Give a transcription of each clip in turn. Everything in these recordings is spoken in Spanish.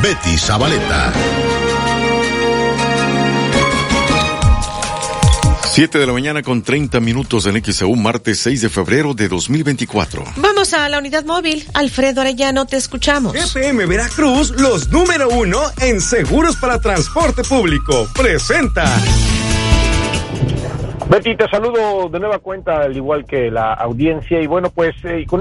Betty Zabaleta. 7 de la mañana con 30 minutos en XEU, martes 6 de febrero de 2024. Vamos a la unidad móvil. Alfredo Arellano, te escuchamos. GPM Veracruz, los número 1 en seguros para transporte público. Presenta. Betty, te saludo de nueva cuenta, al igual que la audiencia. Y bueno, pues con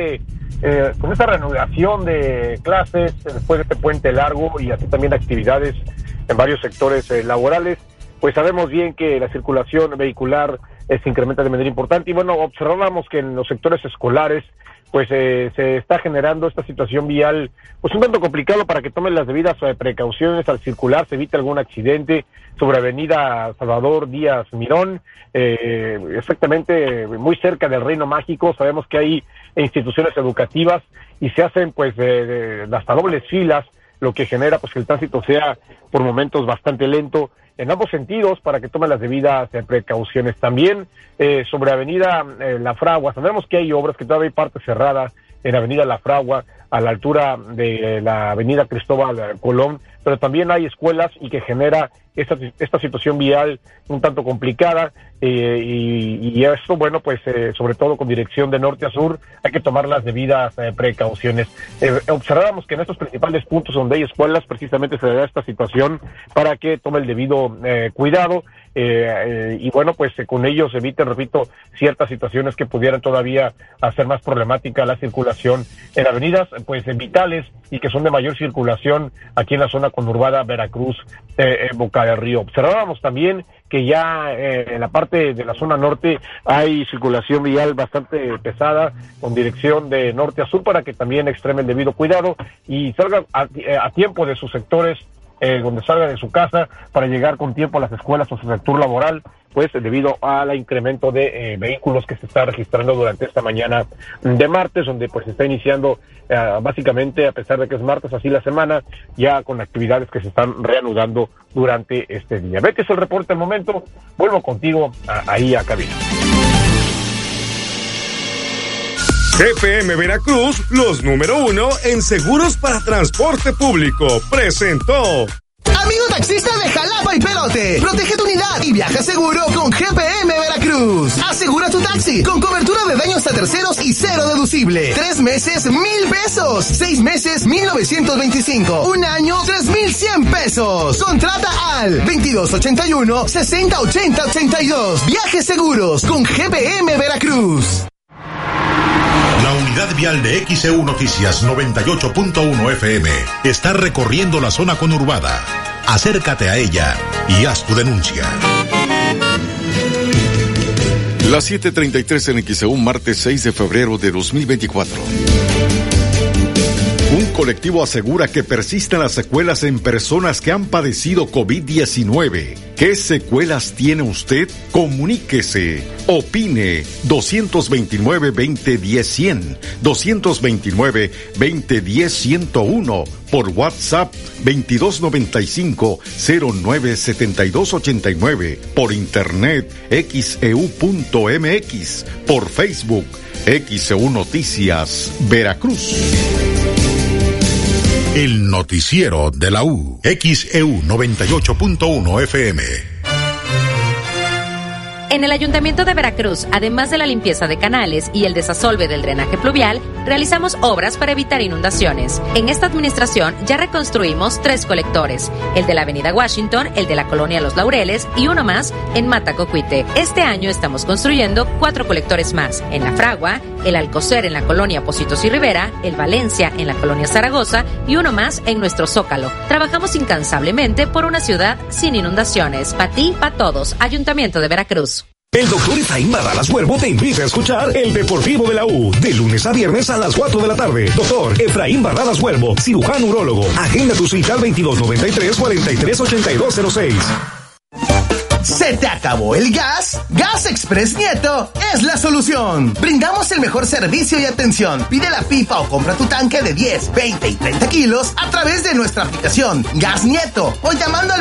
esta reanudación de clases, después de este puente largo y así también actividades en varios sectores laborales, pues sabemos bien que la circulación vehicular se incrementa de manera importante. Y bueno, observamos que en los sectores escolares pues se está generando esta situación vial pues un tanto complicado para que tomen las debidas precauciones al circular, se evite algún accidente sobre Avenida Salvador Díaz Mirón, exactamente muy cerca del Reino Mágico. Sabemos que hay instituciones educativas y se hacen pues hasta dobles filas, lo que genera pues que el tránsito sea por momentos bastante lento en ambos sentidos para que tomen las debidas precauciones. También sobre Avenida La Fragua, sabemos que hay obras, que todavía hay parte cerrada en Avenida La Fragua, a la altura de la Avenida Cristóbal Colón, pero también hay escuelas y que genera esta situación vial un tanto complicada, y esto, bueno, pues sobre todo con dirección de norte a sur, hay que tomar las debidas precauciones. Observamos que en estos principales puntos donde hay escuelas, precisamente se da esta situación para que tome el debido cuidado, y bueno, pues con ello se eviten, repito, ciertas situaciones que pudieran todavía hacer más problemática la circulación en avenidas pues vitales y que son de mayor circulación aquí en la zona conurbada Veracruz, Boca del Río. Observábamos también que ya en la parte de la zona norte hay circulación vial bastante pesada con dirección de norte a sur para que también extreme el debido cuidado y salga a tiempo de sus sectores, donde salga de su casa para llegar con tiempo a las escuelas o su sector laboral, pues debido al incremento de vehículos que se está registrando durante esta mañana de martes, donde pues se está iniciando básicamente, a pesar de que es martes, así la semana, ya con actividades que se están reanudando durante este día. Ve que es el reporte al momento, vuelvo contigo ahí a cabina. GPM Veracruz, los número 1 en seguros para transporte público, presentó. Amigo taxista de Jalapa y Perote, protege tu unidad y viaja seguro con GPM Veracruz. Asegura tu taxi con cobertura de daños a terceros y cero deducible. 3 meses, 1,000 pesos. 6 meses, 1,925. 1 año, 3,100 pesos. Contrata al 2281-608082. Viajes seguros con GPM Veracruz. La unidad vial de XEU Noticias 98.1 FM está recorriendo la zona conurbada. Acércate a ella y haz tu denuncia. Las 7:33 en XEU, martes 6 de febrero de 2024. Un colectivo asegura que persisten las secuelas en personas que han padecido COVID-19. ¿Qué secuelas tiene usted? Comuníquese. Opine. 229-2010-100. 229-2010-101. Por WhatsApp 2295-097289. Por internet xeu.mx. Por Facebook XEU Noticias Veracruz. El noticiero de la U. XEU 98.1 FM. En el Ayuntamiento de Veracruz, además de la limpieza de canales y el desasolve del drenaje pluvial, realizamos obras para evitar inundaciones. En esta administración ya reconstruimos 3 colectores, el de la Avenida Washington, el de la Colonia Los Laureles y uno más en Matacocuite. Este año estamos construyendo 4 colectores más, en La Fragua, el Alcocer en la Colonia Pocitos y Rivera, el Valencia en la Colonia Zaragoza y uno más en nuestro Zócalo. Trabajamos incansablemente por una ciudad sin inundaciones. Pa' ti, pa' todos. Ayuntamiento de Veracruz. El doctor Efraín Barradas Huervo te invita a escuchar El Deportivo de la U, de lunes a viernes a las 4 de la tarde. Doctor Efraín Barradas Huervo, cirujano urólogo. Agenda tu cita al 2293-438206. ¿Se te acabó el gas? Gas Express Nieto es la solución. Brindamos el mejor servicio y atención. Pide la pipa o compra tu tanque de 10, 20 y 30 kilos a través de nuestra aplicación Gas Nieto o llamando al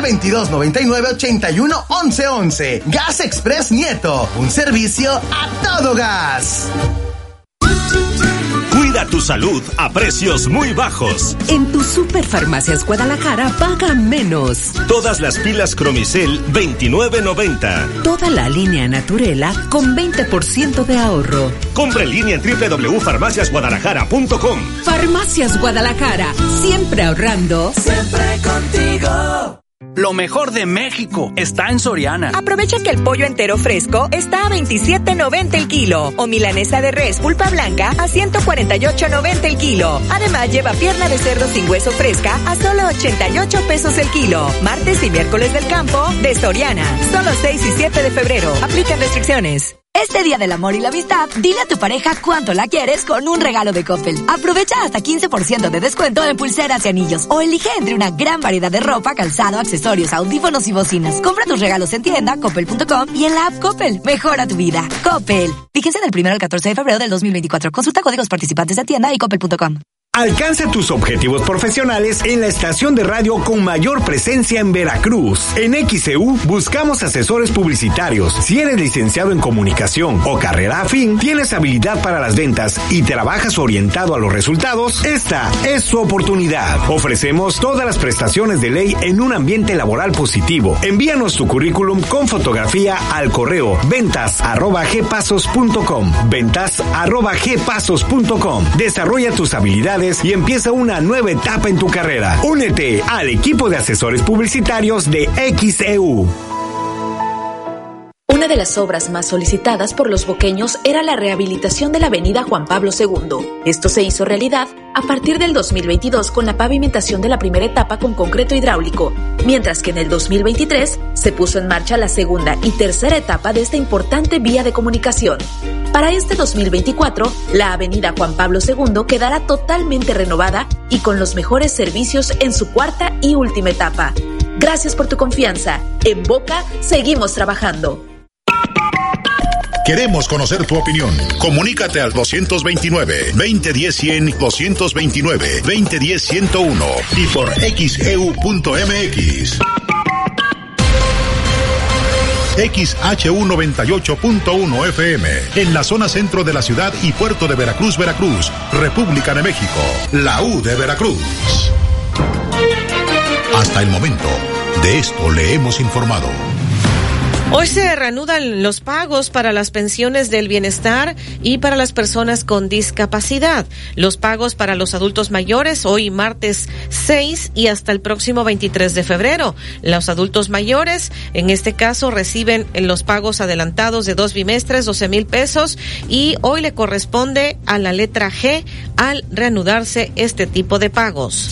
2299-81-1111. Gas Express Nieto, un servicio a todo gas. Cuida tu salud a precios muy bajos. En tu Superfarmacias Guadalajara paga menos. Todas las pilas Cromicel, $29.90. Toda la línea Naturela con 20% de ahorro. Compra en línea en www.farmaciasguadalajara.com. Farmacias Guadalajara, siempre ahorrando. Siempre contigo. Lo mejor de México está en Soriana. Aprovecha que el pollo entero fresco está a $27.90 el kilo o milanesa de res pulpa blanca a $148.90 el kilo. Además lleva pierna de cerdo sin hueso fresca a solo 88 pesos el kilo. Martes y miércoles del campo de Soriana. Solo 6 y 7 de febrero. Aplican restricciones. Este Día del Amor y la Amistad, dile a tu pareja cuánto la quieres con un regalo de Coppel. Aprovecha hasta 15% de descuento en pulseras y anillos o elige entre una gran variedad de ropa, calzado, accesorios, audífonos y bocinas. Compra tus regalos en tienda, coppel.com y en la app Coppel. Mejora tu vida. Coppel. Fíjense del 1 al 14 de febrero del 2024. Consulta códigos participantes de tienda y coppel.com. Alcanza tus objetivos profesionales en la estación de radio con mayor presencia en Veracruz. En XEU buscamos asesores publicitarios. Si eres licenciado en comunicación o carrera afín, tienes habilidad para las ventas y trabajas orientado a los resultados, esta es su oportunidad. Ofrecemos todas las prestaciones de ley en un ambiente laboral positivo. Envíanos tu currículum con fotografía al correo ventas@gpasos.com. ventas@gpasos.com. Desarrolla tus habilidades y empieza una nueva etapa en tu carrera. Únete al equipo de asesores publicitarios de XEU. Una de las obras más solicitadas por los boqueños era la rehabilitación de la avenida Juan Pablo II. Esto se hizo realidad a partir del 2022 con la pavimentación de la primera etapa con concreto hidráulico, mientras que en el 2023 se puso en marcha la segunda y tercera etapa de esta importante vía de comunicación. Para este 2024, la avenida Juan Pablo II quedará totalmente renovada y con los mejores servicios en su cuarta y última etapa. Gracias por tu confianza. En Boca seguimos trabajando. Queremos conocer tu opinión. Comunícate al 229-2010-100, 229-2010-101 y por xeu.mx. XHU 98.1 FM, en la zona centro de la ciudad y puerto de Veracruz, Veracruz, República de México, la U de Veracruz. Hasta el momento, de esto le hemos informado. Hoy se reanudan los pagos para las pensiones del bienestar y para las personas con discapacidad. Los pagos para los adultos mayores hoy martes 6 y hasta el próximo 23 de febrero. Los adultos mayores, en este caso, reciben los pagos adelantados de 2 bimestres, 12,000 pesos, y hoy le corresponde a la letra G al reanudarse este tipo de pagos.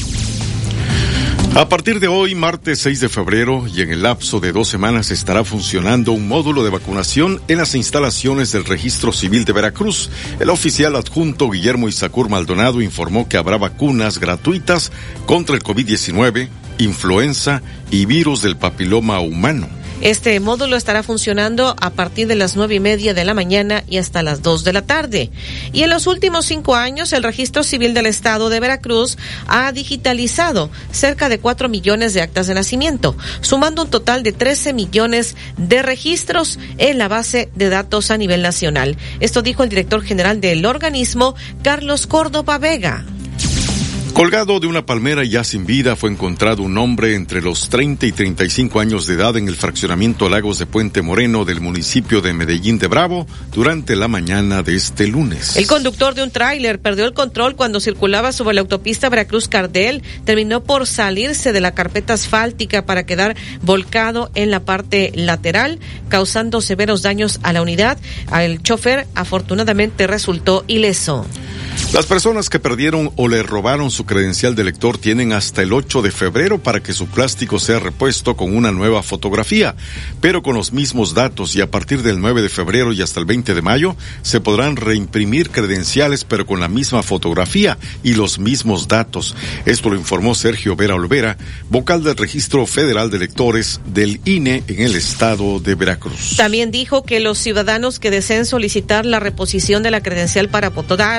A partir de hoy, martes 6 de febrero, y en el lapso de 2 semanas estará funcionando un módulo de vacunación en las instalaciones del Registro Civil de Veracruz. El oficial adjunto Guillermo Isacur Maldonado informó que habrá vacunas gratuitas contra el COVID-19, influenza y virus del papiloma humano. Este módulo estará funcionando a partir de las 9:30 de la mañana y hasta las 2 de la tarde. Y en los últimos 5 años, el Registro Civil del Estado de Veracruz ha digitalizado cerca de 4 millones de actas de nacimiento, sumando un total de 13 millones de registros en la base de datos a nivel nacional. Esto dijo el director general del organismo, Carlos Córdoba Vega. Colgado de una palmera ya sin vida fue encontrado un hombre entre los 30 y 35 años de edad en el fraccionamiento Lagos de Puente Moreno del municipio de Medellín de Bravo durante la mañana de este lunes. El conductor de un tráiler perdió el control cuando circulaba sobre la autopista Veracruz-Cardel. Terminó por salirse de la carpeta asfáltica para quedar volcado en la parte lateral, causando severos daños a la unidad. El chofer afortunadamente resultó ileso. Las personas que perdieron o le robaron su credencial de lector tienen hasta el 8 de febrero para que su plástico sea repuesto con una nueva fotografía, pero con los mismos datos, y a partir del 9 de febrero y hasta el 20 de mayo se podrán reimprimir credenciales pero con la misma fotografía y los mismos datos. Esto lo informó Sergio Vera Olvera, vocal del Registro Federal de Electores del INE en el estado de Veracruz. También dijo que los ciudadanos que deseen solicitar la reposición de la credencial para votar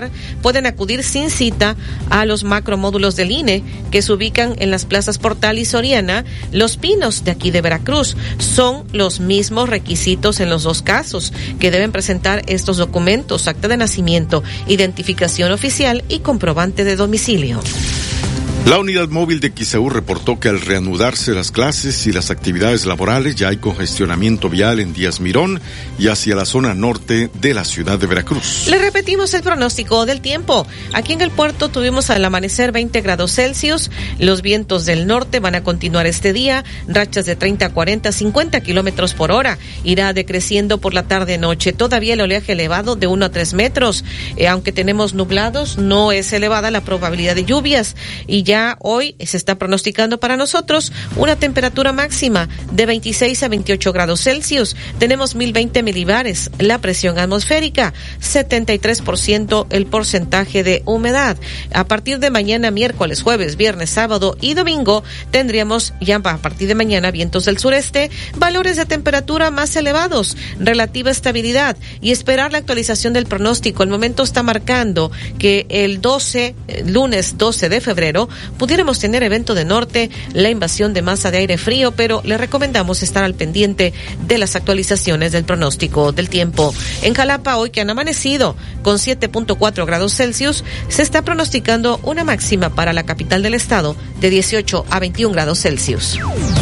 pueden acudir sin cita a los macromódulos del INE que se ubican en las plazas Portal y Soriana, Los Pinos de aquí de Veracruz. Son los mismos requisitos en los dos casos, que deben presentar estos documentos: acta de nacimiento, identificación oficial y comprobante de domicilio. La unidad móvil de XEU reportó que al reanudarse las clases y las actividades laborales ya hay congestionamiento vial en Díaz Mirón y hacia la zona norte de la ciudad de Veracruz. Le repetimos el pronóstico del tiempo. Aquí en el puerto tuvimos al amanecer 20 grados Celsius. Los vientos del norte van a continuar este día, rachas de 30, 40, 50 kilómetros por hora. Irá decreciendo por la tarde-noche. Todavía el oleaje elevado de 1 a 3 metros. Aunque tenemos nublados, no es elevada la probabilidad de lluvias. Y ya hoy se está pronosticando para nosotros una temperatura máxima de 26 a 28 grados Celsius. Tenemos 1020 milibares, la presión atmosférica, 73% el porcentaje de humedad. A partir de mañana, miércoles, jueves, viernes, sábado y domingo, tendríamos ya a partir de mañana vientos del sureste, valores de temperatura más elevados, relativa estabilidad y esperar la actualización del pronóstico. El momento está marcando que el lunes 12 de febrero, pudiéramos tener evento de norte, la invasión de masa de aire frío, pero le recomendamos estar al pendiente de las actualizaciones del pronóstico del tiempo. En Jalapa, hoy que han amanecido con 7.4 grados Celsius, se está pronosticando una máxima para la capital del estado de 18 a 21 grados Celsius.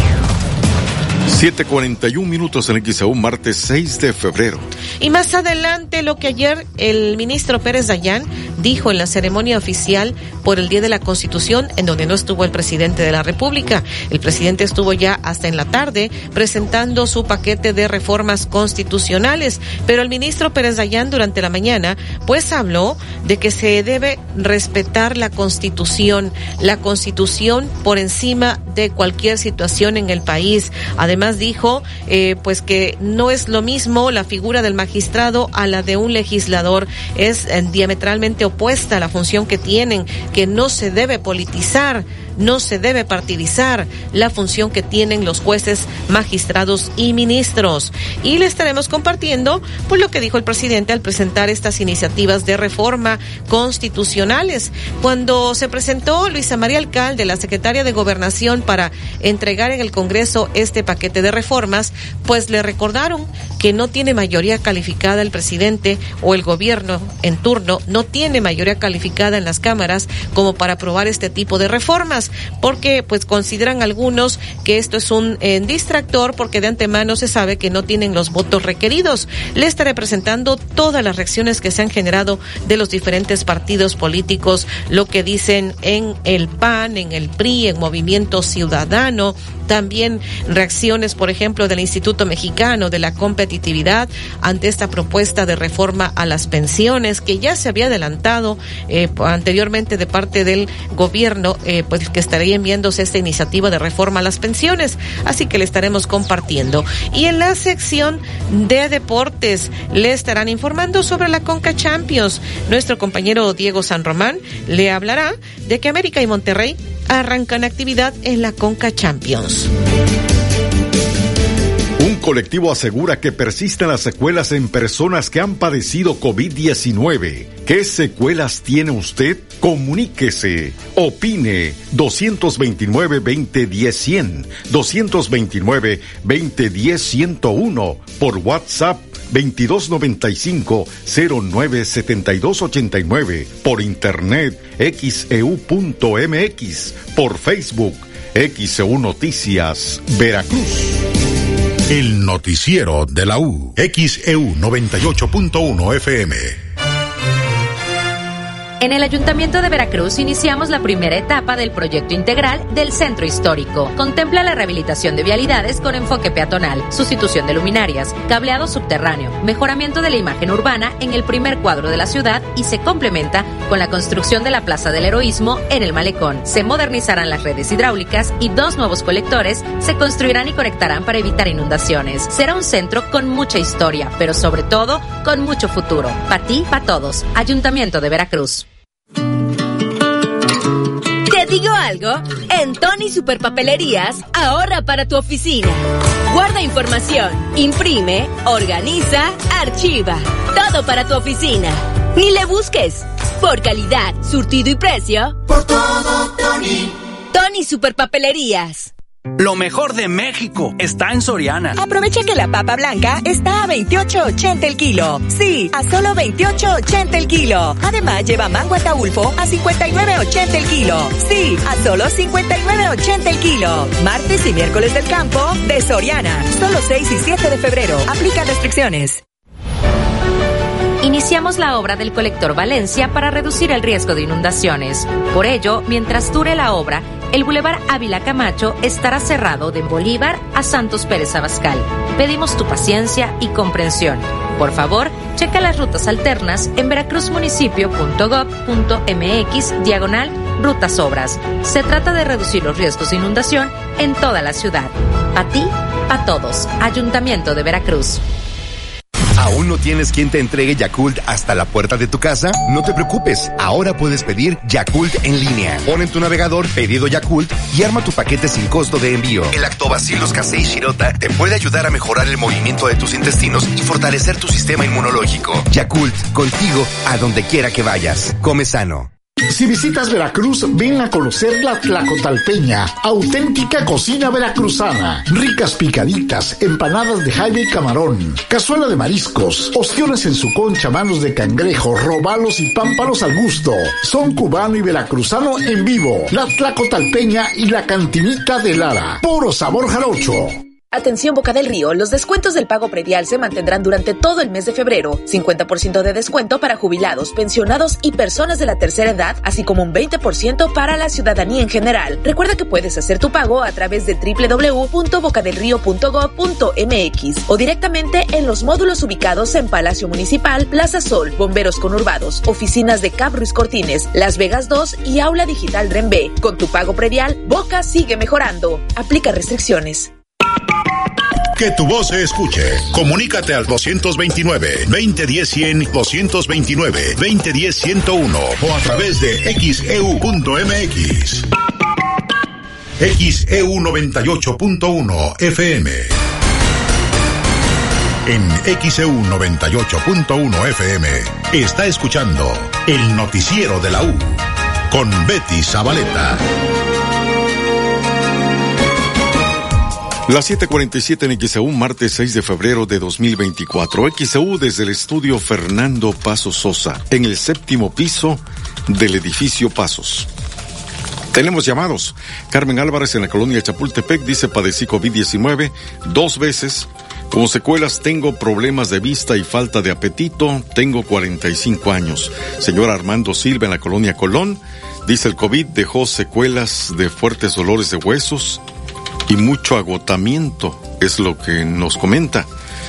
7:41 minutos en XEU, martes 6 de febrero. Y más adelante, lo que ayer el ministro Pérez Dayán dijo en la ceremonia oficial por el Día de la Constitución, en donde no estuvo el presidente de la República. El presidente estuvo ya hasta en la tarde presentando su paquete de reformas constitucionales, pero el ministro Pérez Dayán durante la mañana pues habló de que se debe respetar la Constitución por encima de cualquier situación en el país. Además dijo pues que no es lo mismo la figura del magistrado a la de un legislador, es diametralmente opuesta a la función que tienen, que no se debe politizar, no se debe partidizar la función que tienen los jueces, magistrados y ministros. Y le estaremos compartiendo pues lo que dijo el presidente al presentar estas iniciativas de reforma constitucionales. Cuando se presentó Luisa María Alcalde, la secretaria de Gobernación, para entregar en el Congreso este paquete de reformas, pues le recordaron que no tiene mayoría calificada el presidente, o el gobierno en turno no tiene mayoría calificada en las cámaras como para aprobar este tipo de reformas, porque pues consideran algunos que esto es un distractor, porque de antemano se sabe que no tienen los votos requeridos. Le estaré presentando todas las reacciones que se han generado de los diferentes partidos políticos, lo que dicen en el PAN, en el PRI, en Movimiento Ciudadano, también reacciones, por ejemplo, del Instituto Mexicano de la Competitividad ante esta propuesta de reforma a las pensiones, que ya se había adelantado anteriormente de parte del gobierno, pues que estaría enviándose esta iniciativa de reforma a las pensiones, así que le estaremos compartiendo. Y en la sección de deportes le estarán informando sobre la Conca Champions. Nuestro compañero Diego San Román le hablará de que América y Monterrey arrancan actividad en la Conca Champions. Un colectivo asegura que persisten las secuelas en personas que han padecido COVID-19. ¿Qué secuelas tiene usted? Comuníquese, opine. 229-2010-100, 229-2010-101, por WhatsApp 2295-097289, por internet xeu.mx, por Facebook XEU Noticias Veracruz. El noticiero de la U, XEU 98.1 FM. En el Ayuntamiento de Veracruz iniciamos la primera etapa del proyecto integral del Centro Histórico. Contempla la rehabilitación de vialidades con enfoque peatonal, sustitución de luminarias, cableado subterráneo, mejoramiento de la imagen urbana en el primer cuadro de la ciudad y se complementa con la construcción de la Plaza del Heroísmo en el Malecón. Se modernizarán las redes hidráulicas y 2 nuevos colectores se construirán y conectarán para evitar inundaciones. Será un centro con mucha historia, pero sobre todo con mucho futuro. Para ti, para todos. Ayuntamiento de Veracruz. ¿Te digo algo? En Tony Superpapelerías, ahorra para tu oficina. Guarda información, imprime, organiza, archiva. Todo para tu oficina. Ni le busques. Por calidad, surtido y precio. Por todo, Tony. Tony Superpapelerías. Lo mejor de México está en Soriana. Aprovecha que la papa blanca está a $28.80 el kilo. Sí, a solo $28.80 el kilo. Además, lleva mango Ataulfo a $59.80 el kilo. Sí, a solo $59.80 el kilo. Martes y miércoles del campo de Soriana. Solo 6 y 7 de febrero. Aplican restricciones. Iniciamos la obra del colector Valencia para reducir el riesgo de inundaciones. Por ello, mientras dure la obra, el Boulevard Ávila Camacho estará cerrado de Bolívar a Santos Pérez Abascal. Pedimos tu paciencia y comprensión. Por favor, checa las rutas alternas en veracruzmunicipio.gov.mx/rutas obras. Se trata de reducir los riesgos de inundación en toda la ciudad. Pa' ti, pa' todos. Ayuntamiento de Veracruz. ¿Aún no tienes quien te entregue Yakult hasta la puerta de tu casa? No te preocupes, ahora puedes pedir Yakult en línea. Pon en tu navegador Pedido Yakult y arma tu paquete sin costo de envío. El Lactobacillus casei shirota te puede ayudar a mejorar el movimiento de tus intestinos y fortalecer tu sistema inmunológico. Yakult, contigo a donde quiera que vayas. Come sano. Si visitas Veracruz, ven a conocer la Tlacotalpeña, auténtica cocina veracruzana. Ricas picaditas, empanadas de jaiba y camarón, cazuela de mariscos, ostiones en su concha, manos de cangrejo, robalos y pámpanos al gusto. Son cubano y veracruzano en vivo. La Tlacotalpeña y la Cantinita de Lara. Puro sabor jarocho. Atención Boca del Río, los descuentos del pago predial se mantendrán durante todo el mes de febrero. 50% de descuento para jubilados, pensionados y personas de la tercera edad, así como un 20% para la ciudadanía en general. Recuerda que puedes hacer tu pago a través de www.bocadelrio.gov.mx o directamente en los módulos ubicados en Palacio Municipal, Plaza Sol, Bomberos Conurbados, oficinas de Cap Ruiz Cortines, Las Vegas 2 y Aula Digital Dren B. Con tu pago predial, Boca sigue mejorando. Aplica restricciones. Que tu voz se escuche. Comunícate al 229-2010-100, 229-2010-101 o a través de xeu.mx. XEU 98.1 FM. En XEU 98.1 FM está escuchando el noticiero de la U con Betty Zabaleta. Las 7:47 en XEU, martes 6 de febrero de 2024. XEU desde el estudio Fernando Pasos Sosa, en el 7º piso del edificio Pasos. Tenemos llamados. Carmen Álvarez en la colonia Chapultepec dice: padecí COVID-19 2 veces. Como secuelas tengo problemas de vista y falta de apetito. Tengo 45 años. Señor Armando Silva en la colonia Colón dice: el COVID dejó secuelas de fuertes dolores de huesos y mucho agotamiento, es lo que nos comenta.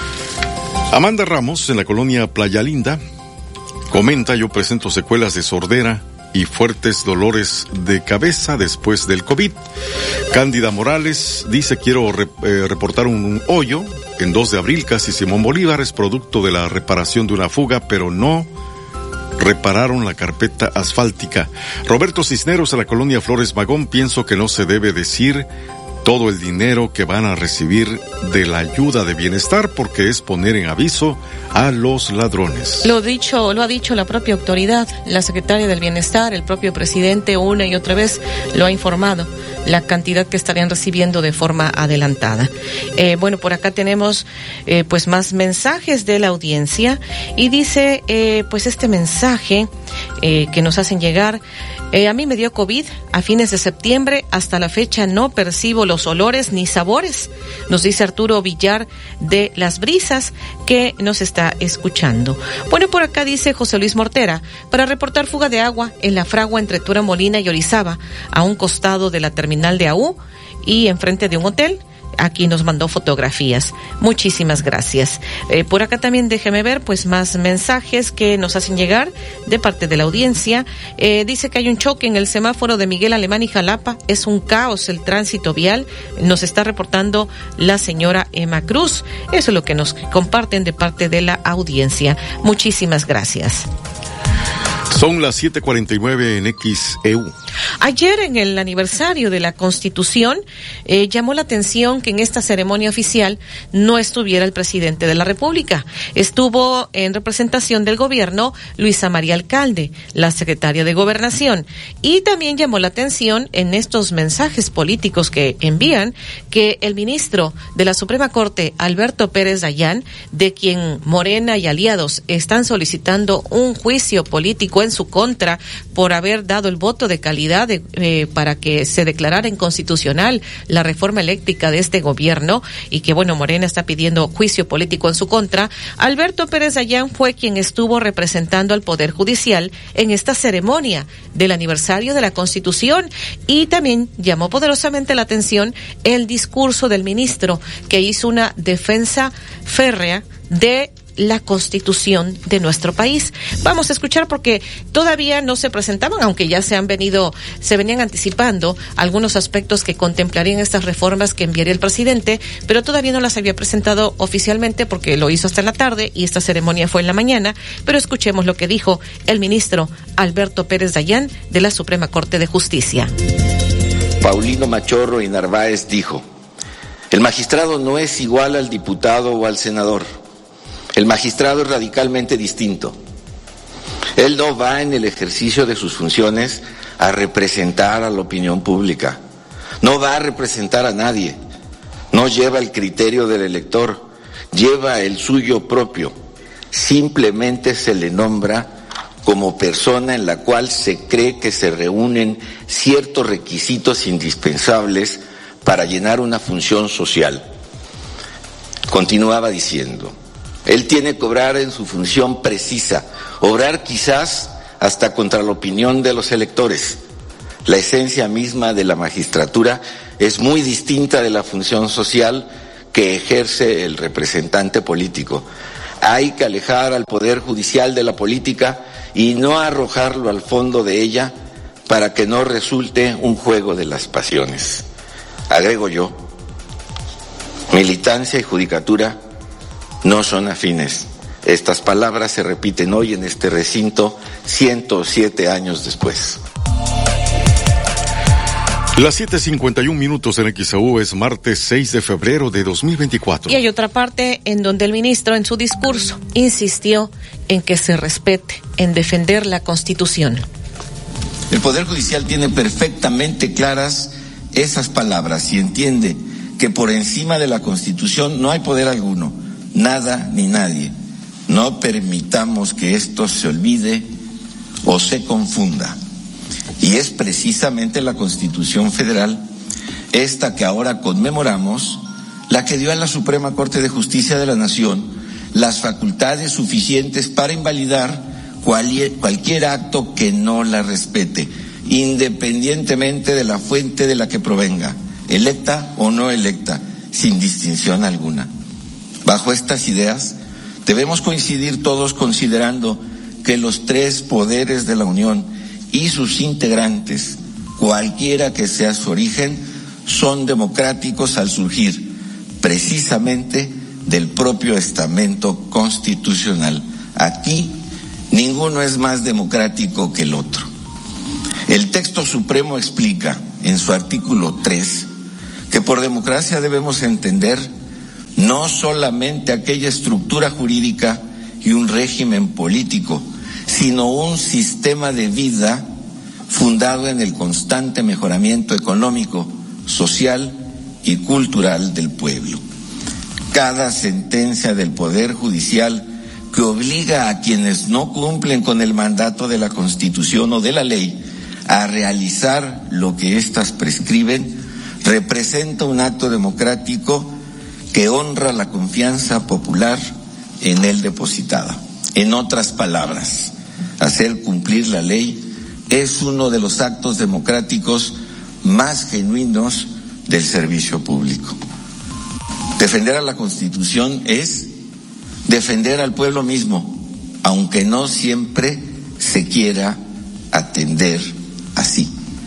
Amanda Ramos, en la colonia Playa Linda, comenta: yo presento secuelas de sordera y fuertes dolores de cabeza después del COVID. Cándida Morales dice: quiero reportar un hoyo en 2 de abril, casi Simón Bolívar, es producto de la reparación de una fuga, pero no repararon la carpeta asfáltica. Roberto Cisneros, en la colonia Flores Magón, pienso que no se debe decir todo el dinero que van a recibir de la ayuda de bienestar, porque es poner en aviso a los ladrones. Lo ha dicho la propia autoridad, la secretaria del Bienestar, el propio presidente una y otra vez lo ha informado, la cantidad que estarían recibiendo de forma adelantada. Bueno, por acá tenemos pues más mensajes de la audiencia y dice pues este mensaje que nos hacen llegar: a mí me dio COVID a fines de septiembre, hasta la fecha no percibo los olores ni sabores, nos dice Arturo Villar de Las Brisas, que nos está escuchando. Bueno, por acá dice José Luis Mortera: para reportar fuga de agua en la fragua entre Tura Molina y Orizaba, a un costado de la terminal de AU y enfrente de un hotel. Aquí nos mandó fotografías. Muchísimas gracias. Por acá también déjeme ver pues más mensajes que nos hacen llegar de parte de la audiencia. Dice que hay un choque en el semáforo de Miguel Alemán y Jalapa. Es un caos el tránsito vial. Nos está reportando la señora Emma Cruz. Eso es lo que nos comparten de parte de la audiencia. Muchísimas gracias. Son las 7:49 en XEU. Ayer, en el aniversario de la Constitución, llamó la atención que en esta ceremonia oficial no estuviera el presidente de la República. Estuvo en representación del gobierno Luisa María Alcalde, la secretaria de Gobernación, y también llamó la atención en estos mensajes políticos que envían que el ministro de la Suprema Corte, Alberto Pérez Dayán, de quien Morena y aliados están solicitando un juicio político en su contra por haber dado el voto de calidad para que se declarara inconstitucional la reforma eléctrica de este gobierno, y que Morena está pidiendo juicio político en su contra. Alberto Pérez Dayán fue quien estuvo representando al Poder Judicial en esta ceremonia del aniversario de la Constitución, y también llamó poderosamente la atención el discurso del ministro, que hizo una defensa férrea de la Constitución de nuestro país. Vamos a escuchar, porque todavía no se presentaban, aunque ya se venían anticipando algunos aspectos que contemplarían estas reformas que enviaría el presidente, pero todavía no las había presentado oficialmente porque lo hizo hasta en la tarde y esta ceremonia fue en la mañana. Pero escuchemos lo que dijo el ministro Alberto Pérez Dayán de la Suprema Corte de Justicia. Paulino Machorro y Narváez dijo: el magistrado no es igual al diputado o al senador. El magistrado es radicalmente distinto. Él no va en el ejercicio de sus funciones a representar a la opinión pública. No va a representar a nadie. No lleva el criterio del elector, lleva el suyo propio. Simplemente se le nombra como persona en la cual se cree que se reúnen ciertos requisitos indispensables para llenar una función social. Continuaba diciendo: él tiene que obrar en su función precisa, obrar quizás hasta contra la opinión de los electores. La esencia misma de la magistratura es muy distinta de la función social que ejerce el representante político. Hay que alejar al Poder Judicial de la política y no arrojarlo al fondo de ella para que no resulte un juego de las pasiones. Agrego yo: militancia y judicatura no son afines. Estas palabras se repiten hoy en este recinto 107 años después. Las 7:51 en XAU. Es martes 6 de febrero de 2024. Y hay otra parte en donde el ministro, en su discurso, insistió en que se respete, en defender la Constitución. El Poder Judicial tiene perfectamente claras esas palabras y entiende que por encima de la Constitución no hay poder alguno, nada ni nadie. No permitamos que esto se olvide o se confunda. Y es precisamente la Constitución Federal, esta que ahora conmemoramos, la que dio a la Suprema Corte de Justicia de la Nación las facultades suficientes para invalidar cualquier acto que no la respete, independientemente de la fuente de la que provenga, electa o no electa, sin distinción alguna. Bajo estas ideas, debemos coincidir todos considerando que los tres poderes de la Unión y sus integrantes, cualquiera que sea su origen, son democráticos al surgir precisamente del propio estamento constitucional. Aquí, ninguno es más democrático que el otro. El texto supremo explica, en su artículo 3, que por democracia debemos entender no solamente aquella estructura jurídica y un régimen político, sino un sistema de vida fundado en el constante mejoramiento económico, social y cultural del pueblo. Cada sentencia del Poder Judicial que obliga a quienes no cumplen con el mandato de la Constitución o de la ley a realizar lo que éstas prescriben representa un acto democrático que honra la confianza popular en él depositada. En otras palabras, hacer cumplir la ley es uno de los actos democráticos más genuinos del servicio público. Defender a la Constitución es defender al pueblo mismo, aunque no siempre se quiera atender así.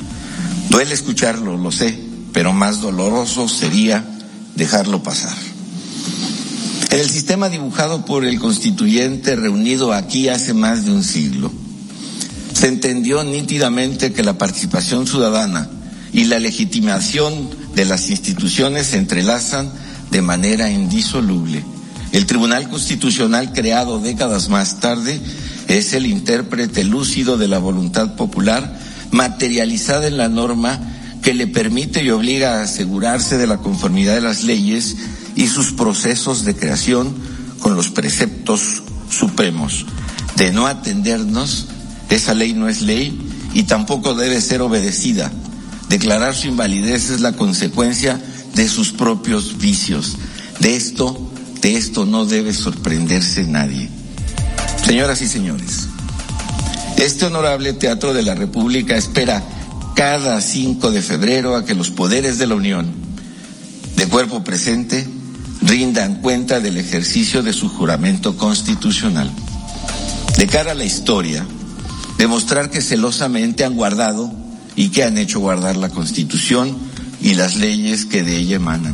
Duele escucharlo, lo sé, pero más doloroso sería dejarlo pasar. En el sistema dibujado por el constituyente reunido aquí hace más de un siglo, se entendió nítidamente que la participación ciudadana y la legitimación de las instituciones se entrelazan de manera indisoluble. El Tribunal Constitucional, creado décadas más tarde, es el intérprete lúcido de la voluntad popular materializada en la norma que le permite y obliga a asegurarse de la conformidad de las leyes y sus procesos de creación con los preceptos supremos. De no atendernos, esa ley no es ley y tampoco debe ser obedecida. Declarar su invalidez es la consecuencia de sus propios vicios. De esto no debe sorprenderse nadie. Señoras y señores, este honorable Teatro de la República espera cada 5 de febrero a que los poderes de la Unión, de cuerpo presente, rindan cuenta del ejercicio de su juramento constitucional. De cara a la historia, demostrar que celosamente han guardado y que han hecho guardar la Constitución y las leyes que de ella emanan.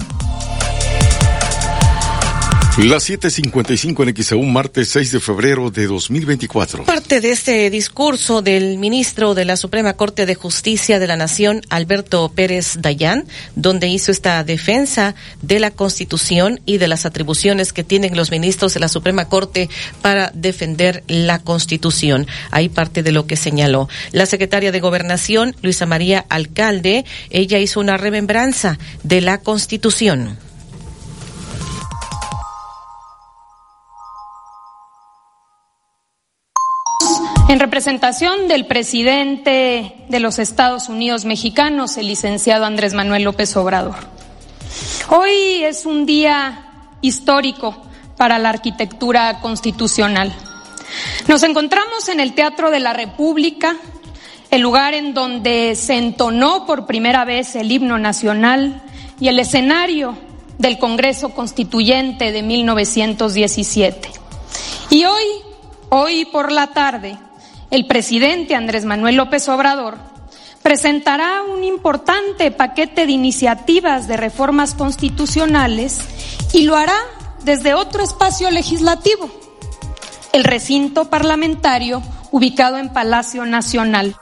Las 7:55 en XEU, martes 6 de febrero de 2024. Parte de este discurso del ministro de la Suprema Corte de Justicia de la Nación, Alberto Pérez Dayán, donde hizo esta defensa de la Constitución y de las atribuciones que tienen los ministros de la Suprema Corte para defender la Constitución. Ahí parte de lo que señaló. La secretaria de Gobernación, Luisa María Alcalde, ella hizo una remembranza de la Constitución. En representación del presidente de los Estados Unidos mexicanos, el licenciado Andrés Manuel López Obrador. Hoy es un día histórico para la arquitectura constitucional. Nos encontramos en el Teatro de la República, el lugar en donde se entonó por primera vez el himno nacional y el escenario del Congreso Constituyente de 1917. Y hoy por la tarde, el presidente Andrés Manuel López Obrador presentará un importante paquete de iniciativas de reformas constitucionales y lo hará desde otro espacio legislativo, el recinto parlamentario ubicado en Palacio Nacional.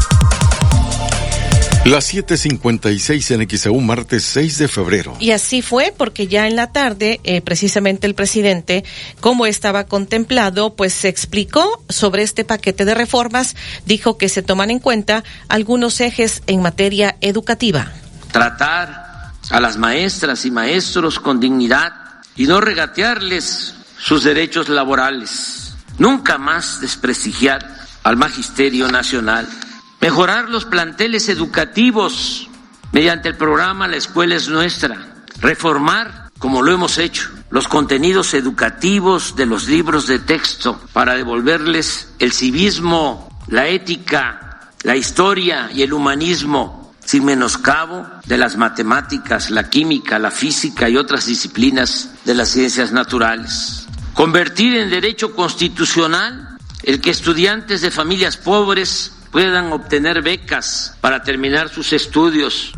Las 7:56 en XEU, martes 6 de febrero. Y así fue, porque ya en la tarde, precisamente el presidente, como estaba contemplado, pues se explicó sobre este paquete de reformas, dijo que se toman en cuenta algunos ejes en materia educativa. Tratar a las maestras y maestros con dignidad y no regatearles sus derechos laborales. Nunca más desprestigiar al Magisterio Nacional. Mejorar los planteles educativos mediante el programa La Escuela es Nuestra. Reformar, como lo hemos hecho, los contenidos educativos de los libros de texto para devolverles el civismo, la ética, la historia y el humanismo, sin menoscabo de las matemáticas, la química, la física y otras disciplinas de las ciencias naturales. Convertir en derecho constitucional el que estudiantes de familias pobres puedan obtener becas para terminar sus estudios.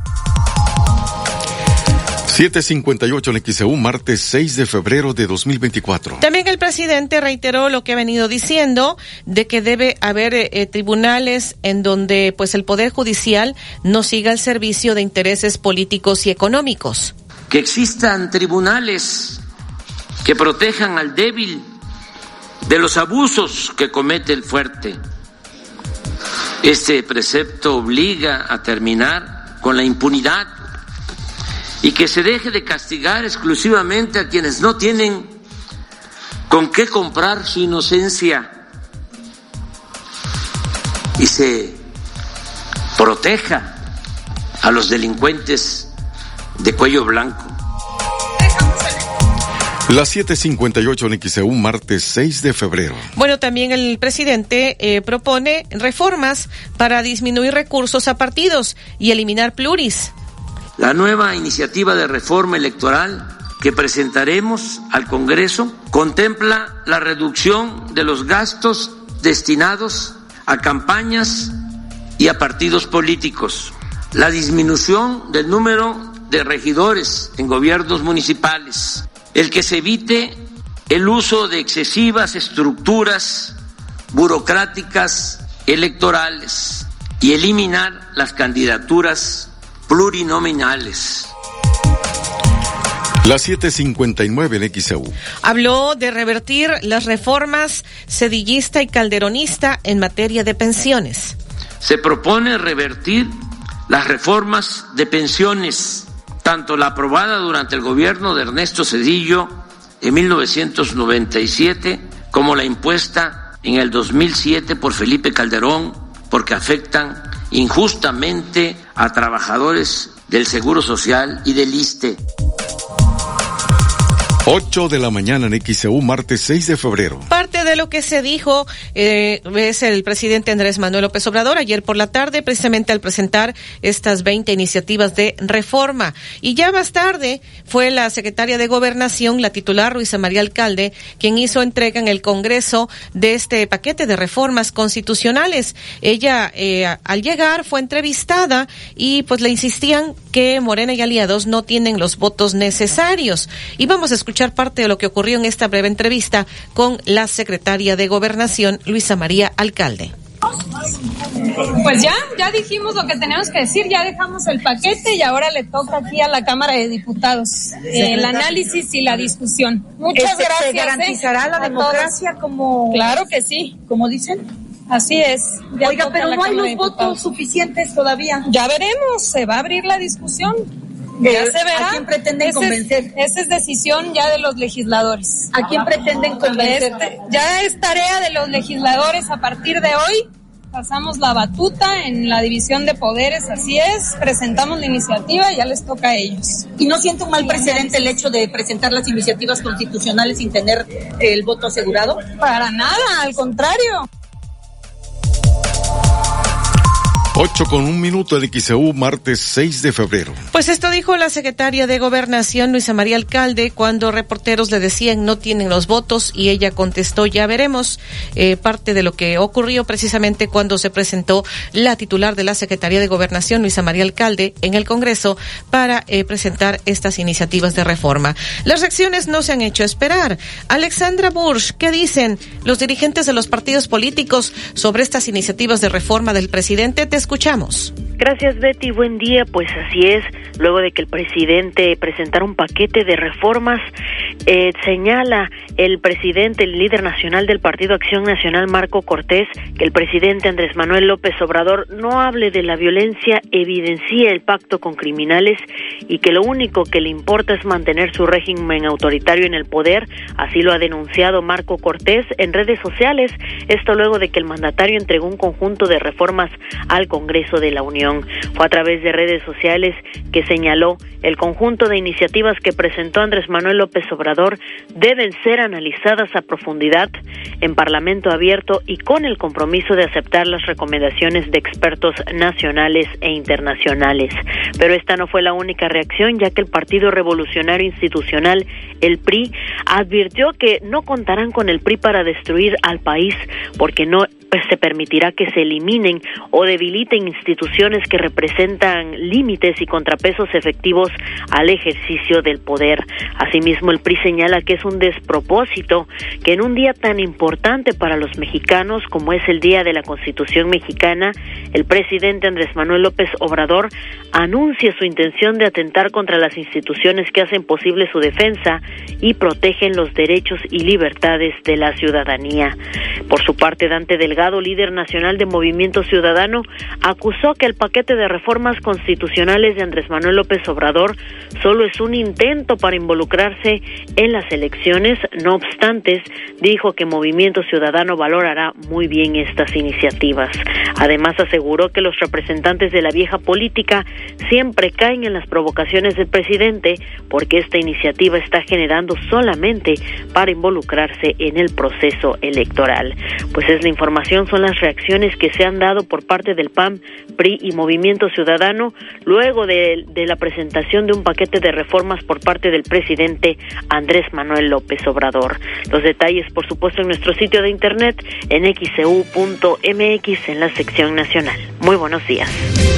7:58 en XEU, martes 6 de febrero de 2024. También el presidente reiteró lo que ha venido diciendo, de que debe haber tribunales en donde pues el Poder Judicial no siga al servicio de intereses políticos y económicos. Que existan tribunales que protejan al débil de los abusos que comete el fuerte. Este precepto obliga a terminar con la impunidad y que se deje de castigar exclusivamente a quienes no tienen con qué comprar su inocencia y se proteja a los delincuentes de cuello blanco. Las 7:58 en XEU, martes 6 de febrero. Bueno, también el presidente propone reformas para disminuir recursos a partidos y eliminar pluris. La nueva iniciativa de reforma electoral que presentaremos al Congreso contempla la reducción de los gastos destinados a campañas y a partidos políticos, la disminución del número de regidores en gobiernos municipales, el que se evite el uso de excesivas estructuras burocráticas electorales y eliminar las candidaturas plurinominales. Las 7:59 en XEU. Habló de revertir las reformas sedillista y calderonista en materia de pensiones. Se propone revertir las reformas de pensiones, tanto la aprobada durante el gobierno de Ernesto Zedillo en 1997 como la impuesta en el 2007 por Felipe Calderón, porque afectan injustamente a trabajadores del Seguro Social y del ISSSTE. 8 de la mañana en XEU, martes 6 de febrero. Parte de lo que se dijo es el presidente Andrés Manuel López Obrador ayer por la tarde, precisamente al presentar estas 20 iniciativas de reforma. Y ya más tarde fue la secretaria de Gobernación, la titular Luisa María Alcalde, quien hizo entrega en el Congreso de este paquete de reformas constitucionales. Ella al llegar fue entrevistada y pues le insistían que Morena y aliados no tienen los votos necesarios. Y vamos a escuchar parte de lo que ocurrió en esta breve entrevista con la secretaria de Gobernación, Luisa María Alcalde. Pues ya dijimos lo que tenemos que decir, ya dejamos el paquete y ahora le toca aquí a la Cámara de Diputados el análisis y la discusión. Muchas gracias. ¿Se garantizará la democracia como? Claro que sí. ¿Como dicen? Así es. Oiga, pero no hay los votos suficientes todavía. Ya veremos, se va a abrir la discusión. Ya se verá. ¿A quién pretenden convencer? Esa es decisión ya de los legisladores. ¿A quién pretenden convencer? Ya es tarea de los legisladores a partir de hoy. Pasamos la batuta en la división de poderes, así es. Presentamos la iniciativa y ya les toca a ellos. ¿Y no siente un mal precedente el hecho de presentar las iniciativas constitucionales sin tener el voto asegurado? Para nada, al contrario. 8:01 de XEU, martes 6 de febrero. Pues esto dijo la secretaria de Gobernación, Luisa María Alcalde, cuando reporteros le decían no tienen los votos y ella contestó ya veremos. Parte de lo que ocurrió precisamente cuando se presentó la titular de la Secretaría de Gobernación, Luisa María Alcalde, en el Congreso para presentar estas iniciativas de reforma. Las reacciones no se han hecho esperar. Alexandra Bursch, ¿qué dicen los dirigentes de los partidos políticos sobre estas iniciativas de reforma del presidente? Te escuchamos. Gracias, Betty. Buen día. Pues así es. Luego de que el presidente presentara un paquete de reformas, señala el presidente, el líder nacional del Partido Acción Nacional, Marco Cortés, que el presidente Andrés Manuel López Obrador no hable de la violencia, evidencie el pacto con criminales y que lo único que le importa es mantener su régimen autoritario en el poder. Así lo ha denunciado Marco Cortés en redes sociales. Esto luego de que el mandatario entregó un conjunto de reformas al Congreso de la Unión. Fue a través de redes sociales que señaló el conjunto de iniciativas que presentó Andrés Manuel López Obrador deben ser analizadas a profundidad en Parlamento abierto y con el compromiso de aceptar las recomendaciones de expertos nacionales e internacionales. Pero esta no fue la única reacción, ya que el Partido Revolucionario Institucional, el PRI, advirtió que no contarán con el PRI para destruir al país porque no se permitirá que se eliminen o debiliten instituciones que representan límites y contrapesos efectivos al ejercicio del poder. Asimismo, el PRI señala que es un despropósito que en un día tan importante para los mexicanos como es el Día de la Constitución Mexicana, el presidente Andrés Manuel López Obrador anuncie su intención de atentar contra las instituciones que hacen posible su defensa y protegen los derechos y libertades de la ciudadanía. Por su parte, Dante Delgado, líder nacional de Movimiento Ciudadano, acusó que el paquete de reformas constitucionales de Andrés Manuel López Obrador solo es un intento para involucrarse en las elecciones. No obstante, dijo que Movimiento Ciudadano valorará muy bien estas iniciativas. Además, aseguró que los representantes de la vieja política siempre caen en las provocaciones del presidente porque esta iniciativa está generando solamente para involucrarse en el proceso electoral. Pues es la información, son las reacciones que se han dado por parte del PAN, PRI y Movimiento Ciudadano luego de la presentación de un paquete de reformas por parte del presidente Andrés Manuel López Obrador. Los detalles, por supuesto, en nuestro sitio de internet en xeu.mx en la sección nacional. Muy buenos días.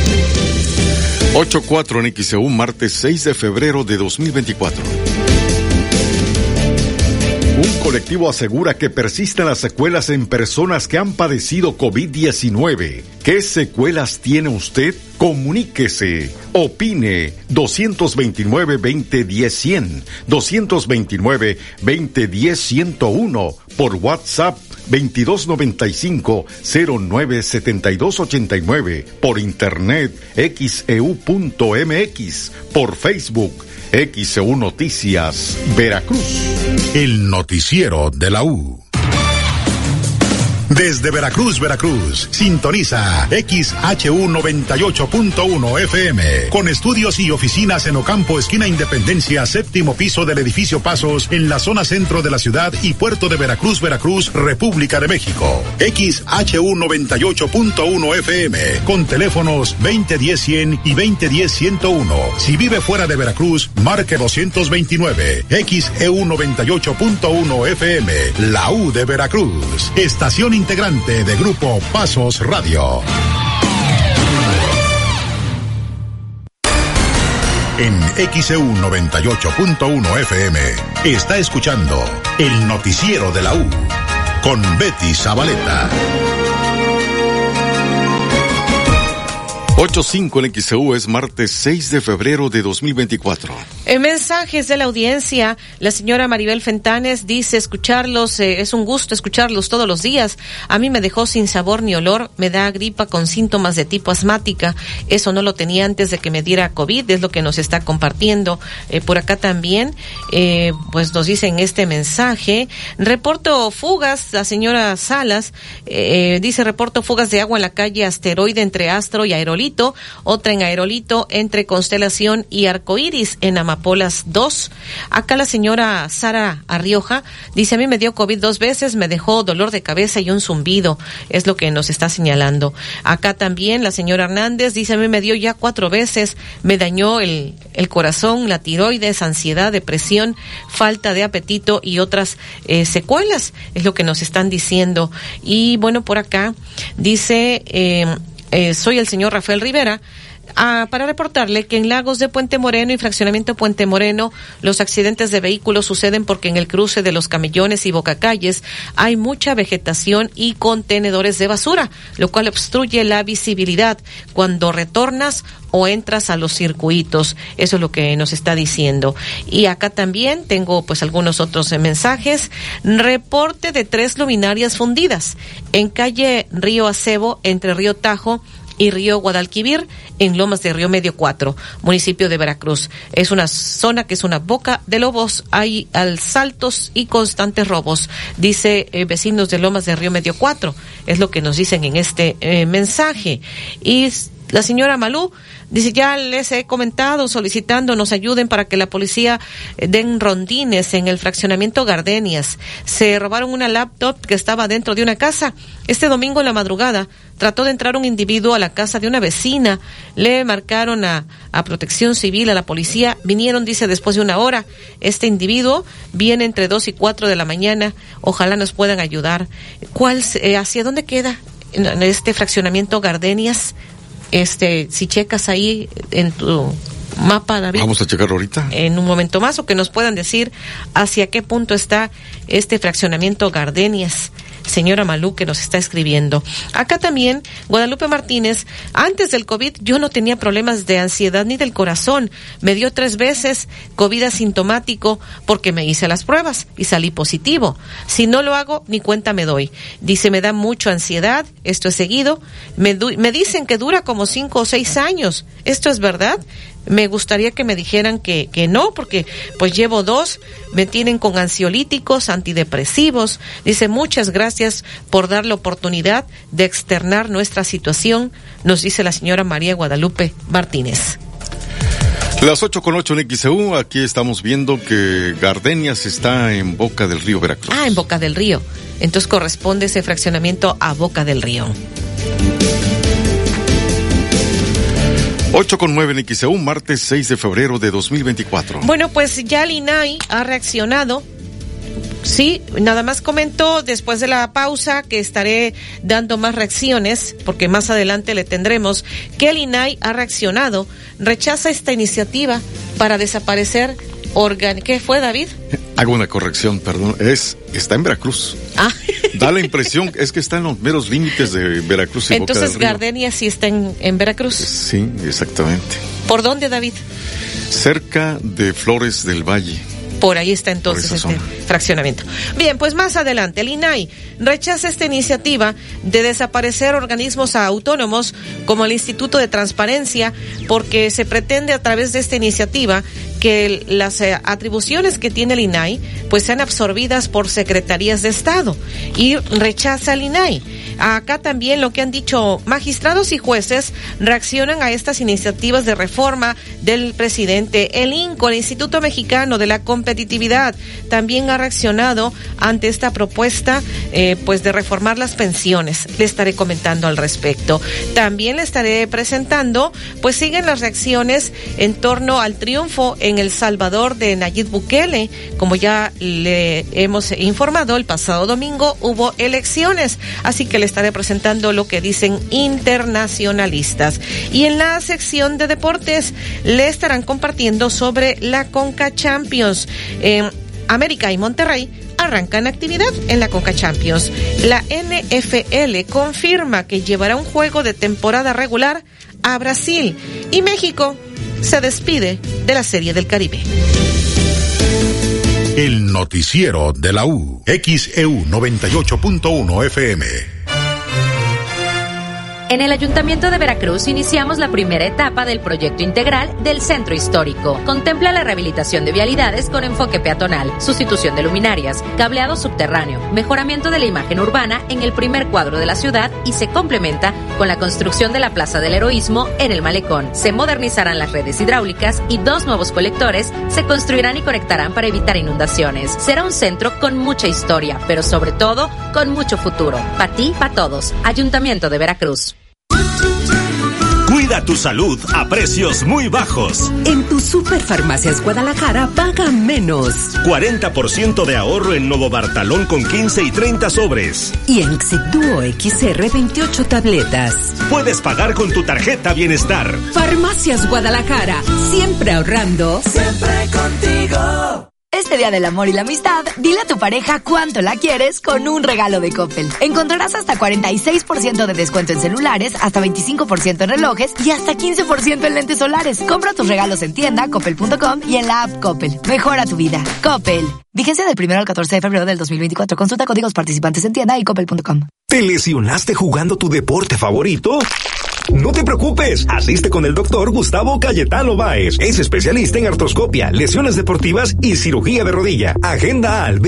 8:04 en XEU, martes 6 de febrero de 2024. Un colectivo asegura que persisten las secuelas en personas que han padecido COVID-19. ¿Qué secuelas tiene usted? Comuníquese, opine, 229-2010-100, 229-2010-101, por WhatsApp 2295-097289, por internet xeu.mx, por Facebook XEU Noticias, Veracruz. El noticiero de la U. Desde Veracruz, sintoniza XHU 98.1 FM, con estudios y oficinas en Ocampo, esquina Independencia, séptimo piso del edificio Pasos, en la zona centro de la ciudad y puerto de Veracruz, República de México. XHU 98.1 FM, con teléfonos 2010-100 y 2010-101. Si vive fuera de Veracruz, marque 229. XEU 98.1 FM, la U de Veracruz. Estación integrante de Grupo Pasos Radio. En XEU 98.1 FM está escuchando el noticiero de la U con Betty Zabaleta. 8:05 en XEU, es martes 6 de febrero de 2024. En mensajes de la audiencia, la señora Maribel Fentanes dice: escucharlos, es un gusto escucharlos todos los días. A mí me dejó sin sabor ni olor, me da gripa con síntomas de tipo asmática. Eso no lo tenía antes de que me diera COVID, es lo que nos está compartiendo. Por acá también, pues nos dicen este mensaje. Reporto fugas, la señora Salas, dice: reporto fugas de agua en la calle Asteroide entre Astro y Aerolito. Otra en Aerolito entre Constelación y Arcoíris en Amapolas 2. Acá la señora Sara Arrioja dice: a mí me dio COVID 2 veces, me dejó dolor de cabeza y un zumbido, es lo que nos está señalando. Acá también la señora Hernández dice: a mí me dio ya 4 veces, me dañó el corazón, la tiroides, ansiedad, depresión, falta de apetito y otras secuelas, es lo que nos están diciendo. Y bueno, por acá dice: soy el señor Rafael Rivera, para reportarle que en Lagos de Puente Moreno y Fraccionamiento Puente Moreno los accidentes de vehículos suceden porque en el cruce de Los Camellones y Bocacalles hay mucha vegetación y contenedores de basura, lo cual obstruye la visibilidad cuando retornas o entras a los circuitos. Eso es lo que nos está diciendo. Y acá también tengo pues algunos otros mensajes. Reporte de 3 luminarias fundidas en calle Río Acebo entre Río Tajo y Río Guadalquivir, en Lomas de Río Medio 4, municipio de Veracruz. Es una zona que es una boca de lobos, hay asaltos y constantes robos, dice vecinos de Lomas de Río Medio 4, es lo que nos dicen en este mensaje. Y la señora Malú dice: ya les he comentado, solicitando nos ayuden para que la policía den rondines en el fraccionamiento Gardenias. Se robaron una laptop que estaba dentro de una casa. Este domingo en la madrugada trató de entrar un individuo a la casa de una vecina. Le marcaron a Protección Civil, a la policía. Vinieron, dice, después de 1 hora. Este individuo viene entre 2 y 4 de la mañana. Ojalá nos puedan ayudar. ¿Hacia dónde queda en este fraccionamiento Gardenias? Si checas ahí en tu mapa, David. Vamos a checarlo ahorita. En un momento más, o que nos puedan decir hacia qué punto está este fraccionamiento Gardenias. Señora Malú, que nos está escribiendo. Acá también, Guadalupe Martínez: antes del COVID yo no tenía problemas de ansiedad ni del corazón. Me dio 3 veces COVID asintomático porque me hice las pruebas y salí positivo. Si no lo hago, ni cuenta me doy. Dice: me da mucha ansiedad, esto es seguido. Me dicen que dura como 5 o 6 años. ¿Esto es verdad? Me gustaría que me dijeran que no, porque pues llevo 2, me tienen con ansiolíticos, antidepresivos. Dice: muchas gracias por dar la oportunidad de externar nuestra situación, nos dice la señora María Guadalupe Martínez. Las 8:08 en XEU, aquí estamos viendo que Gardenias está en Boca del Río, Veracruz. En Boca del Río. Entonces corresponde ese fraccionamiento a Boca del Río. 8:09 en XEU, martes 6 de febrero de 2024. Bueno, pues ya el INAI ha reaccionado. Sí, nada más comento después de la pausa que estaré dando más reacciones, porque más adelante le tendremos, que el INAI ha reaccionado, rechaza esta iniciativa para desaparecer ¿Qué fue, David? Hago una corrección, perdón. Está en Veracruz. Da la impresión, es que está en los meros límites de Veracruz y entonces, Boca del Río. Gardenia sí está en Veracruz. Sí, exactamente. ¿Por dónde, David? Cerca de Flores del Valle. Por ahí está entonces este fraccionamiento. Bien, pues más adelante, el INAI rechaza esta iniciativa de desaparecer organismos autónomos como el Instituto de Transparencia, porque se pretende a través de esta iniciativa que las atribuciones que tiene el INAI pues sean absorbidas por secretarías de Estado, y rechaza el INAI. Acá también lo que han dicho magistrados y jueces reaccionan a estas iniciativas de reforma del presidente. El INCO, el Instituto Mexicano de la Competitividad, también ha reaccionado ante esta propuesta pues de reformar las pensiones. Le estaré comentando al respecto. También le estaré presentando, pues siguen las reacciones en torno al triunfo en El Salvador de Nayib Bukele. Como ya le hemos informado, el pasado domingo hubo elecciones, así que le estaré presentando lo que dicen internacionalistas. Y en la sección de deportes le estarán compartiendo sobre la Conca Champions. América y Monterrey arrancan actividad en la Conca Champions. La NFL confirma que llevará un juego de temporada regular a Brasil, y México se despide de la Serie del Caribe. El noticiero de la U, XEU 98.1 FM. En el Ayuntamiento de Veracruz iniciamos la primera etapa del proyecto integral del Centro Histórico. Contempla la rehabilitación de vialidades con enfoque peatonal, sustitución de luminarias, cableado subterráneo, mejoramiento de la imagen urbana en el primer cuadro de la ciudad, y se complementa con la construcción de la Plaza del Heroísmo en el Malecón. Se modernizarán las redes hidráulicas y 2 nuevos colectores se construirán y conectarán para evitar inundaciones. Será un centro con mucha historia, pero sobre todo con mucho futuro. Pa' ti, pa' todos. Ayuntamiento de Veracruz. Cuida tu salud a precios muy bajos. En tu Superfarmacias Guadalajara paga menos. 40% de ahorro en Novo Bartalón con 15 y 30 sobres. Y en Xigduo XR 28 tabletas. Puedes pagar con tu tarjeta Bienestar. Farmacias Guadalajara, siempre ahorrando. Siempre contigo. Este Día del Amor y la Amistad, dile a tu pareja cuánto la quieres con un regalo de Coppel. Encontrarás hasta 46% de descuento en celulares, hasta 25% en relojes y hasta 15% en lentes solares. Compra tus regalos en tienda, coppel.com y en la app Coppel. Mejora tu vida. Coppel. Vigencia del 1 al 14 de febrero del 2024. Consulta códigos participantes en tienda y coppel.com. ¿Te lesionaste jugando tu deporte favorito? No te preocupes, asiste con el doctor Gustavo Cayetano Báez. Es especialista en artroscopia, lesiones deportivas y cirugía de rodilla. Agenda al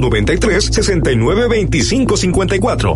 2293-692554.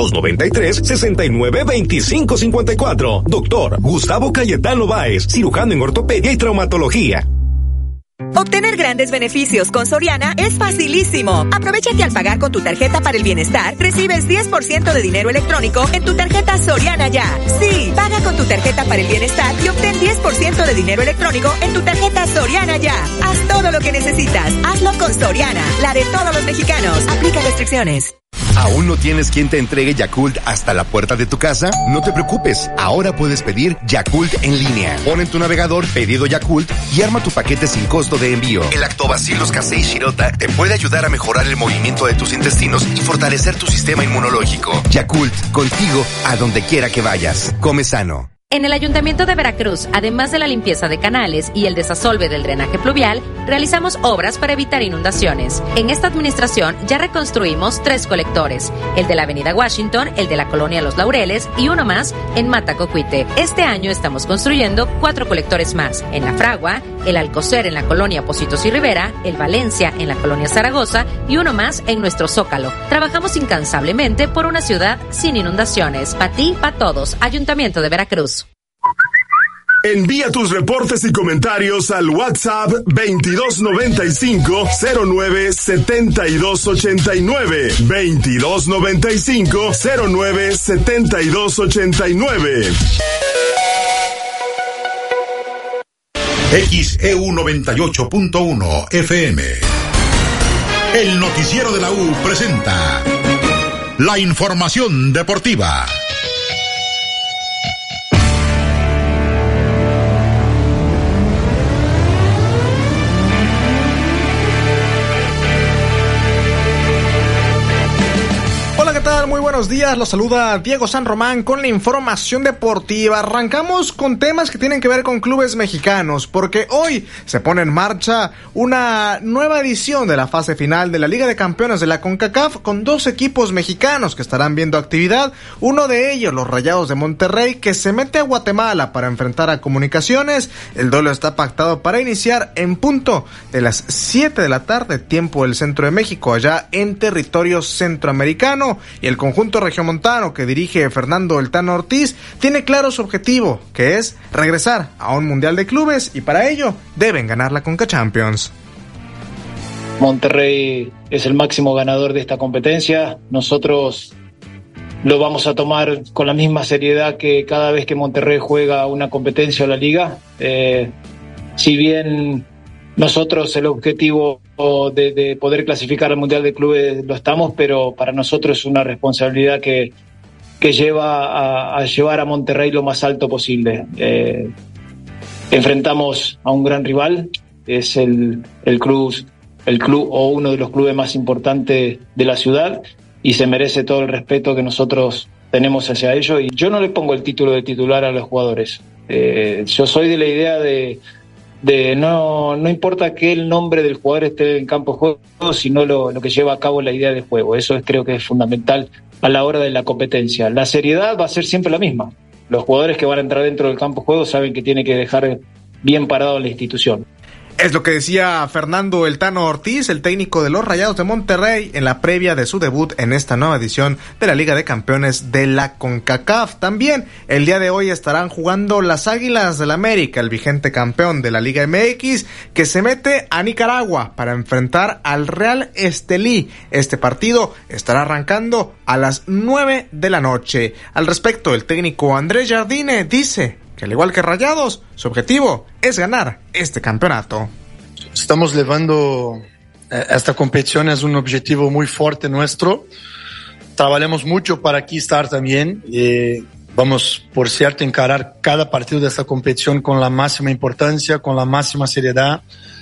2293-692554. Doctor Gustavo Cayetano Báez, cirujano en ortopedia y traumatología. Obtener grandes beneficios con Soriana es facilísimo. Aprovecha que al pagar con tu tarjeta para el bienestar, recibes 10% de dinero electrónico en tu tarjeta Soriana Ya. Sí, paga con tu tarjeta para el bienestar y obtén 10% de dinero electrónico en tu tarjeta Soriana Ya. Haz todo lo que necesitas. Hazlo con Soriana, la de todos los mexicanos. Aplica restricciones. ¿Aún no tienes quien te entregue Yakult hasta la puerta de tu casa? No te preocupes, ahora puedes pedir Yakult en línea. Pon en tu navegador Pedido Yakult y arma tu paquete sin costo de envío. El Lactobacillus casei shirota te puede ayudar a mejorar el movimiento de tus intestinos y fortalecer tu sistema inmunológico. Yakult, contigo a donde quiera que vayas. Come sano. En el Ayuntamiento de Veracruz, además de la limpieza de canales y el desasolve del drenaje pluvial, realizamos obras para evitar inundaciones. En esta administración ya reconstruimos 3 colectores, el de la Avenida Washington, el de la Colonia Los Laureles y uno más en Matacocuite. Este año estamos construyendo 4 colectores más, en La Fragua, el Alcocer en la Colonia Pocitos y Rivera, el Valencia en la Colonia Zaragoza y uno más en nuestro Zócalo. Trabajamos incansablemente por una ciudad sin inundaciones. Pa' ti, pa' todos. Ayuntamiento de Veracruz. Envía tus reportes y comentarios al WhatsApp 2295-097289. 2295-097289. XEU 98.1 FM. El noticiero de la U presenta la información deportiva. buenos días, los saluda Diego San Román con la información deportiva. Arrancamos con temas que tienen que ver con clubes mexicanos, porque hoy se pone en marcha una nueva edición de la fase final de la Liga de Campeones de la CONCACAF con 2 equipos mexicanos que estarán viendo actividad. Uno de ellos, los Rayados de Monterrey, que se mete a Guatemala para enfrentar a Comunicaciones. El duelo está pactado para iniciar en punto de las 7 de la tarde, tiempo del centro de México, allá en territorio centroamericano. Y el conjunto regiomontano que dirige Fernando El Tano Ortiz tiene claro su objetivo, que es regresar a un mundial de clubes, y para ello deben ganar la Conca Champions. Monterrey es el máximo ganador de esta competencia. Nosotros lo vamos a tomar con la misma seriedad que cada vez que Monterrey juega una competencia o la liga. Si bien nosotros el objetivo de poder clasificar al Mundial de Clubes lo estamos, pero para nosotros es una responsabilidad que lleva a llevar a Monterrey lo más alto posible. Enfrentamos a un gran rival, es el club o uno de los clubes más importantes de la ciudad, y se merece todo el respeto que nosotros tenemos hacia ellos. Y yo no le pongo el título de titular a los jugadores. Yo soy de la idea de no importa que el nombre del jugador esté en campo de juego, sino lo que lleva a cabo la idea de juego. Eso creo que es fundamental a la hora de la competencia. La seriedad va a ser siempre la misma. Los jugadores que van a entrar dentro del campo de juego saben que tiene que dejar bien parado la institución. Es lo que decía Fernando El Tano Ortiz, el técnico de los Rayados de Monterrey, en la previa de su debut en esta nueva edición de la Liga de Campeones de la CONCACAF. También el día de hoy estarán jugando las Águilas del América, el vigente campeón de la Liga MX, que se mete a Nicaragua para enfrentar al Real Estelí. Este partido estará arrancando a las 9 de la noche. Al respecto, el técnico Andrés Jardine dice que al igual que Rayados, su objetivo es ganar este campeonato. Estamos llevando esta competición, es un objetivo muy fuerte nuestro. Trabajamos mucho para aquí estar también. Vamos, por cierto, a encarar cada partido de esta competición con la máxima importancia, con la máxima seriedad.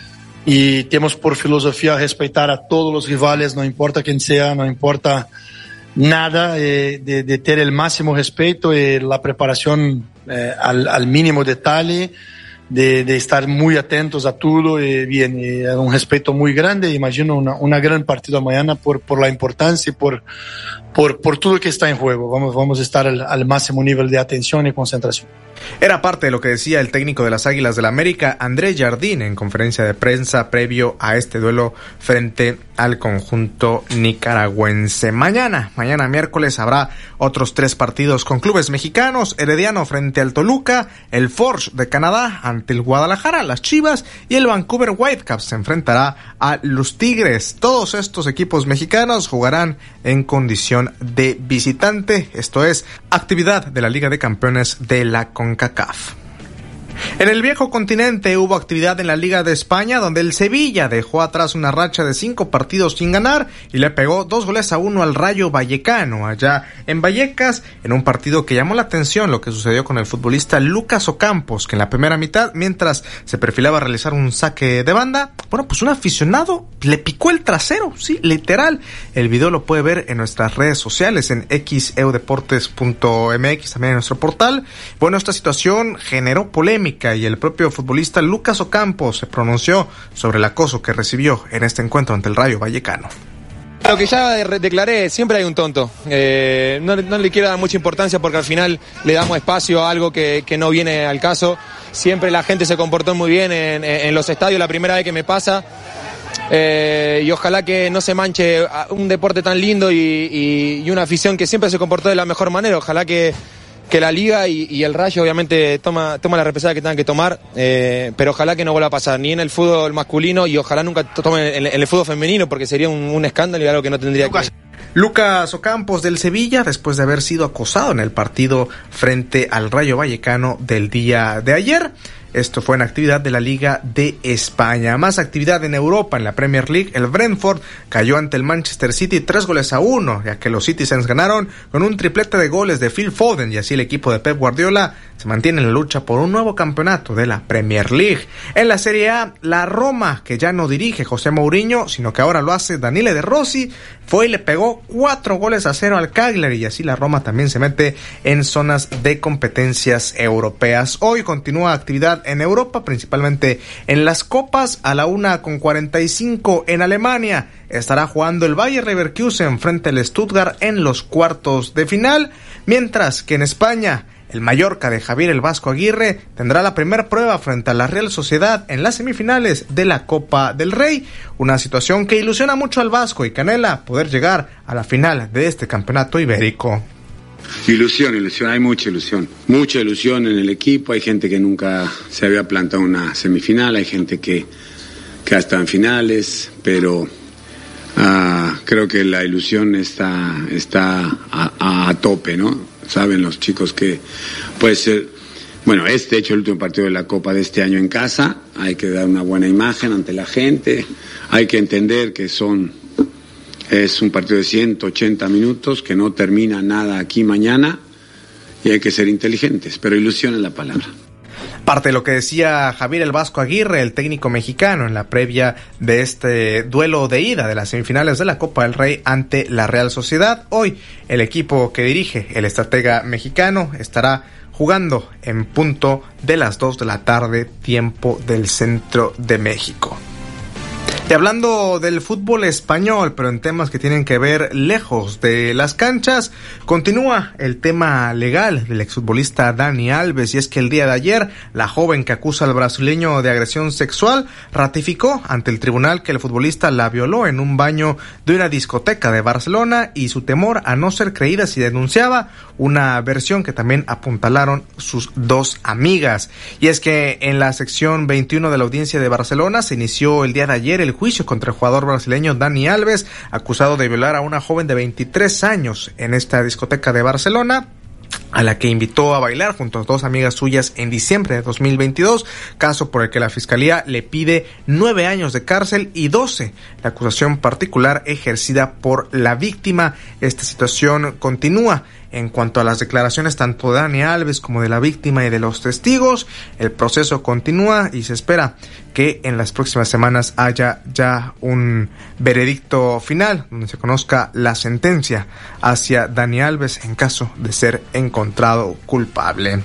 Y tenemos por filosofía respetar a todos los rivales, no importa quién sea, no importa nada, de tener el máximo respeto y la preparación al mínimo detalle, de estar muy atentos a todo, bien, un respeto muy grande. Imagino una gran partida mañana por la importancia y por todo que está en juego. Vamos a estar al máximo nivel de atención y concentración. Era parte de lo que decía el técnico de las Águilas del América, Andrés Jardine, en conferencia de prensa previo a este duelo frente al conjunto nicaragüense. Mañana miércoles habrá otros 3 partidos con clubes mexicanos: Herediano frente al Toluca, el Forge de Canadá ante el Guadalajara, las Chivas, y el Vancouver Whitecaps se enfrentará a los Tigres. Todos estos equipos mexicanos jugarán en condición de visitante. Esto es actividad de la Liga de Campeones de la CONCACAF. En el viejo continente hubo actividad en la Liga de España, donde el Sevilla dejó atrás una racha de 5 partidos sin ganar y le pegó 2-1 al Rayo Vallecano allá en Vallecas, en un partido que llamó la atención lo que sucedió con el futbolista Lucas Ocampos, que en la primera mitad, mientras se perfilaba a realizar un saque de banda, pues un aficionado le picó el trasero, sí, literal. El video lo puede ver en nuestras redes sociales, en xeudeportes.mx, también en nuestro portal. Bueno, esta situación generó polémica y el propio futbolista Lucas Ocampos se pronunció sobre el acoso que recibió en este encuentro ante el Rayo Vallecano. Lo que ya declaré, siempre hay un tonto. No le quiero dar mucha importancia porque al final le damos espacio a algo que no viene al caso. Siempre la gente se comportó muy bien en los estadios, la primera vez que me pasa. Y ojalá que no se manche un deporte tan lindo y una afición que siempre se comportó de la mejor manera. Ojalá que la Liga y el Rayo obviamente toma la represalia que tengan que tomar, pero ojalá que no vuelva a pasar ni en el fútbol masculino y ojalá nunca tome en el fútbol femenino, porque sería un escándalo y algo que no tendría que... Lucas Ocampos del Sevilla, después de haber sido acosado en el partido frente al Rayo Vallecano del día de ayer, Esto fue en actividad de la Liga de España. Más actividad en Europa, en la Premier League. El Brentford cayó ante el Manchester City 3-1, ya que los Citizens ganaron con un triplete de goles de Phil Foden, y así el equipo de Pep Guardiola se mantiene en la lucha por un nuevo campeonato de la Premier League. En la Serie A, la Roma, que ya no dirige José Mourinho, sino que ahora lo hace Daniele De Rossi, fue y le pegó 4-0 al Cagliari, y así la Roma también se mete en zonas de competencias europeas. Hoy continúa actividad en Europa, principalmente en las copas. A la 1:45 en Alemania estará jugando el Bayer Leverkusen frente al Stuttgart en los cuartos de final, mientras que en España el Mallorca de Javier el Vasco Aguirre tendrá la primera prueba frente a la Real Sociedad en las semifinales de la Copa del Rey, una situación que ilusiona mucho al Vasco y Canela poder llegar a la final de este campeonato ibérico. Ilusión, hay mucha ilusión en el equipo. Hay gente que nunca se había plantado una semifinal, hay gente que ha estado en finales, pero creo que la ilusión está a tope, ¿no? Saben los chicos que puede ser, bueno, de hecho el último partido de la Copa de este año en casa, hay que dar una buena imagen ante la gente, hay que entender que es un partido de 180 minutos, que no termina nada aquí mañana, y hay que ser inteligentes, pero ilusión es la palabra. Parte de lo que decía Javier el Vasco Aguirre, el técnico mexicano, en la previa de este duelo de ida de las semifinales de la Copa del Rey ante la Real Sociedad. Hoy el equipo que dirige el estratega mexicano estará jugando en punto de las 2 de la tarde, tiempo del centro de México. Y hablando del fútbol español, pero en temas que tienen que ver lejos de las canchas, continúa el tema legal del exfutbolista Dani Alves, y es que el día de ayer la joven que acusa al brasileño de agresión sexual ratificó ante el tribunal que el futbolista la violó en un baño de una discoteca de Barcelona, y su temor a no ser creída si denunciaba, una versión que también apuntalaron sus dos amigas. Y es que en la sección 21 de la audiencia de Barcelona se inició el día de ayer el juicio contra el jugador brasileño Dani Alves, acusado de violar a una joven de 23 años en esta discoteca de Barcelona, a la que invitó a bailar junto a dos amigas suyas en diciembre de 2022, caso por el que la Fiscalía le pide 9 años de cárcel y 12 la acusación particular ejercida por la víctima. Esta situación continúa. En cuanto a las declaraciones tanto de Dani Alves como de la víctima y de los testigos, el proceso continúa y se espera que en las próximas semanas haya ya un veredicto final donde se conozca la sentencia hacia Dani Alves en caso de ser encontrado culpable.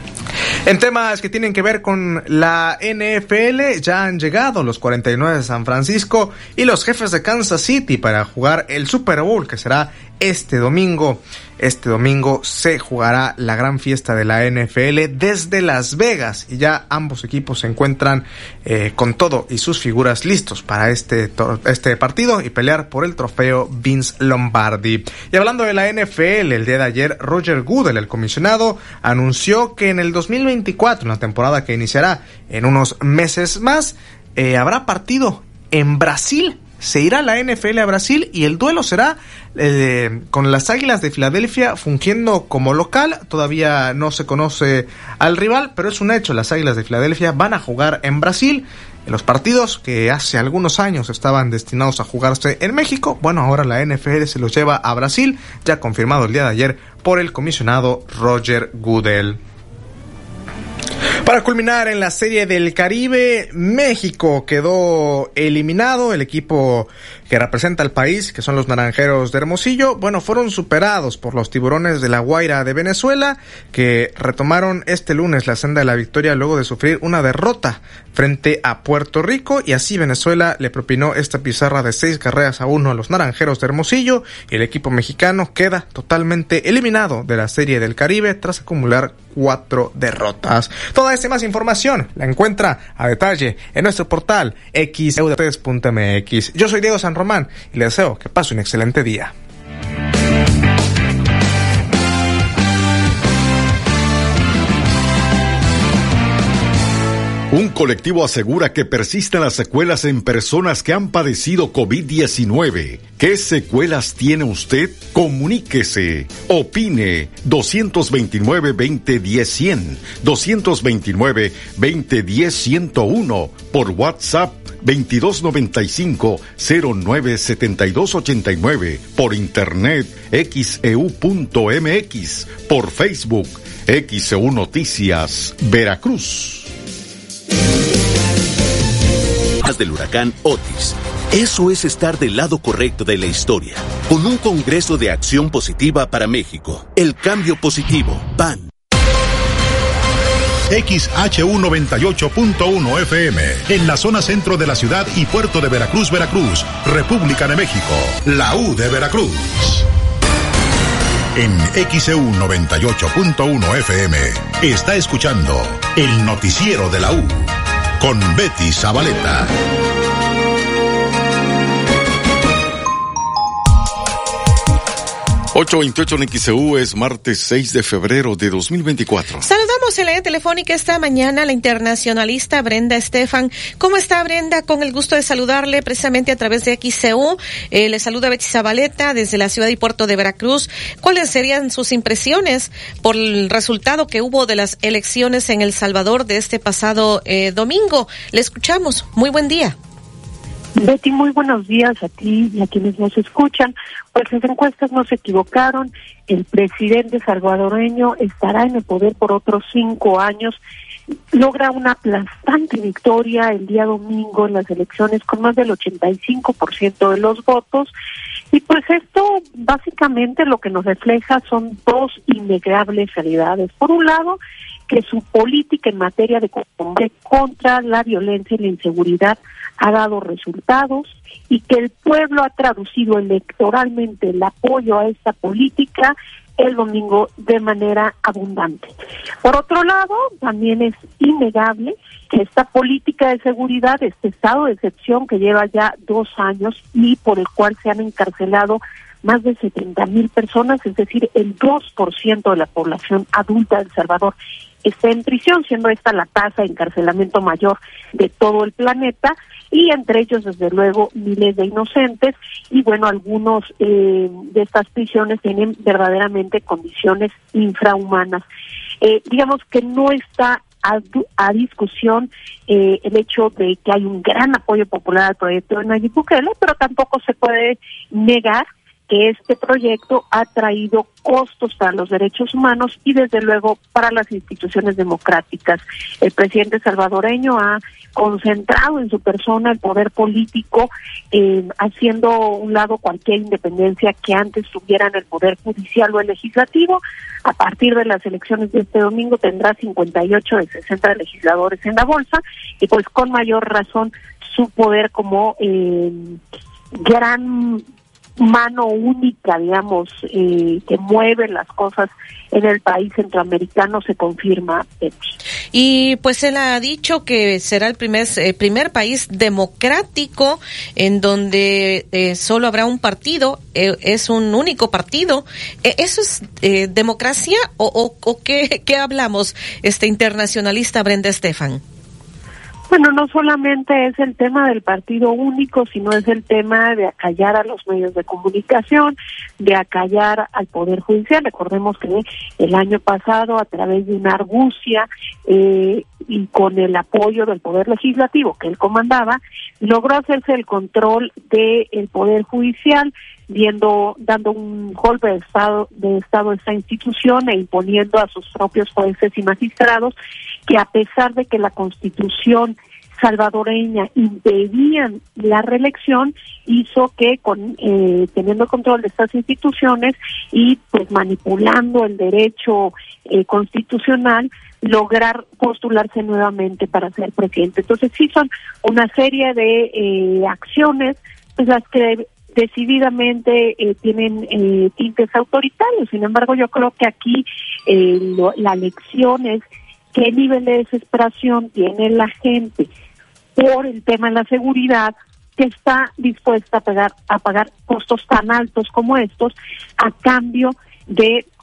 En temas que tienen que ver con la NFL, ya han llegado los 49 de San Francisco y los Jefes de Kansas City para jugar el Super Bowl, que será este domingo. Este domingo se jugará la gran fiesta de la NFL desde Las Vegas, y ya ambos equipos se encuentran con todo y sus figuras listos para este partido y pelear por el trofeo Vince Lombardi. Y hablando de la NFL, el día de ayer Roger Goodell, el comisionado, anunció que en el 2024, una temporada que iniciará en unos meses más, habrá partido en Brasil. Se irá la NFL a Brasil y el duelo será con las Águilas de Filadelfia fungiendo como local. Todavía no se conoce al rival, pero es un hecho, las Águilas de Filadelfia van a jugar en Brasil. En los partidos que hace algunos años estaban destinados a jugarse en México, bueno, ahora la NFL se los lleva a Brasil, ya confirmado el día de ayer por el comisionado Roger Goodell. Para culminar en la Serie del Caribe, México quedó eliminado. El equipo que representa al país, que son los Naranjeros de Hermosillo, fueron superados por los Tiburones de La Guaira de Venezuela, que retomaron este lunes la senda de la victoria luego de sufrir una derrota frente a Puerto Rico, y así Venezuela le propinó esta pizarra de 6-1 a los Naranjeros de Hermosillo, y el equipo mexicano queda totalmente eliminado de la Serie del Caribe tras acumular 4 derrotas. Toda esta más información la encuentra a detalle en nuestro portal xeudeportes.mx. Yo soy Diego San Román y le deseo que pase un excelente día. Un colectivo asegura que persisten las secuelas en personas que han padecido COVID-19. ¿Qué secuelas tiene usted? Comuníquese. Opine. 229-2010-100. 229-2010-101. Por WhatsApp 2295-097289. Por internet xeu.mx. Por Facebook XEU Noticias Veracruz. Del huracán Otis. Eso es estar del lado correcto de la historia. Con un Congreso de Acción Positiva para México. El cambio positivo. PAN. XHU 98.1 FM, en la zona centro de la ciudad y puerto de Veracruz, Veracruz, República de México. La U de Veracruz. En XEU 98.1 FM está escuchando el noticiero de la U con Betty Zabaleta. 8:28 en XEU, es martes 6 de febrero de 2024. Saludamos en la línea telefónica esta mañana a la internacionalista Brenda Estefan. ¿Cómo está, Brenda? Con el gusto de saludarle precisamente a través de XEU. Le saluda Betty Zabaleta desde la ciudad y puerto de Veracruz. ¿Cuáles serían sus impresiones por el resultado que hubo de las elecciones en El Salvador de este pasado domingo? Le escuchamos. Muy buen día. Betty, muy buenos días a ti y a quienes nos escuchan. Pues las encuestas no se equivocaron. El presidente salvadoreño estará en el poder por otros 5 años. Logra una aplastante victoria el día domingo en las elecciones con más del 85% de los votos. Y pues esto básicamente lo que nos refleja son dos innegables realidades. Por un lado, que su política en materia de combate contra la violencia y la inseguridad ha dado resultados y que el pueblo ha traducido electoralmente el apoyo a esta política el domingo de manera abundante. Por otro lado, también es innegable que esta política de seguridad, este estado de excepción que lleva ya 2 años y por el cual se han encarcelado más de 70,000 personas, es decir, el 2% de la población adulta de El Salvador está en prisión, siendo esta la tasa de encarcelamiento mayor de todo el planeta, y entre ellos, desde luego, miles de inocentes, y bueno, algunos de estas prisiones tienen verdaderamente condiciones infrahumanas. Digamos que no está a discusión el hecho de que hay un gran apoyo popular al proyecto de Nayib Bukele, pero tampoco se puede negar que este proyecto ha traído costos para los derechos humanos y desde luego para las instituciones democráticas. El presidente salvadoreño ha concentrado en su persona el poder político, haciendo a un lado cualquier independencia que antes tuviera en el poder judicial o el legislativo. A partir de las elecciones de este domingo tendrá 58 de 60 legisladores en la bolsa y pues con mayor razón su poder como gran mano única, digamos, que mueve las cosas en el país centroamericano se confirma, Betty. Y pues él ha dicho que será el primer país democrático en donde solo habrá un partido, es un único partido. ¿Eso es democracia o qué hablamos, internacionalista Brenda Estefan? Bueno, no solamente es el tema del partido único, sino es el tema de acallar a los medios de comunicación, de acallar al Poder Judicial. Recordemos que el año pasado, a través de una argucia y con el apoyo del Poder Legislativo que él comandaba, logró hacerse el control del Poder Judicial, dando un golpe de estado a esta institución e imponiendo a sus propios jueces y magistrados que, a pesar de que la Constitución salvadoreña impedían la reelección, hizo que teniendo control de estas instituciones y pues manipulando el derecho constitucional, lograr postularse nuevamente para ser presidente. Entonces sí son una serie de acciones pues las que decididamente tienen tintes autoritarios. Sin embargo, yo creo que aquí la lección es qué nivel de desesperación tiene la gente por el tema de la seguridad, que está dispuesta a pagar costos tan altos como estos a cambio de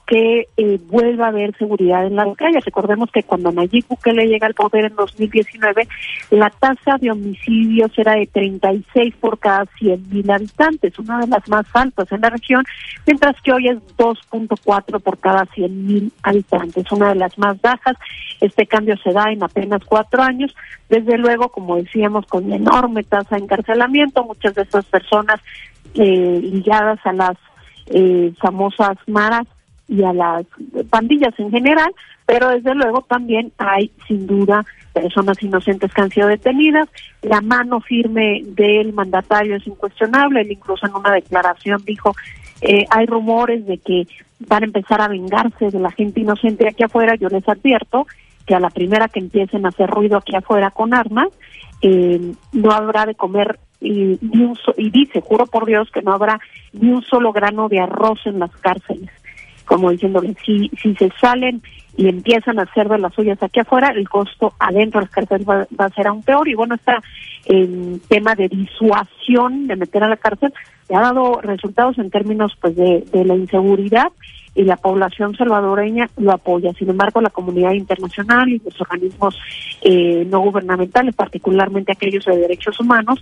que vuelva a haber seguridad en las calles. Recordemos que cuando Nayib Bukele llega al poder en 2019, la tasa de homicidios era de 36 por cada 100,000 habitantes, una de las más altas en la región, mientras que hoy es 2.4 por cada 100,000 habitantes, una de las más bajas. Este cambio se da en apenas 4 años, desde luego, como decíamos, con enorme tasa de encarcelamiento, muchas de esas personas ligadas a las famosas maras y a las pandillas en general, pero desde luego también hay sin duda personas inocentes que han sido detenidas. La mano firme del mandatario es incuestionable. Él incluso en una declaración dijo, hay rumores de que van a empezar a vengarse de la gente inocente aquí afuera. Yo les advierto que a la primera que empiecen a hacer ruido aquí afuera con armas, no habrá de comer y dice, juro por Dios que no habrá ni un solo grano de arroz en las cárceles, como diciéndole, si se salen y empiezan a hacer de las suyas aquí afuera, el costo adentro de las cárceles va a ser aún peor. Y bueno, este tema de disuasión, de meter a la cárcel, le ha dado resultados en términos pues de la inseguridad, y la población salvadoreña lo apoya. Sin embargo, la comunidad internacional y los organismos no gubernamentales, particularmente aquellos de derechos humanos,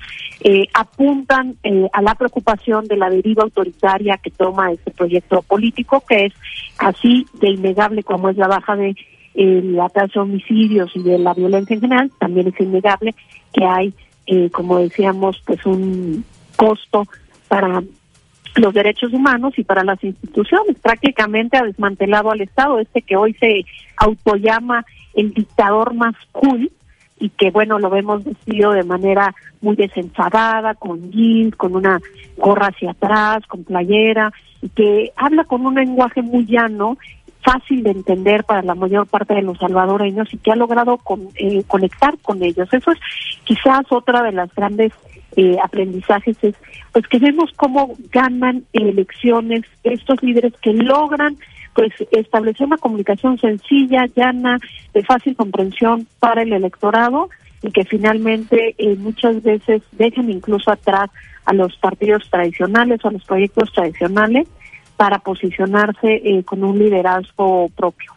apuntan a la preocupación de la deriva autoritaria que toma este proyecto político, que es así de innegable como es la baja de la tasa de homicidios y de la violencia en general. También es innegable que hay, como decíamos, pues un costo para los derechos humanos y para las instituciones. Prácticamente ha desmantelado al Estado, que hoy se autollama el dictador más cool, y que bueno, lo vemos vestido de manera muy desenfadada, con jeans, con una gorra hacia atrás, con playera, y que habla con un lenguaje muy llano, fácil de entender para la mayor parte de los salvadoreños, y que ha logrado conectar con ellos. Eso es quizás otra de las grandes aprendizajes, es pues que vemos cómo ganan elecciones estos líderes que logran pues establecer una comunicación sencilla, llana, de fácil comprensión para el electorado, y que finalmente muchas veces dejan incluso atrás a los partidos tradicionales o a los proyectos tradicionales para posicionarse con un liderazgo propio.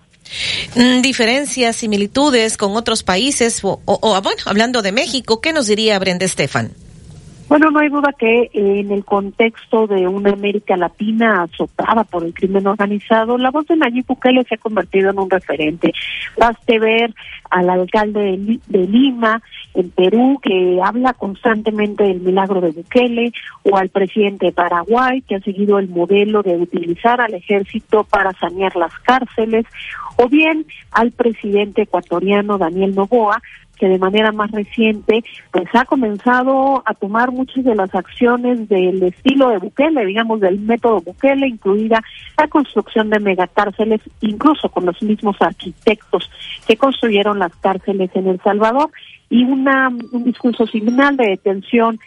Diferencias, similitudes con otros países, bueno, hablando de México, ¿qué nos diría Brenda Estefan? Bueno, no hay duda que en el contexto de una América Latina azotada por el crimen organizado, la voz de Nayib Bukele se ha convertido en un referente. Baste ver al alcalde de Lima, en Perú, que habla constantemente del milagro de Bukele, o al presidente de Paraguay, que ha seguido el modelo de utilizar al ejército para sanear las cárceles, o bien al presidente ecuatoriano Daniel Noboa, que de manera más reciente pues ha comenzado a tomar muchas de las acciones del estilo de Bukele, digamos del método Bukele, incluida la construcción de megacárceles, incluso con los mismos arquitectos que construyeron las cárceles en El Salvador, y un discurso similar de detención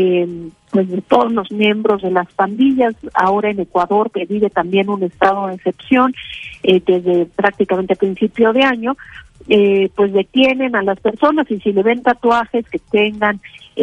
pues de todos los miembros de las pandillas. Ahora en Ecuador, que vive también un estado de excepción desde prácticamente principio de año, pues detienen a las personas, y si le ven tatuajes que tengan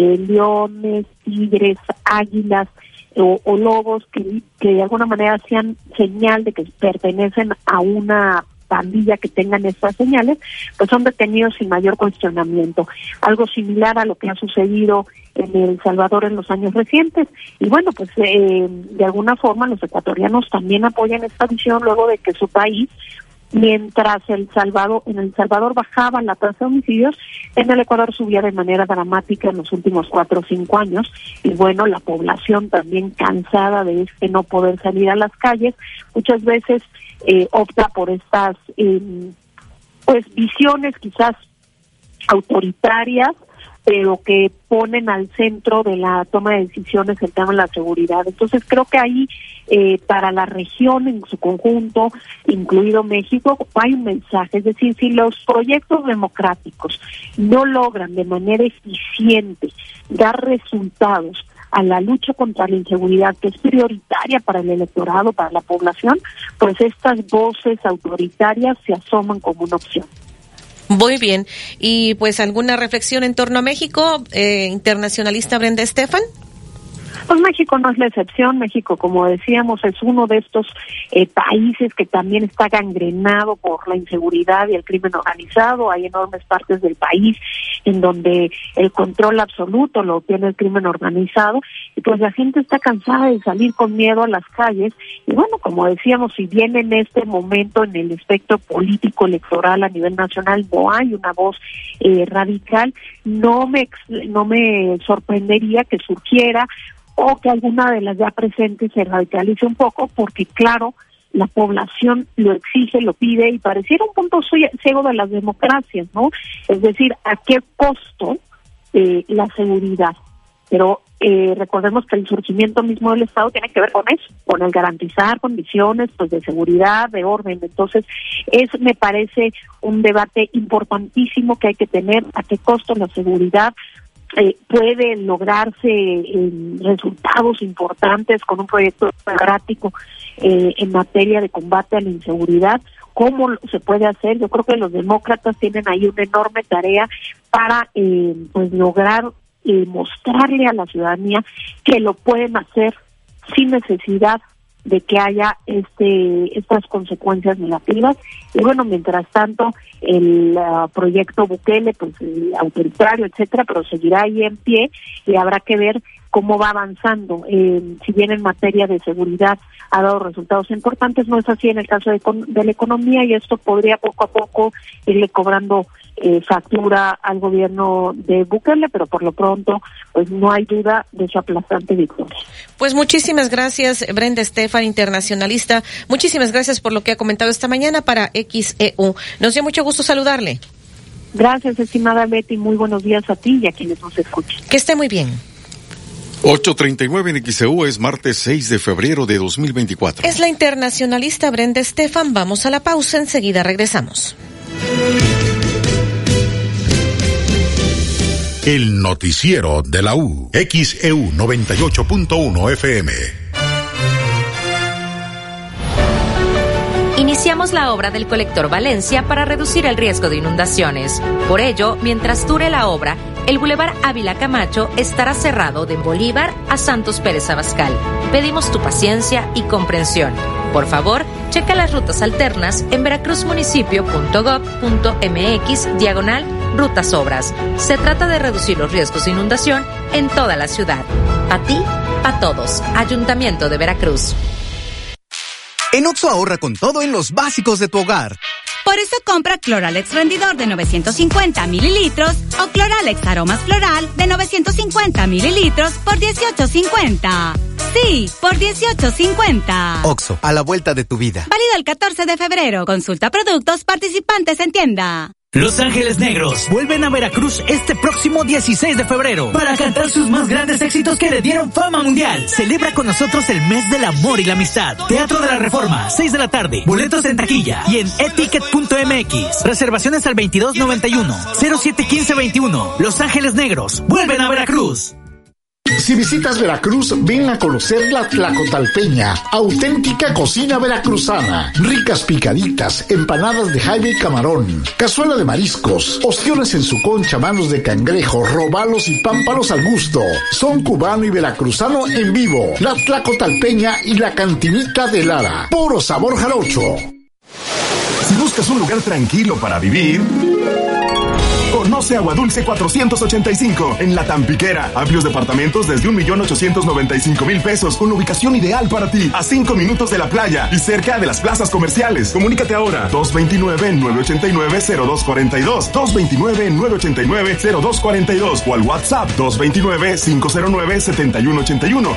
leones, tigres, águilas o lobos que de alguna manera hacían señal de que pertenecen a una pandilla que tengan estas señales, pues son detenidos sin mayor cuestionamiento. Algo similar a lo que ha sucedido en El Salvador en los años recientes. Y bueno, pues de alguna forma los ecuatorianos también apoyan esta visión luego de que su país, mientras en El Salvador bajaba la tasa de homicidios, en el Ecuador subía de manera dramática en los últimos 4 o 5 años. Y bueno, la población también cansada de no poder salir a las calles, muchas veces opta por estas pues visiones quizás autoritarias, pero que ponen al centro de la toma de decisiones el tema de la seguridad. Entonces creo que ahí para la región en su conjunto, incluido México, hay un mensaje. Es decir, si los proyectos democráticos no logran de manera eficiente dar resultados a la lucha contra la inseguridad, que es prioritaria para el electorado, para la población, pues estas voces autoritarias se asoman como una opción. Muy bien. Y pues, ¿alguna reflexión en torno a México, internacionalista Brenda Estefan? Pues México no es la excepción. México, como decíamos, es uno de estos países que también está gangrenado por la inseguridad y el crimen organizado. Hay enormes partes del país en donde el control absoluto lo tiene el crimen organizado, y pues la gente está cansada de salir con miedo a las calles. Y bueno, como decíamos, si bien en este momento en el espectro político electoral a nivel nacional no hay una voz radical, no me sorprendería que surgiera o que alguna de las ya presentes se radicalice un poco, porque claro, la población lo exige, lo pide, y pareciera un punto ciego de las democracias, ¿no? Es decir, ¿a qué costo la seguridad? Pero recordemos que el surgimiento mismo del Estado tiene que ver con eso, con el garantizar condiciones pues de seguridad, de orden. Entonces, me parece un debate importantísimo que hay que tener, a qué costo la seguridad puede lograrse resultados importantes con un proyecto democrático en materia de combate a la inseguridad. ¿Cómo se puede hacer? Yo creo que los demócratas tienen ahí una enorme tarea para pues lograr mostrarle a la ciudadanía que lo pueden hacer sin necesidad de que haya estas consecuencias negativas. Y bueno, mientras tanto el proyecto Bukele, pues autoritario, etcétera, pero seguirá ahí en pie, y habrá que ver cómo va avanzando. Si bien en materia de seguridad ha dado resultados importantes, no es así en el caso de la economía, y esto podría poco a poco irle cobrando factura al gobierno de Bukele, pero por lo pronto pues no hay duda de su aplastante victoria. Pues muchísimas gracias, Brenda Estefan, internacionalista. Muchísimas gracias por lo que ha comentado esta mañana para XEU. Nos dio mucho gusto saludarle. Gracias, estimada Betty. Muy buenos días a ti y a quienes nos escuchan. Que esté muy bien. 8:39 en XEU, es martes 6 de febrero de 2024. Es la internacionalista Brenda Estefan. Vamos a la pausa, enseguida regresamos. El noticiero de la U, XEU 98.1 FM. Iniciamos la obra del colector Valencia para reducir el riesgo de inundaciones. Por ello, mientras dure la obra, el Boulevard Ávila Camacho estará cerrado de Bolívar a Santos Pérez Abascal. Pedimos tu paciencia y comprensión. Por favor, checa las rutas alternas en veracruzmunicipio.gov.mx/rutas obras. Se trata de reducir los riesgos de inundación en toda la ciudad. A ti, a todos. Ayuntamiento de Veracruz. En Oxxo ahorra con todo en los básicos de tu hogar. Por eso compra Cloralex rendidor de 950 mililitros o Cloralex aromas floral de 950 mililitros por $18.50. Sí, por $18.50. Oxxo, a la vuelta de tu vida. Válido el 14 de febrero. Consulta productos participantes en tienda. Los Ángeles Negros vuelven a Veracruz este próximo 16 de febrero para cantar sus más grandes éxitos que le dieron fama mundial. Celebra con nosotros el mes del amor y la amistad. Teatro de la Reforma, 6 de la tarde. Boletos en taquilla y en eticket.mx. Reservaciones al 2291-071521. Los Ángeles Negros vuelven a Veracruz. Si visitas Veracruz, ven a conocer la Tlacotalpeña, auténtica cocina veracruzana. Ricas picaditas, empanadas de jaibe y camarón, cazuela de mariscos, ostiones en su concha, manos de cangrejo, robalos y pámpanos al gusto. Son cubano y veracruzano en vivo. La Tlacotalpeña y la Cantinita de Lara. Puro sabor jarocho. Si buscas un lugar tranquilo para vivir, conoce Agua Dulce 485 en La Tampiquera. Amplios departamentos desde 1,895,000 pesos, con ubicación ideal para ti, a 5 minutos de la playa y cerca de las plazas comerciales. Comunícate ahora, 229-989-0242, 229-989-0242 o al WhatsApp 229-509-7181,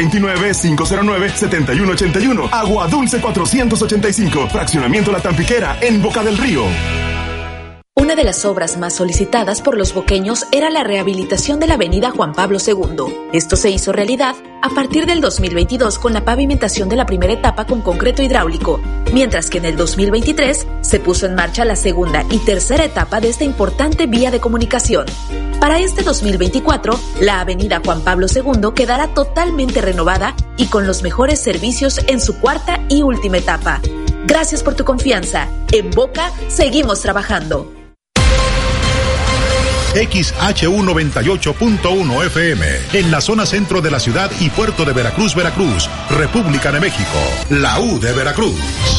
229-509-7181. Agua Dulce 485, Fraccionamiento La Tampiquera, en Boca del Río. Una de las obras más solicitadas por los boqueños era la rehabilitación de la avenida Juan Pablo II. Esto se hizo realidad a partir del 2022 con la pavimentación de la primera etapa con concreto hidráulico, mientras que en el 2023 se puso en marcha la segunda y tercera etapa de esta importante vía de comunicación. Para este 2024, la avenida Juan Pablo II quedará totalmente renovada y con los mejores servicios en su cuarta y última etapa. Gracias por tu confianza. En Boca seguimos trabajando. XHU 98.1 FM, en la zona centro de la ciudad y puerto de Veracruz, Veracruz, República de México, la U de Veracruz.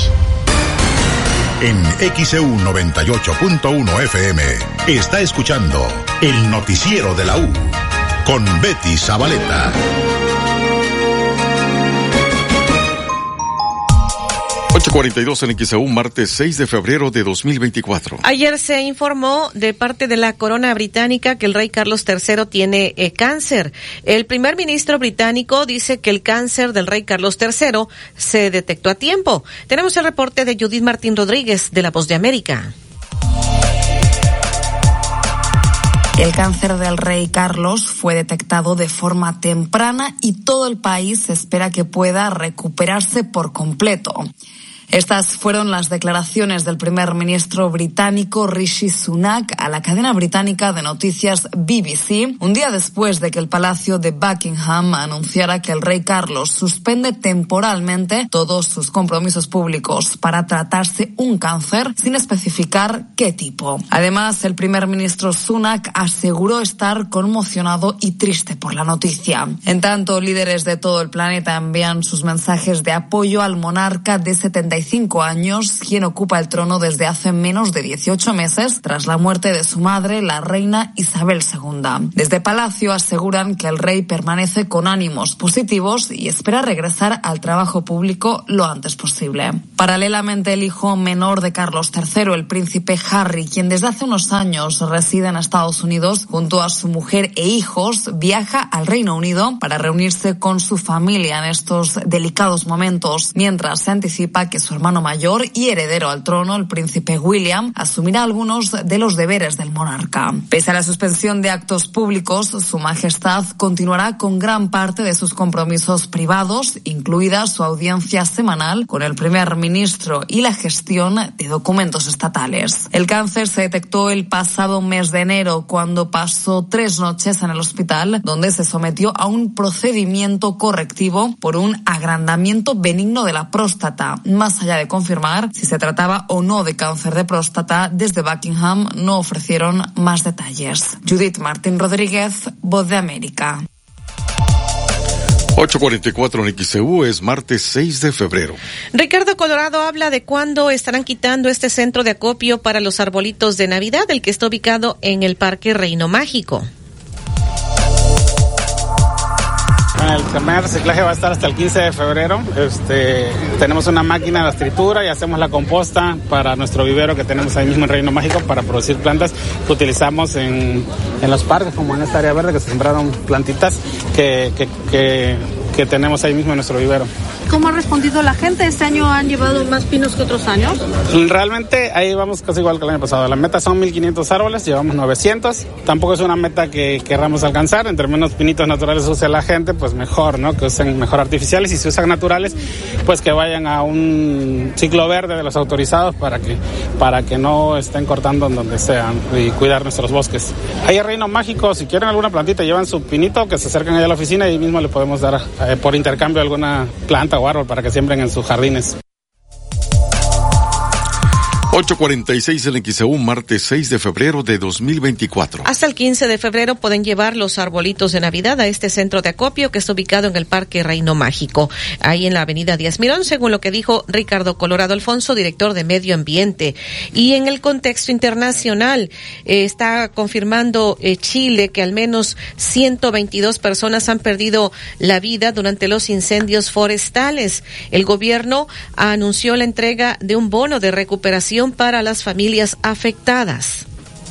En XEU 98.1 FM está escuchando el noticiero de la U con Betty Zabaleta. 8:42 en XEU, martes 6 de febrero de 2024. Ayer se informó de parte de la corona británica que el rey Carlos III tiene cáncer. El primer ministro británico dice que el cáncer del rey Carlos III se detectó a tiempo. Tenemos el reporte de Judith Martín Rodríguez de La Voz de América. El cáncer del rey Carlos fue detectado de forma temprana y todo el país espera que pueda recuperarse por completo. Estas fueron las declaraciones del primer ministro británico Rishi Sunak a la cadena británica de noticias BBC, un día después de que el Palacio de Buckingham anunciara que el rey Carlos suspende temporalmente todos sus compromisos públicos para tratarse un cáncer sin especificar qué tipo. Además, el primer ministro Sunak aseguró estar conmocionado y triste por la noticia. En tanto, líderes de todo el planeta envían sus mensajes de apoyo al monarca de 75 años, quien ocupa el trono desde hace menos de 18 meses, tras la muerte de su madre, la reina Isabel II. Desde Palacio aseguran que el rey permanece con ánimos positivos y espera regresar al trabajo público lo antes posible. Paralelamente, el hijo menor de Carlos III, el príncipe Harry, quien desde hace unos años reside en Estados Unidos, junto a su mujer e hijos, viaja al Reino Unido para reunirse con su familia en estos delicados momentos, mientras se anticipa que su hermano mayor y heredero al trono, el príncipe William, asumirá algunos de los deberes del monarca. Pese a la suspensión de actos públicos, su majestad continuará con gran parte de sus compromisos privados, incluida su audiencia semanal con el primer ministro y la gestión de documentos estatales. El cáncer se detectó el pasado mes de enero, cuando pasó 3 noches en el hospital, donde se sometió a un procedimiento correctivo por un agrandamiento benigno de la próstata. Más allá de confirmar si se trataba o no de cáncer de próstata, desde Buckingham no ofrecieron más detalles. Judith Martín Rodríguez, Voz de América. 8:44 en XEU, es martes 6 de febrero. Ricardo Colorado habla de cuándo estarán quitando este centro de acopio para los arbolitos de Navidad, el que está ubicado en el Parque Reino Mágico. El primer reciclaje va a estar hasta el 15 de febrero. Tenemos una máquina de tritura y hacemos la composta para nuestro vivero que tenemos ahí mismo en Reino Mágico para producir plantas que utilizamos en los parques, como en esta área verde que se sembraron plantitas que tenemos ahí mismo en nuestro vivero. ¿Cómo ha respondido la gente? ¿Este año han llevado más pinos que otros años? Realmente ahí vamos casi igual que el año pasado. La meta son 1,500 árboles, llevamos 900. Tampoco es una meta que querramos alcanzar. Entre menos pinitos naturales use la gente, pues mejor, ¿no? Que usen mejor artificiales, y si usan naturales, pues que vayan a un ciclo verde de los autorizados para que no estén cortando en donde sean y cuidar nuestros bosques. Ahí en Reino Mágico, si quieren alguna plantita, llevan su pinito, que se acerquen allá a la oficina y ahí mismo le podemos dar por intercambio alguna planta o árbol para que siembren en sus jardines. 8:46 en XEU, martes 6 de febrero de 2024. Hasta el 15 de febrero pueden llevar los arbolitos de Navidad a este centro de acopio que está ubicado en el Parque Reino Mágico, ahí en la avenida Díaz Mirón, según lo que dijo Ricardo Colorado Alfonso, director de Medio Ambiente. Y en el contexto internacional, está confirmando Chile que al menos 122 personas han perdido la vida durante los incendios forestales. El gobierno anunció la entrega de un bono de recuperación para las familias afectadas.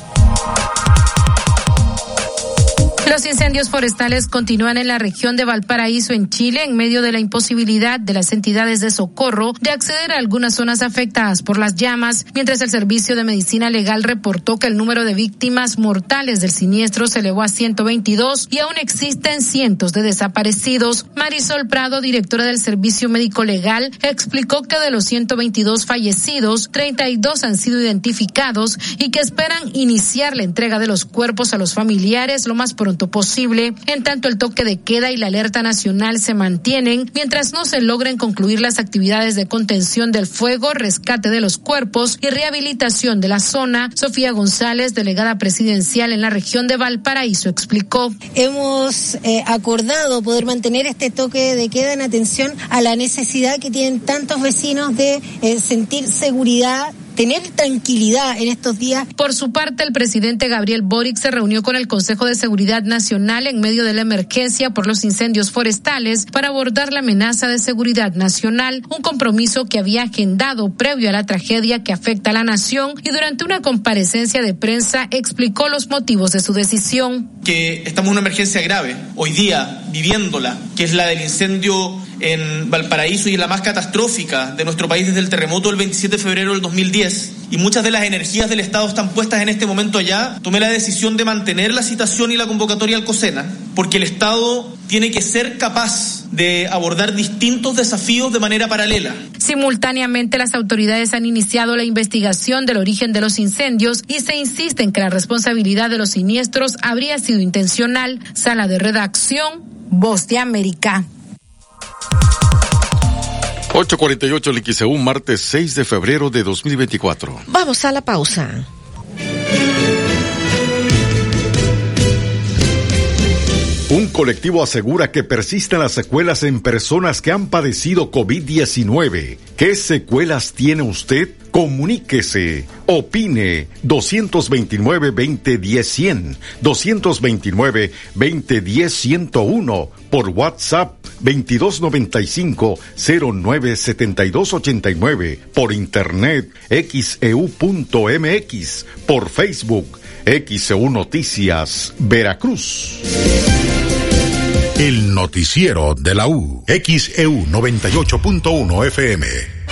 Los incendios forestales continúan en la región de Valparaíso, en Chile, en medio de la imposibilidad de las entidades de socorro de acceder a algunas zonas afectadas por las llamas, mientras el Servicio de Medicina Legal reportó que el número de víctimas mortales del siniestro se elevó a 122 y aún existen cientos de desaparecidos. Marisol Prado, directora del Servicio Médico Legal, explicó que de los 122 fallecidos, 32 han sido identificados y que esperan iniciar la entrega de los cuerpos a los familiares lo más pronto pronto posible. En tanto, el toque de queda y la alerta nacional se mantienen mientras no se logren concluir las actividades de contención del fuego, rescate de los cuerpos y rehabilitación de la zona. Sofía González, delegada presidencial en la región de Valparaíso, explicó. Hemos acordado poder mantener este toque de queda en atención a la necesidad que tienen tantos vecinos de sentir seguridad, tener tranquilidad en estos días. Por su parte, el presidente Gabriel Boric se reunió con el Consejo de Seguridad Nacional en medio de la emergencia por los incendios forestales para abordar la amenaza de seguridad nacional, un compromiso que había agendado previo a la tragedia que afecta a la nación, y durante una comparecencia de prensa explicó los motivos de su decisión. Que estamos en una emergencia grave, hoy día viviéndola, que es la del incendio en Valparaíso y es la más catastrófica de nuestro país desde el terremoto del 27 de febrero del 2010, y muchas de las energías del Estado están puestas en este momento allá. Tomé la decisión de mantener la citación y la convocatoria al COSENA, porque el Estado tiene que ser capaz de abordar distintos desafíos de manera paralela. Simultáneamente, las autoridades han iniciado la investigación del origen de los incendios y se insiste en que la responsabilidad de los siniestros habría sido intencional. Sala de redacción, Voz de América. 8:48 LXEU, martes 6 de febrero de 2024. Vamos a la pausa. Un colectivo asegura que persisten las secuelas en personas que han padecido COVID-19. ¿Qué secuelas tiene usted? Comuníquese, opine. 229-2010-100, 229-2010-101, por WhatsApp 2295-097289, por internet xeu.mx, por Facebook XEU Noticias Veracruz. El noticiero de la U, XEU 98.1 FM.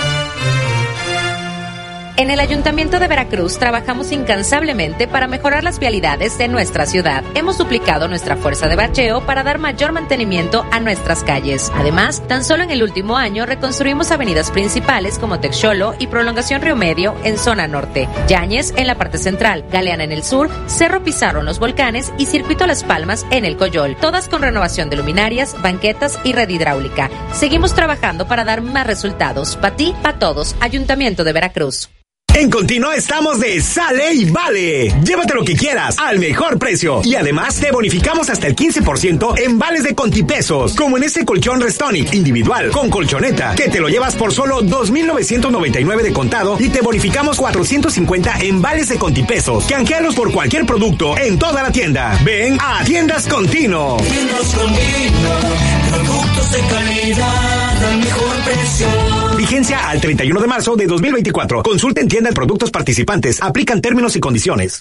En el Ayuntamiento de Veracruz trabajamos incansablemente para mejorar las vialidades de nuestra ciudad. Hemos duplicado nuestra fuerza de bacheo para dar mayor mantenimiento a nuestras calles. Además, tan solo en el último año reconstruimos avenidas principales como Texolo y Prolongación Río Medio en zona norte, Yáñez en la parte central, Galeana en el sur, Cerro Pizarro en los Volcanes y Circuito Las Palmas en el Coyol, todas con renovación de luminarias, banquetas y red hidráulica. Seguimos trabajando para dar más resultados. Pa' ti, pa' todos. Ayuntamiento de Veracruz. En Contino estamos de Sale y Vale. Llévate lo que quieras al mejor precio. Y además te bonificamos hasta el 15% en vales de contipesos. Como en este colchón Restonic individual con colchoneta, que te lo llevas por solo 2,999 de contado y te bonificamos 450 en vales de contipesos. Canjealos por cualquier producto en toda la tienda. Ven a Tiendas Contino. Tiendas Contino, productos de calidad al mejor precio. Vigencia al 31 de marzo de 2024. Consulta en tienda de productos participantes. Aplican términos y condiciones.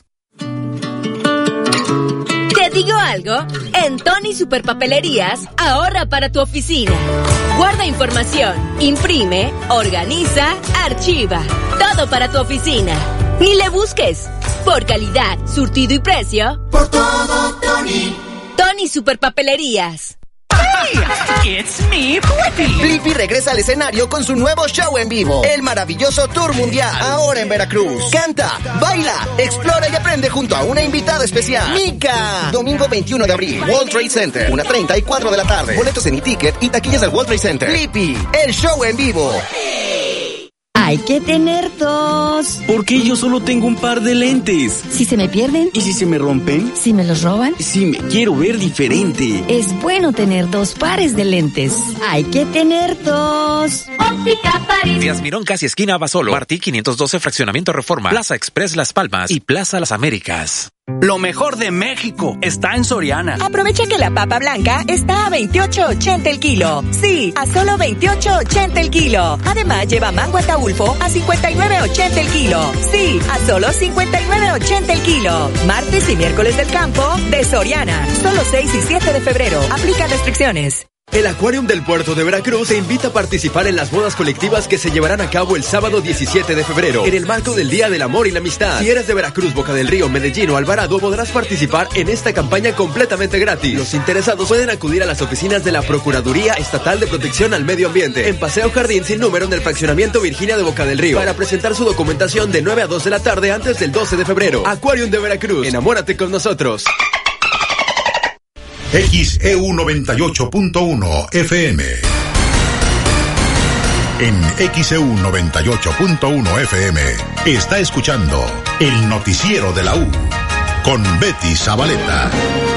¿Te digo algo? En Tony Superpapelerías, ahorra para tu oficina. Guarda información, imprime, organiza, archiva. Todo para tu oficina. Ni le busques. Por calidad, surtido y precio. Por todo, Tony. Tony Superpapelerías. It's me, Blippi. Blippi regresa al escenario con su nuevo show en vivo, el maravilloso Tour Mundial, ahora en Veracruz. Canta, baila, explora y aprende junto a una invitada especial, Mika. Domingo 21 de abril, World Trade Center, 1:30 y 4 de la tarde. Boletos en e-ticket y taquillas del World Trade Center. Blippi, el show en vivo. Hay que tener dos. ¿Por qué yo solo tengo un par de lentes? Si se me pierden. ¿Y si se me rompen? Si me los roban. Si me quiero ver diferente. Es bueno tener dos pares de lentes. Hay que tener dos. Óptica París. Díaz Mirón, casi esquina Basolo. Martí 512, Fraccionamiento Reforma. Plaza Express Las Palmas y Plaza Las Américas. Lo mejor de México está en Soriana. Aprovecha que la papa blanca está a 28.80 el kilo. Sí, a solo 28.80 el kilo. Además, lleva mango Ataulfo a 59.80 el kilo. Sí, a solo 59.80 el kilo. Martes y miércoles del campo de Soriana. Solo 6 y 7 de febrero. Aplica restricciones. El Aquarium del Puerto de Veracruz te invita a participar en las bodas colectivas que se llevarán a cabo el sábado 17 de febrero, en el marco del Día del Amor y la Amistad. Si eres de Veracruz, Boca del Río, Medellín o Alvarado, podrás participar en esta campaña completamente gratis. Los interesados pueden acudir a las oficinas de la Procuraduría Estatal de Protección al Medio Ambiente, en Paseo Jardín sin número en el fraccionamiento Virginia de Boca del Río, para presentar su documentación de 9 a 2 de la tarde antes del 12 de febrero. Aquarium de Veracruz, enamórate con nosotros. XEU 98.1 FM. En XEU 98.1 FM está escuchando el noticiero de la U con Betty Zabaleta.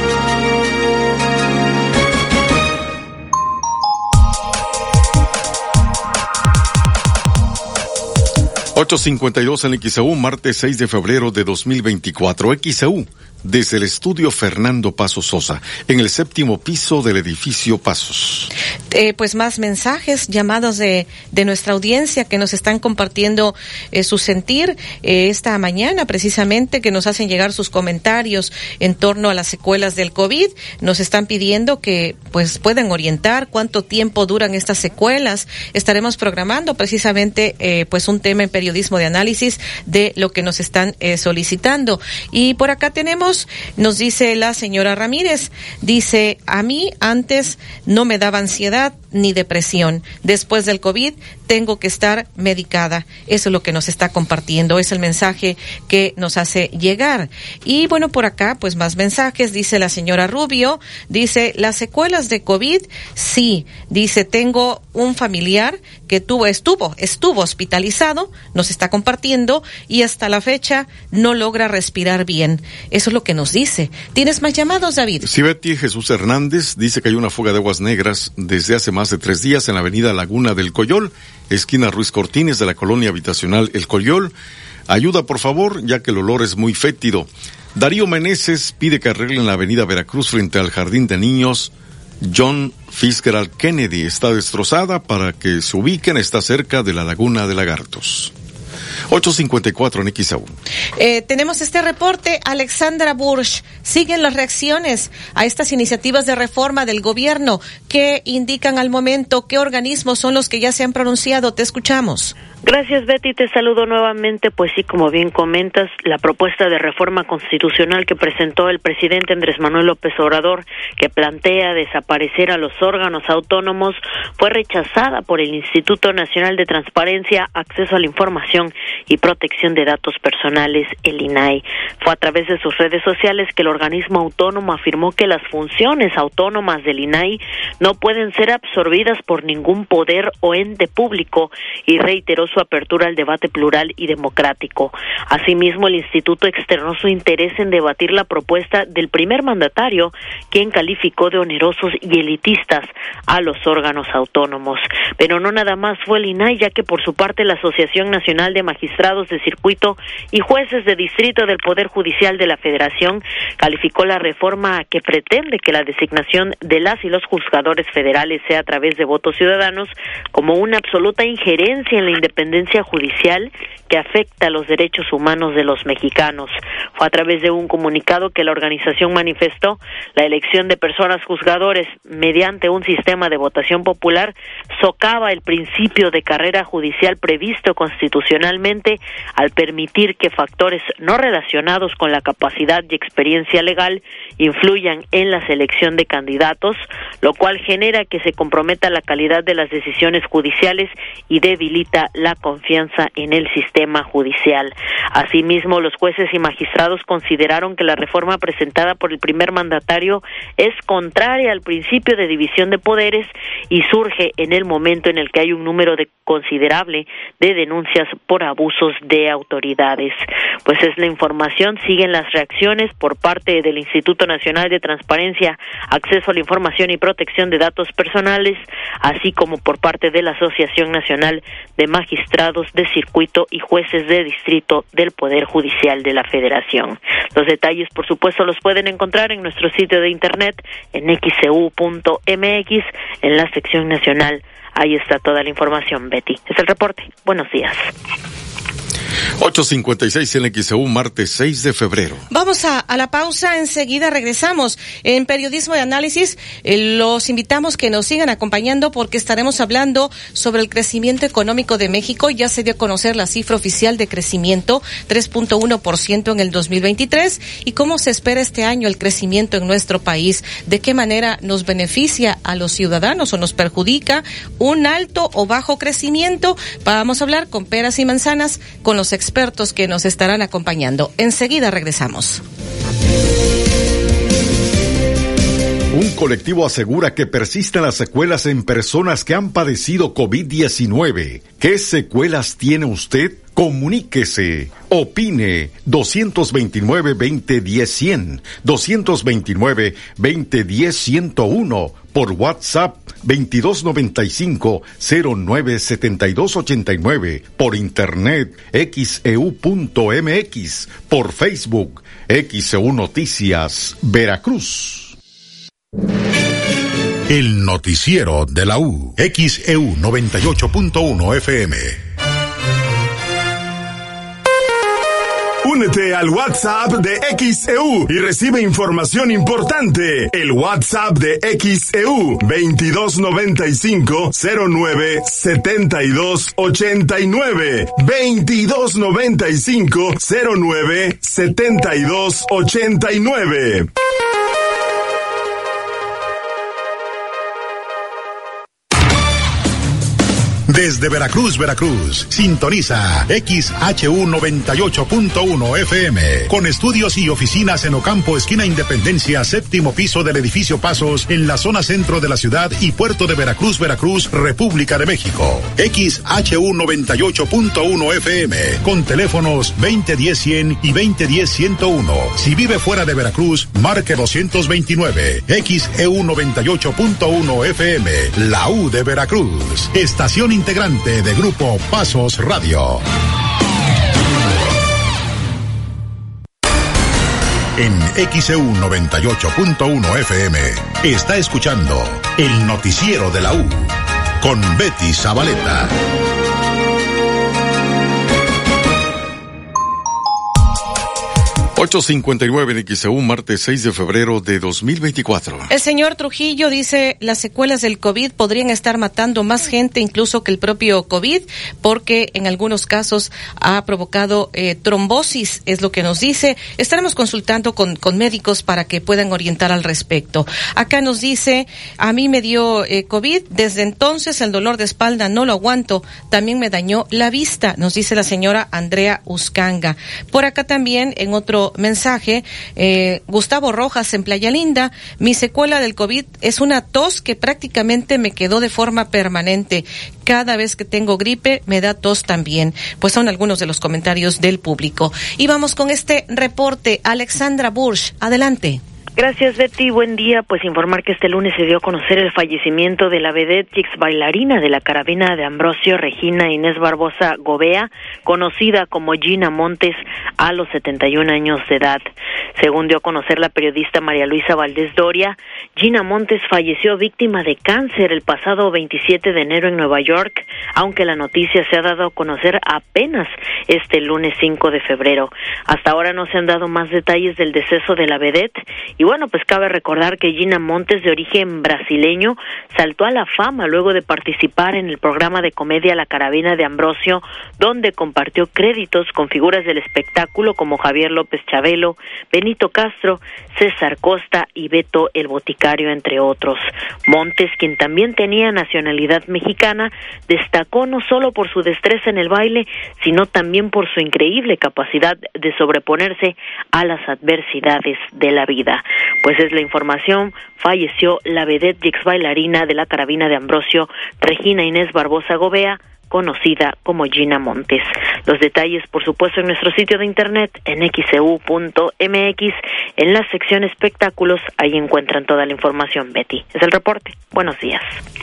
$8:52 en XEU, martes 6 de febrero de 2024. XEU, desde el estudio Fernando Pasos Sosa, en el 7º piso del edificio Pasos. Pues más mensajes, llamados de nuestra audiencia que nos están compartiendo su sentir esta mañana, precisamente, que nos hacen llegar sus comentarios en torno a las secuelas del COVID. Nos están pidiendo que pues puedan orientar cuánto tiempo duran estas secuelas. Estaremos programando precisamente pues un tema en periodismo de análisis de lo que nos están solicitando. Y por acá nos dice la señora Ramírez, dice, a mí antes no me daba ansiedad ni depresión. Después del COVID tengo que estar medicada. Eso es lo que nos está compartiendo, es el mensaje que nos hace llegar. Y bueno, por acá, pues más mensajes, dice la señora Rubio, dice, las secuelas de COVID, sí, dice, tengo un familiar que estuvo hospitalizado, nos está compartiendo, y hasta la fecha no logra respirar bien. Eso es lo que nos dice. ¿Tienes más llamados, David? Sí, Betty. Jesús Hernández dice que hay una fuga de aguas negras desde hace más de 3 días en la avenida Laguna del Coyol, esquina Ruiz Cortines de la colonia habitacional El Coyol. Ayuda, por favor, ya que el olor es muy fétido. Darío Meneses pide que arreglen la avenida Veracruz frente al Jardín de Niños John Fitzgerald Kennedy. Está destrozada, para que se ubiquen, está cerca de la Laguna de Lagartos. 8:54 en XEU. Tenemos este reporte, Alexandra Bursch. Siguen las reacciones a estas iniciativas de reforma del gobierno. ¿Qué indican al momento? ¿Qué organismos son los que ya se han pronunciado? Te escuchamos. Gracias, Betty, te saludo nuevamente. Pues sí, como bien comentas, la propuesta de reforma constitucional que presentó el presidente Andrés Manuel López Obrador, que plantea desaparecer a los órganos autónomos, fue rechazada por el Instituto Nacional de Transparencia, Acceso a la Información y Protección de Datos Personales, el INAI. Fue a través de sus redes sociales que el organismo autónomo afirmó que las funciones autónomas del INAI no pueden ser absorbidas por ningún poder o ente público, y reiteró su apertura al debate plural y democrático. Asimismo, el instituto externó su interés en debatir la propuesta del primer mandatario, quien calificó de onerosos y elitistas a los órganos autónomos. Pero no nada más fue el INAI, ya que por su parte la Asociación Nacional de Magistrados de Circuito y Jueces de Distrito del Poder Judicial de la Federación calificó la reforma que pretende que la designación de las y los juzgadores federales sea a través de votos ciudadanos como una absoluta injerencia en la independencia judicial que afecta a los derechos humanos de los mexicanos. Fue a través de un comunicado que la organización manifestó: la elección de personas juzgadores mediante un sistema de votación popular socava el principio de carrera judicial previsto constitucionalmente al permitir que factores no relacionados con la capacidad y experiencia legal influyan en la selección de candidatos, lo cual genera que se comprometa la calidad de las decisiones judiciales y debilita la confianza en el sistema judicial. Asimismo, los jueces y magistrados consideraron que la reforma presentada por el primer mandatario es contraria al principio de división de poderes y surge en el momento en el que hay un número considerable de denuncias por abusos de autoridades. Pues es la información. Siguen las reacciones por parte del Instituto Nacional de Transparencia, Acceso a la Información y Protección de Datos Personales, así como por parte de la Asociación Nacional de Magistrados de Circuito y Jueces de Distrito del Poder Judicial de la Federación. Los detalles, por supuesto, los pueden encontrar en nuestro sitio de internet en xeu.mx, en la sección nacional. Ahí está toda la información, Betty. Es el reporte. Buenos días. 8:56 en XEU, martes 6 de febrero. Vamos a la pausa, enseguida regresamos. En Periodismo de Análisis los invitamos que nos sigan acompañando porque estaremos hablando sobre el crecimiento económico de México. Ya se dio a conocer la cifra oficial de crecimiento, 3.1% en el 2023, y cómo se espera este año el crecimiento en nuestro país, de qué manera nos beneficia a los ciudadanos o nos perjudica un alto o bajo crecimiento. Vamos a hablar con peras y manzanas con los expertos que nos estarán acompañando. Enseguida regresamos. Un colectivo asegura que persisten las secuelas en personas que han padecido COVID-19. ¿Qué secuelas tiene usted? Comuníquese, opine, 229-2010-100, 229-2010-101, por WhatsApp 2295-097289, por internet xeu.mx, por Facebook XEU Noticias Veracruz. El noticiero de la U, XEU 98.1 FM. Únete al WhatsApp de XEU y recibe información importante. El WhatsApp de XEU 2295-097289. 2295-097289. Desde Veracruz, sintoniza XHU 98.1 FM, con estudios y oficinas en Ocampo, esquina Independencia, séptimo piso del edificio Pasos, en la zona centro de la ciudad y puerto de Veracruz, República de México. XHU 98.1 FM, con teléfonos 2010-100 y 2010-101. Si vive fuera de Veracruz, marque 229. XEU 98.1 FM, la U de Veracruz, estación integrante de Grupo Pasos Radio. En XEU 98.1 FM está escuchando el noticiero de la U con Betty Zabaleta. 8:59 en XEU, martes 6 de febrero de 2024. El señor Trujillo dice, las secuelas del COVID podrían estar matando más gente incluso que el propio COVID, porque en algunos casos ha provocado trombosis, es lo que nos dice. Estaremos consultando con médicos para que puedan orientar al respecto. Acá nos dice, a mí me dio COVID, desde entonces el dolor de espalda no lo aguanto, también me dañó la vista, nos dice la señora Andrea Uscanga. Por acá también, en otro mensaje, Gustavo Rojas en Playa Linda, mi secuela del COVID es una tos que prácticamente me quedó de forma permanente. Cada vez que tengo gripe me da tos también. Pues son algunos de los comentarios del público. Y vamos con este reporte. Alexandra Bursch, adelante. Gracias, Betty. Buen día. Pues informar que este lunes se dio a conocer el fallecimiento de la vedette y ex bailarina de la Carabina de Ambrosio, Regina Inés Barbosa Gobea, conocida como Gina Montes, a los 71 años de edad. Según dio a conocer la periodista María Luisa Valdés Doria, Gina Montes falleció víctima de cáncer el pasado 27 de enero en Nueva York, aunque la noticia se ha dado a conocer apenas este lunes 5 de febrero. Hasta ahora no se han dado más detalles del deceso de la vedette. Y bueno, pues cabe recordar que Gina Montes, de origen brasileño, saltó a la fama luego de participar en el programa de comedia La Carabina de Ambrosio, donde compartió créditos con figuras del espectáculo como Javier López Chabelo, Benito Castro, César Costa y Beto el Boticario, entre otros. Montes, quien también tenía nacionalidad mexicana, destacó no solo por su destreza en el baile, sino también por su increíble capacidad de sobreponerse a las adversidades de la vida. Pues es la información. Falleció la vedette y ex bailarina de la Carabina de Ambrosio, Regina Inés Barbosa Gobea, conocida como Gina Montes. Los detalles, por supuesto, en nuestro sitio de internet, en xeu.mx, en la sección espectáculos. Ahí encuentran toda la información, Betty. Es el reporte. Buenos días.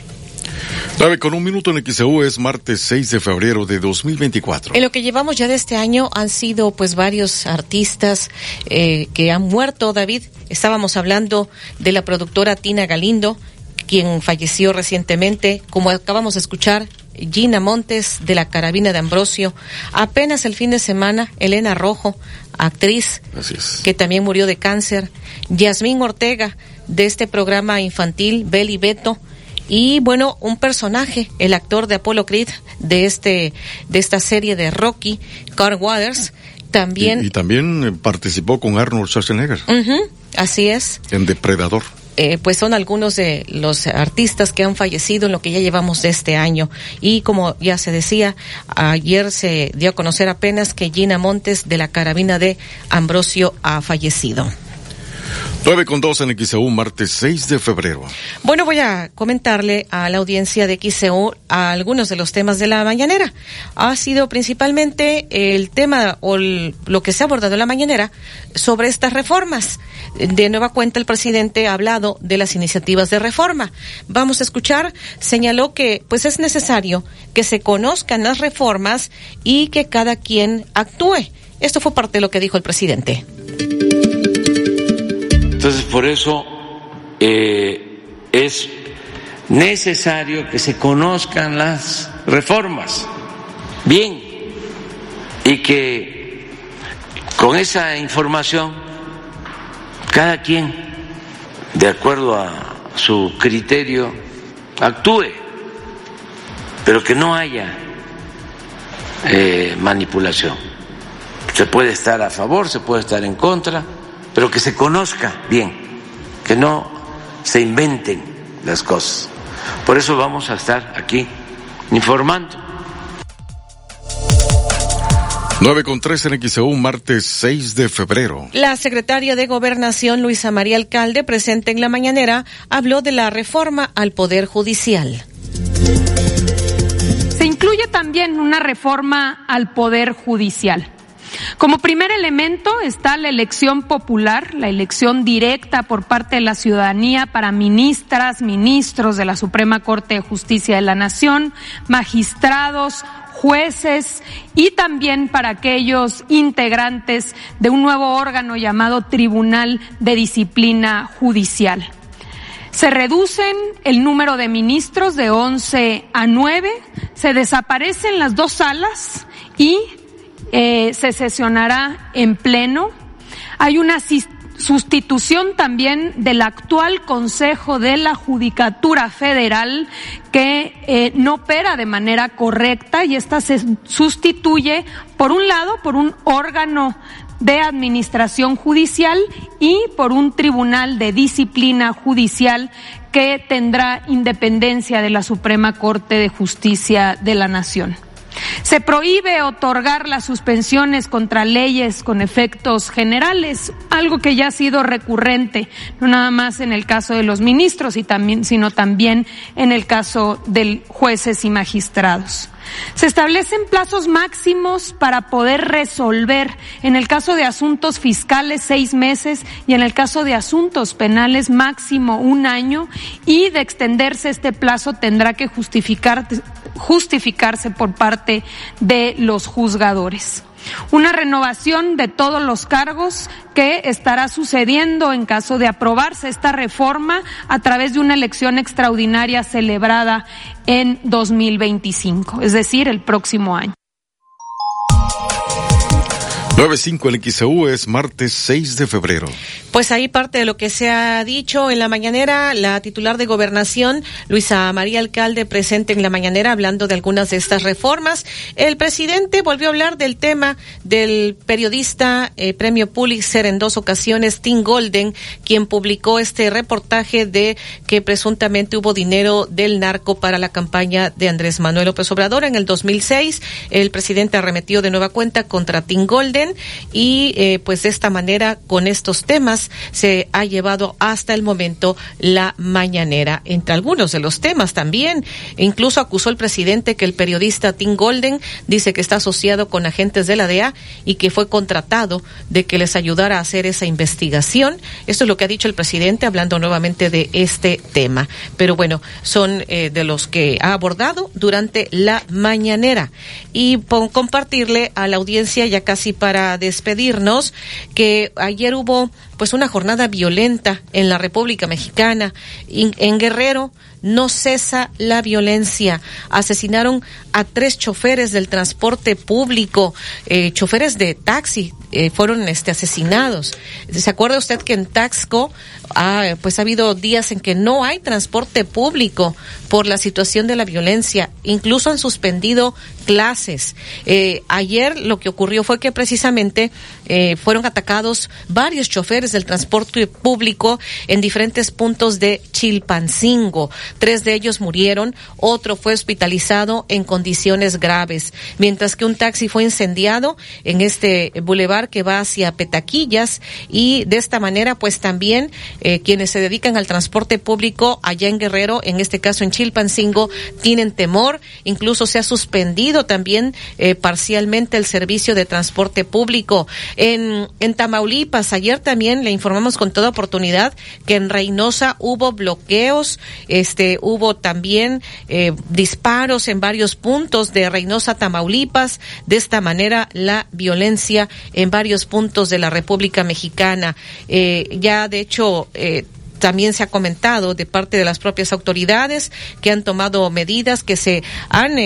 9:01 en XEU, es martes 6 de febrero de 2024. En lo que llevamos ya de este año han sido pues varios artistas que han muerto, David. Estábamos hablando de la productora Tina Galindo, quien falleció recientemente, como acabamos de escuchar, Gina Montes de la Carabina de Ambrosio. Apenas el fin de semana, Elena Rojo, actriz, que también murió de cáncer. Yasmín Ortega, de este programa infantil Bel y Beto. Y bueno, un personaje, el actor de Apollo Creed, de esta serie de Rocky, Carl Weathers, también. Y también participó con Arnold Schwarzenegger. Así es. En Depredador. Pues son algunos de los artistas que han fallecido en lo que ya llevamos de este año. Y como ya se decía, ayer se dio a conocer apenas que Gina Montes de la Carabina de Ambrosio ha fallecido. 9:02 en XEU, martes 6 de febrero. Bueno, voy a comentarle a la audiencia de XEU a algunos de los temas de la mañanera. Ha sido principalmente el tema o lo que se ha abordado en la mañanera sobre estas reformas. De nueva cuenta, el presidente ha hablado de las iniciativas de reforma. Vamos a escuchar, señaló que pues es necesario que se conozcan las reformas y que cada quien actúe. Esto fue parte de lo que dijo el presidente. Entonces, por eso es necesario que se conozcan las reformas bien y que con esa información cada quien, de acuerdo a su criterio, actúe, pero que no haya manipulación. Se puede estar a favor, se puede estar en contra, pero que se conozca bien, que no se inventen las cosas. Por eso vamos a estar aquí informando. 9:03 en XEU, martes 6 de febrero. La secretaria de Gobernación, Luisa María Alcalde, presente en la mañanera, habló de la reforma al Poder Judicial. Se incluye también una reforma al Poder Judicial. Como primer elemento está la elección popular, la elección directa por parte de la ciudadanía para ministras, ministros de la Suprema Corte de Justicia de la Nación, magistrados, jueces y también para aquellos integrantes de un nuevo órgano llamado Tribunal de Disciplina Judicial. Se reducen el número de ministros de 11 a 9, se desaparecen las 2 salas y se sesionará en pleno. Hay una sustitución también del actual Consejo de la Judicatura Federal que no opera de manera correcta y esta se sustituye, por un lado, por un órgano de administración judicial y por un tribunal de disciplina judicial que tendrá independencia de la Suprema Corte de Justicia de la Nación. Se prohíbe otorgar las suspensiones contra leyes con efectos generales, algo que ya ha sido recurrente, no nada más en el caso de los ministros, sino también en el caso de jueces y magistrados. Se establecen plazos máximos para poder resolver, en el caso de asuntos fiscales 6 meses y en el caso de asuntos penales máximo 1 año, y de extenderse este plazo tendrá que justificarse por parte de los juzgadores. Una renovación de todos los cargos que estará sucediendo en caso de aprobarse esta reforma a través de una elección extraordinaria celebrada en 2025, es decir, el próximo año. 9:05 en XEU, es martes 6 de febrero. Pues ahí parte de lo que se ha dicho en la mañanera. La titular de Gobernación, Luisa María Alcalde, presente en la mañanera hablando de algunas de estas reformas. El presidente volvió a hablar del tema del periodista premio Pulitzer en 2 ocasiones, Tim Golden, quien publicó este reportaje de que presuntamente hubo dinero del narco para la campaña de Andrés Manuel López Obrador en el 2006. El presidente arremetió de nueva cuenta contra Tim Golden y pues de esta manera, con estos temas, se ha llevado hasta el momento la mañanera. Entre algunos de los temas también, incluso acusó el presidente que el periodista Tim Golden dice que está asociado con agentes de la DEA y que fue contratado de que les ayudara a hacer esa investigación. Esto es lo que ha dicho el presidente, hablando nuevamente de este tema. Pero bueno, son de los que ha abordado durante la mañanera. Y compartirle a la audiencia, ya casi para despedirnos, que ayer hubo pues una jornada violenta en la República Mexicana. En Guerrero no cesa la violencia. Asesinaron a 3 choferes del transporte público, choferes de taxi, fueron asesinados. ¿Se acuerda usted que en Taxco pues ha habido días en que no hay transporte público por la situación de la violencia? Incluso han suspendido clases. Ayer lo que ocurrió fue que precisamente fueron atacados varios choferes del transporte público en diferentes puntos de Chilpancingo. 3 de ellos murieron, otro fue hospitalizado en condiciones graves, mientras que un taxi fue incendiado en este bulevar que va hacia Petaquillas, y de esta manera pues también quienes se dedican al transporte público allá en Guerrero, en este caso en Chilpancingo, tienen temor. Incluso se ha suspendido también parcialmente el servicio de transporte público. En Tamaulipas, ayer también le informamos con toda oportunidad que en Reynosa hubo bloqueos, hubo también disparos en varios puntos de Reynosa, Tamaulipas. De esta manera la violencia en varios puntos de la República Mexicana. Ya de hecho también se ha comentado de parte de las propias autoridades que han tomado medidas, que se han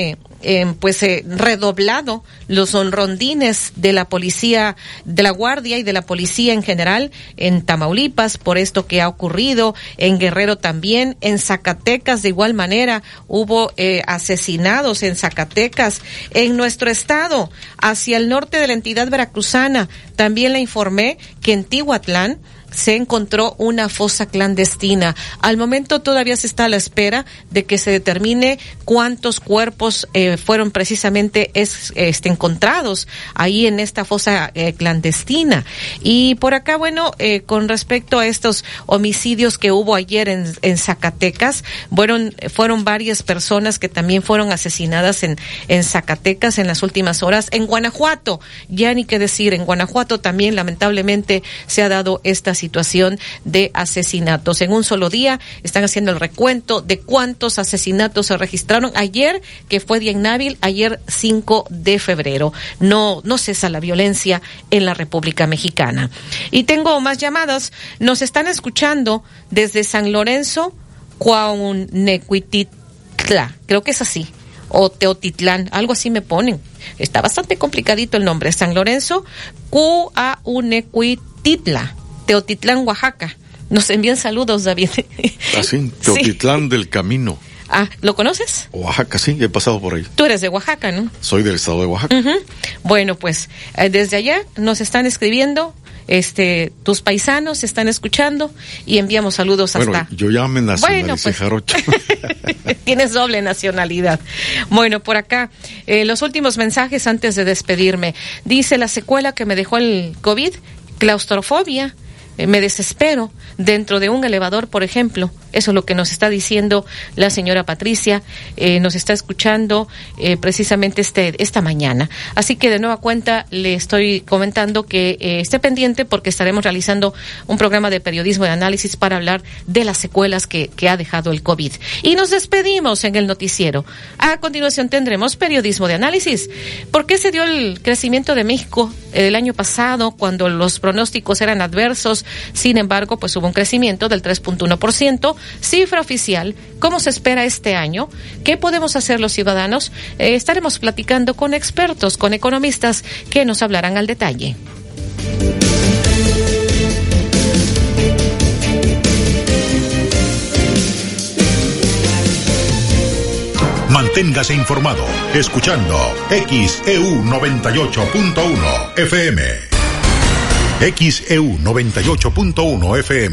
redoblado los rondines de la policía, de la guardia y de la policía en general en Tamaulipas por esto que ha ocurrido. En Guerrero también, en Zacatecas de igual manera hubo asesinados en Zacatecas. En nuestro estado, hacia el norte de la entidad veracruzana, también le informé que en Tihuatlán se encontró una fosa clandestina. Al momento todavía se está a la espera de que se determine cuántos cuerpos fueron precisamente encontrados ahí en esta fosa clandestina. Y por acá, con respecto a estos homicidios que hubo ayer en Zacatecas, fueron varias personas que también fueron asesinadas en Zacatecas en las últimas horas. En Guanajuato, ya ni qué decir, en Guanajuato también lamentablemente se ha dado esta situación de asesinatos. En un solo día están haciendo el recuento de cuántos asesinatos se registraron ayer, que fue día inhábil, ayer 5 de febrero. No cesa la violencia en la República Mexicana. Y tengo más llamadas. Nos están escuchando desde San Lorenzo, Cuauhnecuititla, creo que es así, o Teotitlán, algo así me ponen. Está bastante complicadito el nombre. San Lorenzo, Cuauhnecuititla, Teotitlán, Oaxaca. Nos envían saludos, David. Así, Teotitlán del Camino. ¿Lo conoces? Oaxaca, sí, he pasado por ahí. Tú eres de Oaxaca, ¿no? Soy del estado de Oaxaca. Uh-huh. Bueno, pues desde allá nos están escribiendo, tus paisanos están escuchando y enviamos saludos hasta... Bueno, yo ya me nacionalicé jarocho. Tienes doble nacionalidad. Bueno, por acá, los últimos mensajes antes de despedirme. Dice: la secuela que me dejó el COVID, claustrofobia. Me desespero dentro de un elevador, por ejemplo. Eso es lo que nos está diciendo la señora Patricia. Nos está escuchando precisamente esta mañana. Así que de nueva cuenta le estoy comentando que esté pendiente, porque estaremos realizando un programa de periodismo de análisis para hablar de las secuelas que ha dejado el COVID. Y nos despedimos en el noticiero. A continuación tendremos periodismo de análisis. ¿Por qué se dio el crecimiento de México el año pasado cuando los pronósticos eran adversos? Sin embargo, pues hubo un crecimiento del 3.1%, cifra oficial. ¿Cómo se espera este año? ¿Qué podemos hacer los ciudadanos? Estaremos platicando con expertos, con economistas que nos hablarán al detalle. Manténgase informado escuchando XEU 98.1 FM. XEU 98.1 FM.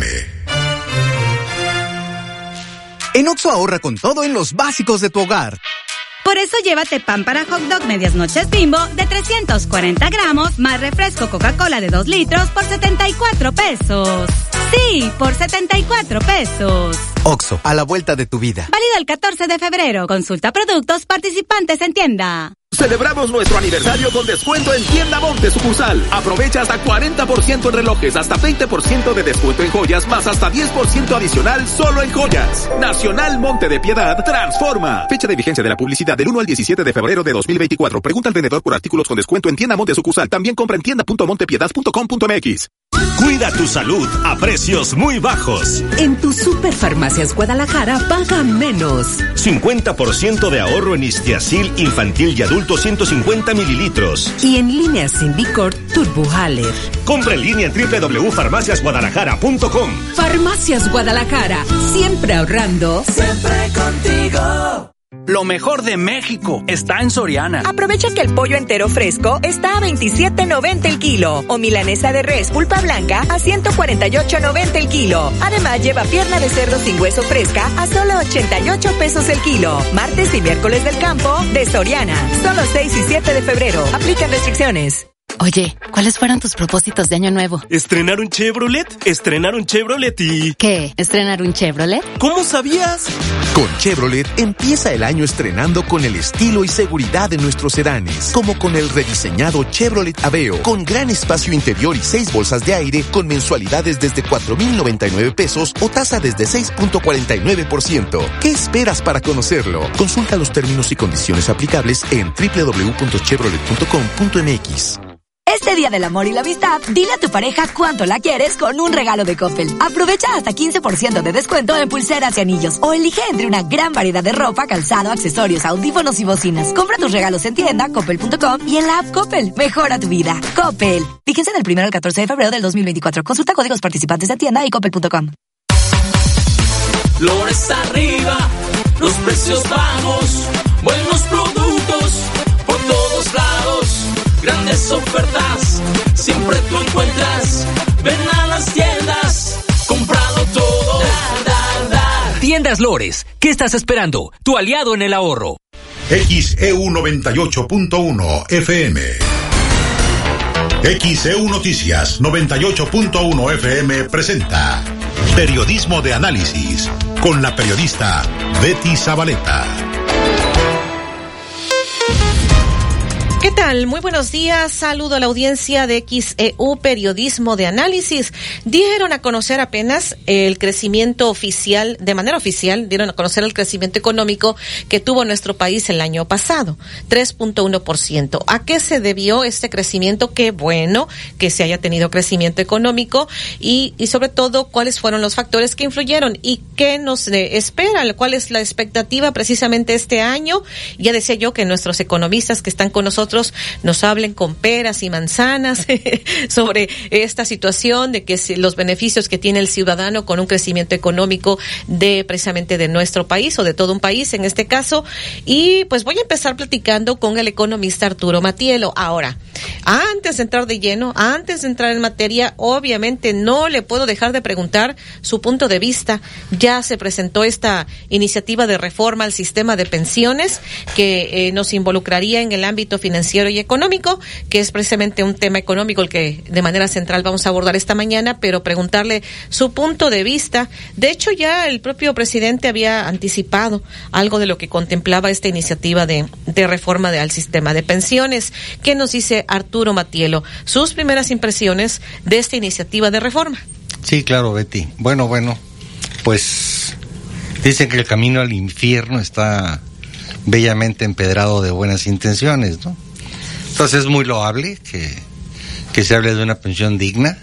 En Oxxo ahorra con todo en los básicos de tu hogar. Por eso llévate pan para hot dog medias noches Bimbo de 340 gramos más refresco Coca-Cola de 2 litros por 74 pesos. Sí, por 74 pesos. Oxxo, a la vuelta de tu vida. Válido el 14 de febrero. Consulta productos participantes en tienda. Celebramos nuestro aniversario con descuento en Tienda Monte sucursal. Aprovecha hasta 40% en relojes, hasta 20% de descuento en joyas, más hasta 10% adicional solo en joyas. Nacional Monte de Piedad transforma. Fecha de vigencia de la publicidad del 1 al 17 de febrero de 2024. Pregunta al vendedor por artículos con descuento en Tienda Monte sucursal. También compra en tienda.montepiedad.com.mx. Cuida tu salud a precios muy bajos. En tu Superfarmacias Guadalajara paga menos. 50% de ahorro en Histiazil infantil y adulto 150 mililitros. Y en línea Symbicort Turbo Haler. Compra en línea en www.farmaciasguadalajara.com. Farmacias Guadalajara, siempre ahorrando. Siempre contigo. Lo mejor de México está en Soriana. Aprovecha que el pollo entero fresco está a $27.90 el kilo o milanesa de res pulpa blanca a $148.90 el kilo. Además, lleva pierna de cerdo sin hueso fresca a solo 88 pesos el kilo. Martes y miércoles del campo de Soriana. Solo 6 y 7 de febrero. Aplican restricciones. Oye, ¿cuáles fueron tus propósitos de año nuevo? ¿Estrenar un Chevrolet? ¿Estrenar un Chevrolet y...? ¿Qué? ¿Estrenar un Chevrolet? ¿Cómo sabías? Con Chevrolet empieza el año estrenando con el estilo y seguridad de nuestros sedanes, como con el rediseñado Chevrolet Aveo, con gran espacio interior y 6 bolsas de aire, con mensualidades desde 4,099 pesos o tasa desde 6.49%. ¿Qué esperas para conocerlo? Consulta los términos y condiciones aplicables en www.chevrolet.com.mx. Este Día del Amor y la Amistad, dile a tu pareja cuánto la quieres con un regalo de Coppel. Aprovecha hasta 15% de descuento en pulseras y anillos o elige entre una gran variedad de ropa, calzado, accesorios, audífonos y bocinas. Compra tus regalos en tienda, coppel.com y en la app Coppel. Mejora tu vida. Coppel. Fíjense del 1 al 14 de febrero del 2024. Consulta códigos participantes de tienda y coppel.com. Flores arriba, los precios bajos, buenos productos por todos lados. Grandes ofertas, siempre tú encuentras. Ven a las tiendas, comprado todo. Tiendas Lores, ¿qué estás esperando? Tu aliado en el ahorro. XEU 98.1 FM. XEU Noticias 98.1 FM presenta Periodismo de Análisis con la periodista Betty Zabaleta. ¿Qué tal? Muy buenos días. Saludo a la audiencia de XEU Periodismo de Análisis. Dieron a conocer apenas el crecimiento oficial, de manera oficial, dieron a conocer el crecimiento económico que tuvo nuestro país el año pasado, 3.1%. ¿A qué se debió este crecimiento? Qué bueno que se haya tenido crecimiento económico y sobre todo, cuáles fueron los factores que influyeron y qué nos espera, cuál es la expectativa precisamente este año. Ya decía yo que nuestros economistas que están con nosotros nos hablen con peras y manzanas sobre esta situación de que los beneficios que tiene el ciudadano con un crecimiento económico de precisamente de nuestro país o de todo un país en este caso. Y pues voy a empezar platicando con el economista Arturo Matielo. Ahora, antes de entrar de lleno, antes de entrar en materia, obviamente no le puedo dejar de preguntar su punto de vista. Ya se presentó esta iniciativa de reforma al sistema de pensiones que nos involucraría en el ámbito financiero y económico, que es precisamente un tema económico el que de manera central vamos a abordar esta mañana, pero preguntarle su punto de vista. De hecho, ya el propio presidente había anticipado algo de lo que contemplaba esta iniciativa de reforma al sistema de pensiones. ¿Qué nos dice Arturo Matielo? Sus primeras impresiones de esta iniciativa de reforma. Sí, claro, Betty. Bueno, pues dicen que el camino al infierno está bellamente empedrado de buenas intenciones, ¿no? Entonces es muy loable que se hable de una pensión digna,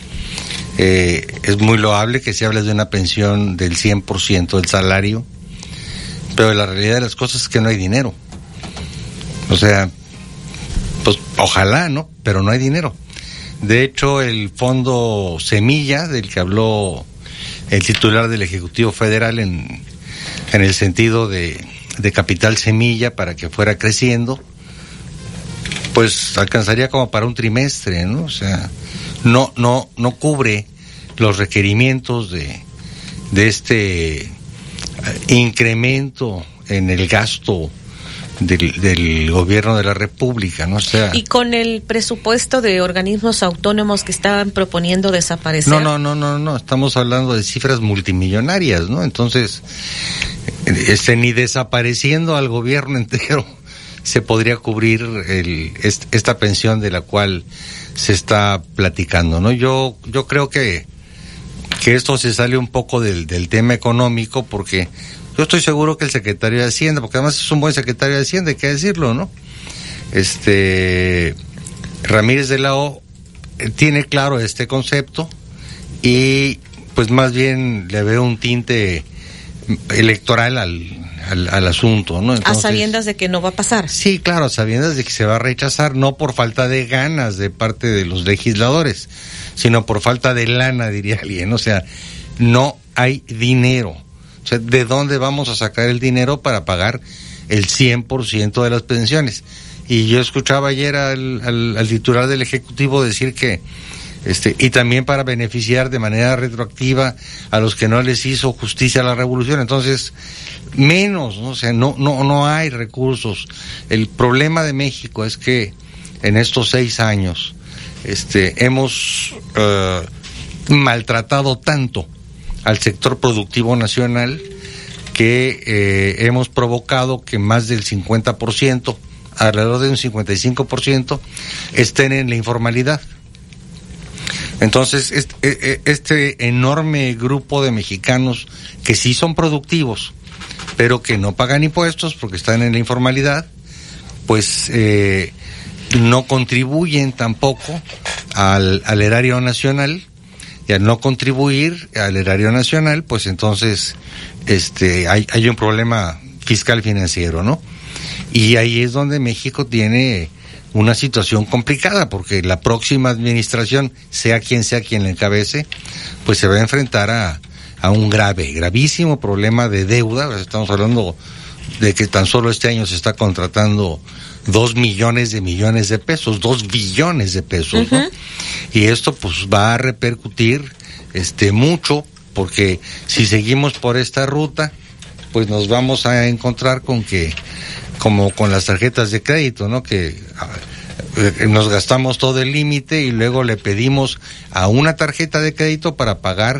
es muy loable que se hable de una pensión del 100% del salario, pero la realidad de las cosas es que no hay dinero. O sea, pues ojalá, ¿no? Pero no hay dinero. De hecho, el fondo Semilla, del que habló el titular del Ejecutivo Federal en el sentido de capital semilla para que fuera creciendo, pues alcanzaría como para un trimestre, ¿no? O sea, no cubre los requerimientos de este incremento en el gasto del gobierno de la República, ¿no? O sea, y con el presupuesto de organismos autónomos que estaban proponiendo desaparecer. No, estamos hablando de cifras multimillonarias, ¿no? Entonces, ni desapareciendo al gobierno entero se podría cubrir esta pensión de la cual se está platicando, ¿no? Yo creo que esto se sale un poco del tema económico, porque yo estoy seguro que el secretario de Hacienda, porque además es un buen secretario de Hacienda, hay que decirlo, ¿no? Ramírez de la O tiene claro este concepto y pues más bien le veo un tinte electoral al asunto, ¿no? Entonces, a sabiendas de que no va a pasar. Sí, claro, a sabiendas de que se va a rechazar, no por falta de ganas de parte de los legisladores, sino por falta de lana, diría alguien. O sea, no hay dinero. O sea, ¿de dónde vamos a sacar el dinero para pagar el 100% de las pensiones? Y yo escuchaba ayer al titular del Ejecutivo decir que y también para beneficiar de manera retroactiva a los que no les hizo justicia a la revolución. Entonces, menos, ¿no? O sea, no hay recursos. El problema de México es que en estos 6 años hemos maltratado tanto al sector productivo nacional que hemos provocado que más del 50%, alrededor de un 55%, estén en la informalidad. Entonces, este enorme grupo de mexicanos que sí son productivos, pero que no pagan impuestos porque están en la informalidad, pues no contribuyen tampoco al erario nacional, y al no contribuir al erario nacional, pues entonces hay un problema fiscal financiero, ¿no? Y ahí es donde México tiene una situación complicada, porque la próxima administración, sea quien la encabece, pues se va a enfrentar a un gravísimo problema de deuda. Estamos hablando de que tan solo este año se está contratando 2 millones de pesos, 2 billones de pesos, ¿no? Y esto pues va a repercutir mucho, porque si seguimos por esta ruta, pues nos vamos a encontrar con que, como con las tarjetas de crédito, ¿no? Que nos gastamos todo el límite y luego le pedimos a una tarjeta de crédito para pagar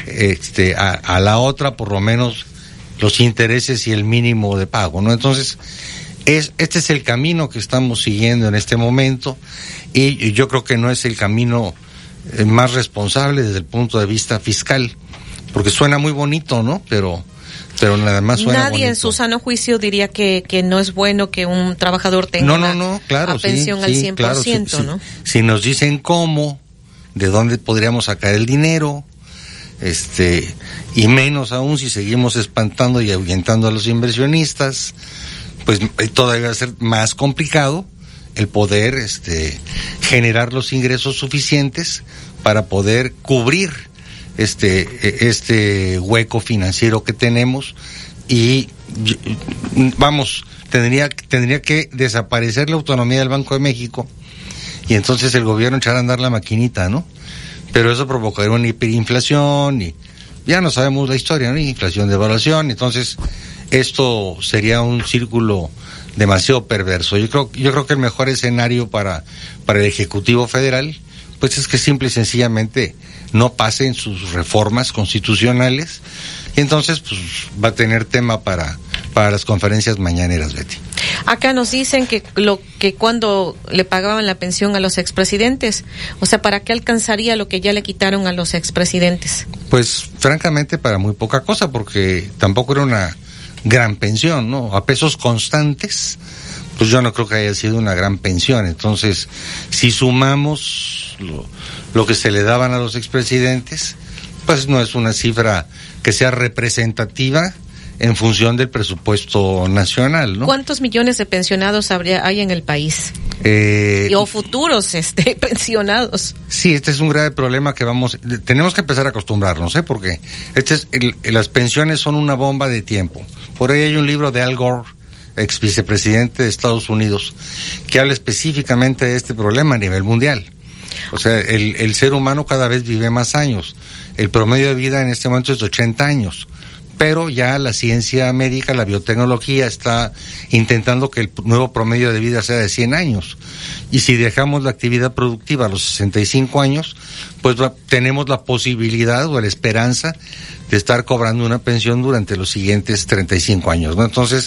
a la otra por lo menos los intereses y el mínimo de pago, ¿no? Entonces, este es el camino que estamos siguiendo en este momento, y yo creo que no es el camino más responsable desde el punto de vista fiscal, porque suena muy bonito, ¿no? Pero nada más suena Nadie bonito. En su sano juicio diría que no es bueno que un trabajador tenga claro, pensión al 100%, claro, ¿no? Si nos dicen cómo, de dónde podríamos sacar el dinero, y menos aún si seguimos espantando y ahuyentando a los inversionistas, pues todavía va a ser más complicado el poder generar los ingresos suficientes para poder cubrir este hueco financiero que tenemos. Y vamos, tendría que desaparecer la autonomía del Banco de México y entonces el gobierno echar a andar la maquinita, ¿no? Pero eso provocaría una hiperinflación y ya no sabemos la historia, ¿no? Inflación, devaluación. Entonces esto sería un círculo demasiado perverso. Yo creo que el mejor escenario para el Ejecutivo Federal, pues es que simple y sencillamente no pasen sus reformas constitucionales, y entonces pues va a tener tema para las conferencias mañaneras, Betty. Acá nos dicen que cuando le pagaban la pensión a los expresidentes, o sea, ¿para qué alcanzaría lo que ya le quitaron a los expresidentes? Pues francamente para muy poca cosa, porque tampoco era una gran pensión, ¿no? A pesos constantes, pues yo no creo que haya sido una gran pensión. Entonces, si sumamos lo que se le daban a los expresidentes, pues no es una cifra que sea representativa en función del presupuesto nacional, ¿no? ¿Cuántos millones de pensionados hay en el país? O futuros pensionados. Sí, este es un grave problema que tenemos que empezar a acostumbrarnos, porque las pensiones son una bomba de tiempo. Por ahí hay un libro de Al Gore, ex vicepresidente de Estados Unidos, que habla específicamente de este problema a nivel mundial. O sea, el ser humano cada vez vive más años. El promedio de vida en este momento es de 80 años. Pero ya la ciencia médica, la biotecnología está intentando que el nuevo promedio de vida sea de 100 años. Y si dejamos la actividad productiva a los 65 años, pues tenemos la posibilidad o la esperanza de estar cobrando una pensión durante los siguientes 35 años, ¿no? Entonces,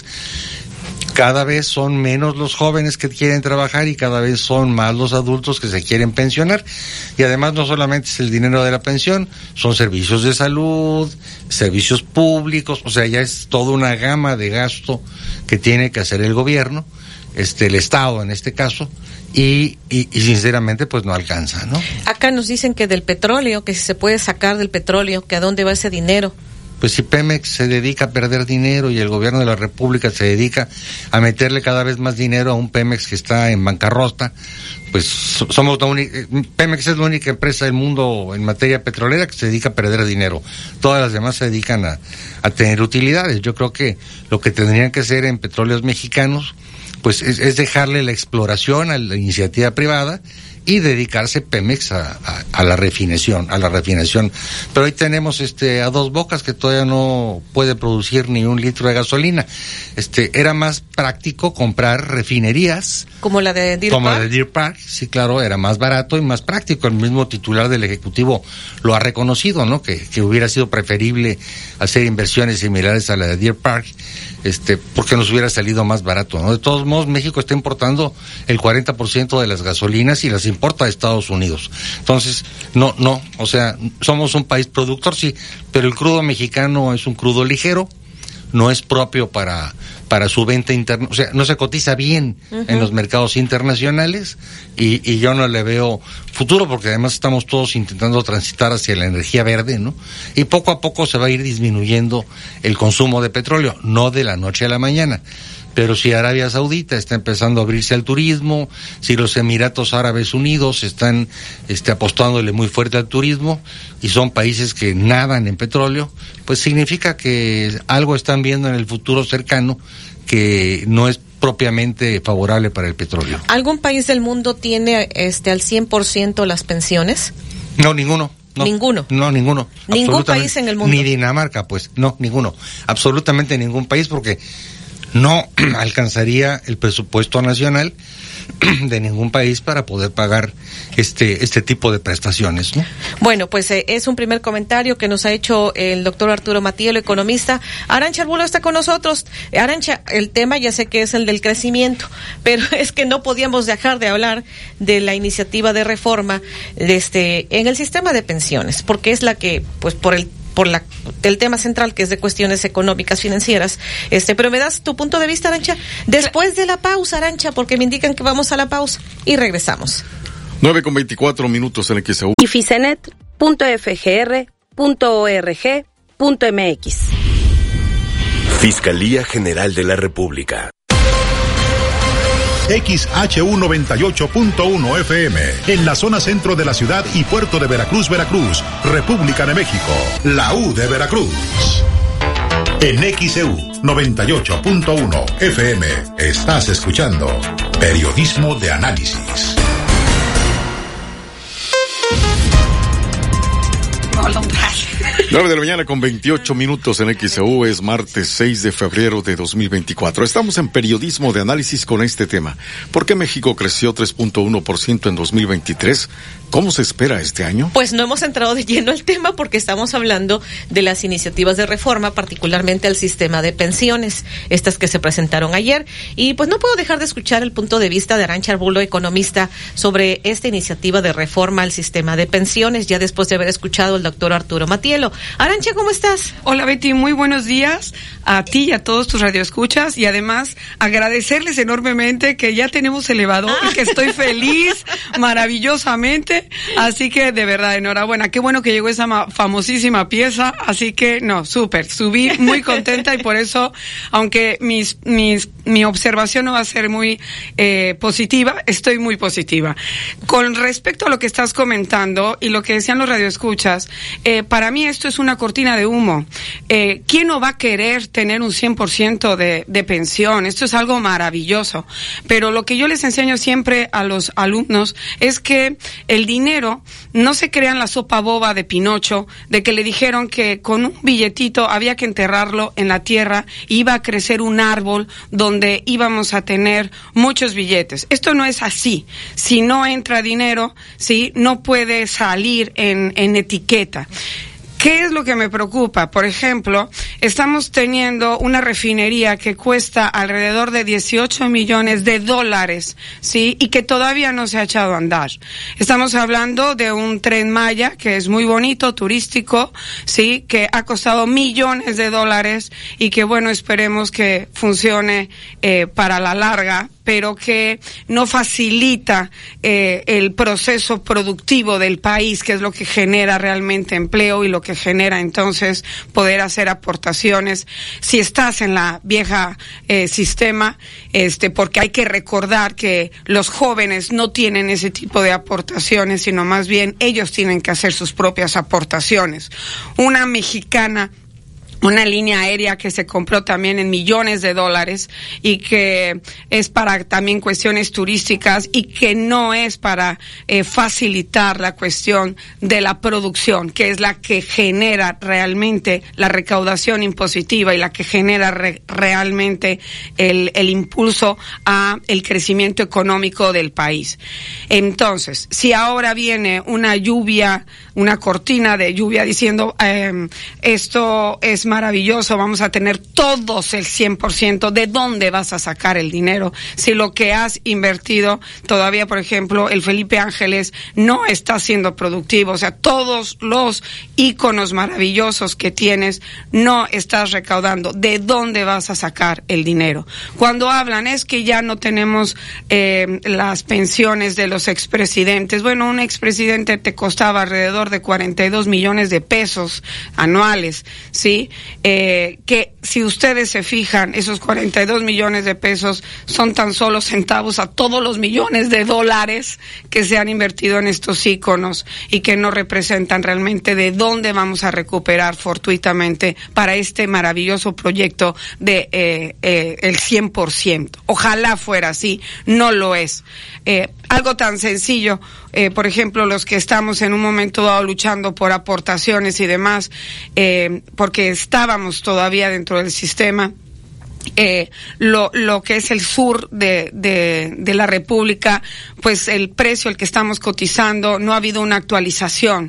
cada vez son menos los jóvenes que quieren trabajar y cada vez son más los adultos que se quieren pensionar. Y además no solamente es el dinero de la pensión, son servicios de salud, servicios públicos, o sea, ya es toda una gama de gasto que tiene que hacer el gobierno, el Estado en este caso, y sinceramente pues no alcanza, ¿no? Acá nos dicen que del petróleo, que si se puede sacar del petróleo, que a dónde va ese dinero. pues si Pemex se dedica a perder dinero y el gobierno de la República se dedica a meterle cada vez más dinero a un Pemex que está en bancarrota, pues somos la única, Pemex es la única empresa del mundo en materia petrolera que se dedica a perder dinero. Todas las demás se dedican a tener utilidades. Yo creo que lo que tendrían que hacer en Petróleos Mexicanos, pues es dejarle la exploración a la iniciativa privada y dedicarse Pemex a la refinación, Pero hoy tenemos a Dos Bocas que todavía no puede producir ni un litro de gasolina. Era más práctico comprar refinerías como la de Deer Park. Sí, claro, era más barato y más práctico. El mismo titular del Ejecutivo lo ha reconocido, ¿no? Que hubiera sido preferible hacer inversiones similares a la de Deer Park, porque nos hubiera salido más barato, ¿no? De todos modos, México está importando el 40% de las gasolinas y las importa a Estados Unidos. Entonces, o sea, somos un país productor, sí, pero el crudo mexicano es un crudo ligero, no es propio para su venta interna, o sea, no se cotiza bien en los mercados internacionales y yo no le veo futuro, porque además estamos todos intentando transitar hacia la energía verde, ¿no? Y poco a poco se va a ir disminuyendo el consumo de petróleo, no de la noche a la mañana. Pero si Arabia Saudita está empezando a abrirse al turismo, si los Emiratos Árabes Unidos están apostándole muy fuerte al turismo y son países que nadan en petróleo, pues significa que algo están viendo en el futuro cercano que no es propiamente favorable para el petróleo. ¿Algún país del mundo tiene al 100% las pensiones? No, ninguno. No, ¿Ninguno? No, ninguno. ¿Ningún país en el mundo? Ni Dinamarca, pues, no, ninguno. Absolutamente ningún país, porque no alcanzaría el presupuesto nacional de ningún país para poder pagar este tipo de prestaciones, ¿no? Bueno, pues es un primer comentario que nos ha hecho el doctor Arturo Matielo, economista. Arancha Arbulo está con nosotros. Arancha, el tema ya sé que es el del crecimiento, pero es que no podíamos dejar de hablar de la iniciativa de reforma en el sistema de pensiones, porque es la que, pues por el tema central, que es de cuestiones económicas, financieras, pero me das tu punto de vista, Arancha, después de la pausa, Arancha, porque me indican que vamos a la pausa y regresamos. 9:24 en XEU. Ificenet.fgr.org.mx. Fiscalía General de la República. XHU 98.1 FM, en la zona centro de la ciudad y puerto de Veracruz, República de México, la U de Veracruz. En XEU 98.1 FM, estás escuchando Periodismo de Análisis. 9 de la mañana con 28 minutos en XEU, es martes 6 de febrero de 2024. Estamos en Periodismo de Análisis con este tema. ¿Por qué México creció 3.1% en 2023? ¿Cómo se espera este año? Pues no hemos entrado de lleno al tema porque estamos hablando de las iniciativas de reforma, particularmente al sistema de pensiones, estas que se presentaron ayer. Y pues no puedo dejar de escuchar el punto de vista de Arancha Arbulo, economista, sobre esta iniciativa de reforma al sistema de pensiones, ya después de haber escuchado al doctor Arturo Matielo. Arancha, ¿cómo estás? Hola, Betty, muy buenos días a ti y a todos tus radioescuchas, y además agradecerles enormemente que ya tenemos elevador y que estoy feliz maravillosamente. Así que de verdad, enhorabuena, qué bueno que llegó esa famosísima pieza, así que súper, subí muy contenta, y por eso, aunque mi observación no va a ser muy positiva, estoy muy positiva. Con respecto a lo que estás comentando y lo que decían los radioescuchas, para mí esto es una cortina de humo. ¿Quién no va a querer tener un 100% de pensión? Esto es algo maravilloso, pero lo que yo les enseño siempre a los alumnos es que el dinero, no se crean la sopa boba de Pinocho, de que le dijeron que con un billetito había que enterrarlo en la tierra y iba a crecer un árbol donde íbamos a tener muchos billetes. Esto no es así. Si no entra dinero, ¿sí?, no puede salir en etiqueta. ¿Qué es lo que me preocupa? Por ejemplo, estamos teniendo una refinería que cuesta alrededor de $18 millones, ¿sí? Y que todavía no se ha echado a andar. Estamos hablando de un Tren Maya que es muy bonito, turístico, ¿sí? Que ha costado millones de dólares y que, bueno, esperemos que funcione para la larga, pero que no facilita el proceso productivo del país, que es lo que genera realmente empleo y lo que genera entonces poder hacer aportaciones. Si estás en la vieja sistema, porque hay que recordar que los jóvenes no tienen ese tipo de aportaciones, sino más bien ellos tienen que hacer sus propias aportaciones. Una mexicana, una línea aérea que se compró también en millones de dólares y que es para también cuestiones turísticas y que no es para facilitar la cuestión de la producción, que es la que genera realmente la recaudación impositiva y la que genera realmente el impulso a el crecimiento económico del país. Entonces, si ahora viene una lluvia, una cortina de lluvia diciendo esto es maravilloso, vamos a tener todos el 100%, ¿de dónde vas a sacar el dinero? Si lo que has invertido, todavía, por ejemplo, el Felipe Ángeles no está siendo productivo, o sea, todos los íconos maravillosos que tienes, no estás recaudando. ¿De dónde vas a sacar el dinero? Cuando hablan, es que ya no tenemos las pensiones de los expresidentes. Bueno, un expresidente te costaba alrededor de 42 millones de pesos anuales, ¿sí? Que si ustedes se fijan, esos 42 millones de pesos son tan solo centavos a todos los millones de dólares que se han invertido en estos íconos y que no representan realmente de dónde vamos a recuperar fortuitamente para este maravilloso proyecto de el 100%. Ojalá fuera así, no lo es. Algo tan sencillo, por ejemplo, los que estamos en un momento dado luchando por aportaciones y demás, porque estábamos todavía dentro del sistema, lo que es el sur de la República, pues el precio al que estamos cotizando, no ha habido una actualización.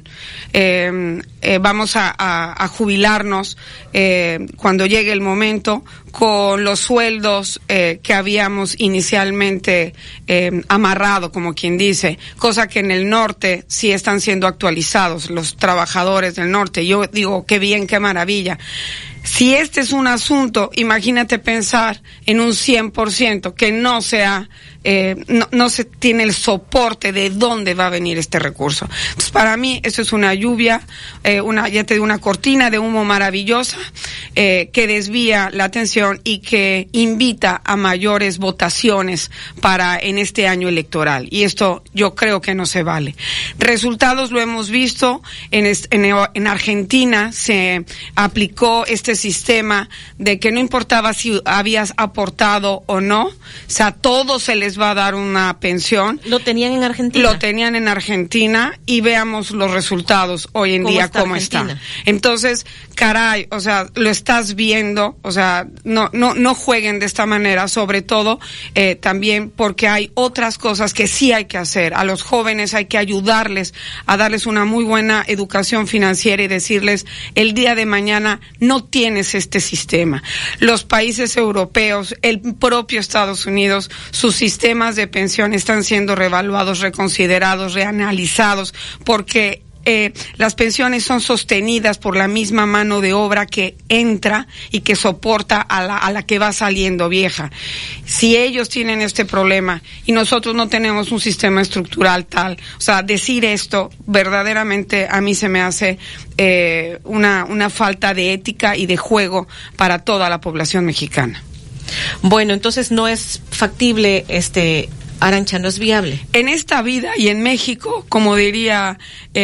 Vamos a jubilarnos cuando llegue el momento con los sueldos que habíamos inicialmente amarrado, como quien dice, cosa que en el norte sí están siendo actualizados los trabajadores del norte. Yo digo, qué bien, qué maravilla. Si este es un asunto, imagínate pensar en un 100% que no sea, no se tiene el soporte de dónde va a venir este recurso. Entonces, para mí, eso es una lluvia, una cortina de humo maravillosa, que desvía la atención y que invita a mayores votaciones en este año electoral. Y esto yo creo que no se vale. Resultados lo hemos visto, en Argentina se aplicó este sistema de que no importaba si habías aportado o no, o sea, a todos se les va a dar una pensión. ¿Lo tenían en Argentina? Lo tenían en Argentina y veamos los resultados hoy en día cómo está. Entonces, caray, o sea, lo estás viendo, o sea, no jueguen de esta manera, sobre todo también porque hay otras cosas que sí hay que hacer. A los jóvenes hay que ayudarles a darles una muy buena educación financiera y decirles, el día de mañana no tienes este sistema. Los países europeos, el propio Estados Unidos, sus sistemas de pensión están siendo reevaluados, reconsiderados, reanalizados, porque las pensiones son sostenidas por la misma mano de obra que entra y que soporta a la que va saliendo vieja. Si ellos tienen este problema y nosotros no tenemos un sistema estructural tal, o sea, decir esto verdaderamente a mí se me hace una falta de ética y de juego para toda la población mexicana. Bueno, entonces no es factible Arantxa, no es viable. En esta vida y en México, como diría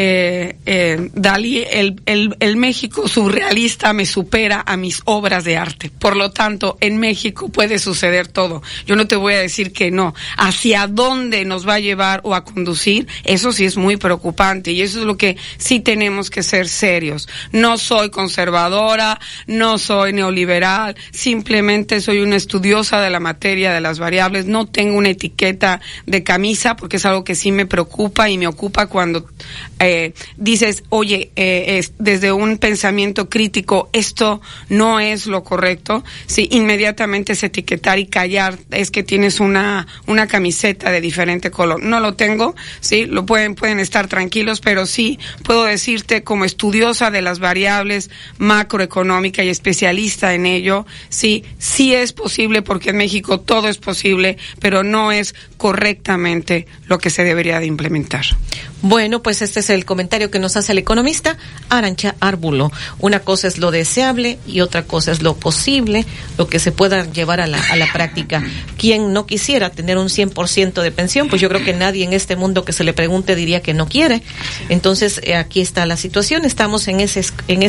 Dalí, el México surrealista me supera a mis obras de arte. Por lo tanto, en México puede suceder todo. Yo no te voy a decir que no. Hacia dónde nos va a llevar o a conducir, eso sí es muy preocupante y eso es lo que sí tenemos que ser serios. No soy conservadora, no soy neoliberal, simplemente soy una estudiosa de la materia de las variables. No tengo una etiqueta de camisa porque es algo que sí me preocupa y me ocupa cuando dices, oye, desde un pensamiento crítico esto no es lo correcto, sí, inmediatamente es etiquetar y callar, es que tienes una camiseta de diferente color. No lo tengo, sí, lo pueden estar tranquilos, pero sí puedo decirte como estudiosa de las variables macroeconómica y especialista en ello, sí es posible porque en México todo es posible, pero no es correctamente lo que se debería de implementar. Bueno, pues este es el comentario que nos hace el economista Arantxa Arbulo. Una cosa es lo deseable y otra cosa es lo posible, lo que se pueda llevar a la práctica. ¿Quién no quisiera tener un 100% de pensión? Pues yo creo que nadie en este mundo que se le pregunte diría que no quiere. Entonces, aquí está la situación. Estamos en esa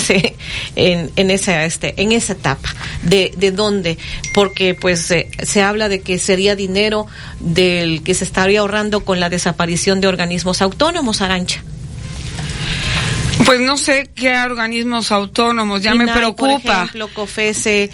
etapa. ¿De dónde? Porque pues se habla de que sería dinero del que se estaría ahorrando con la desaparición de organismos autónomos, Arantxa. Pues no sé qué organismos autónomos, ya INAI, me preocupa. Por ejemplo, COFESE,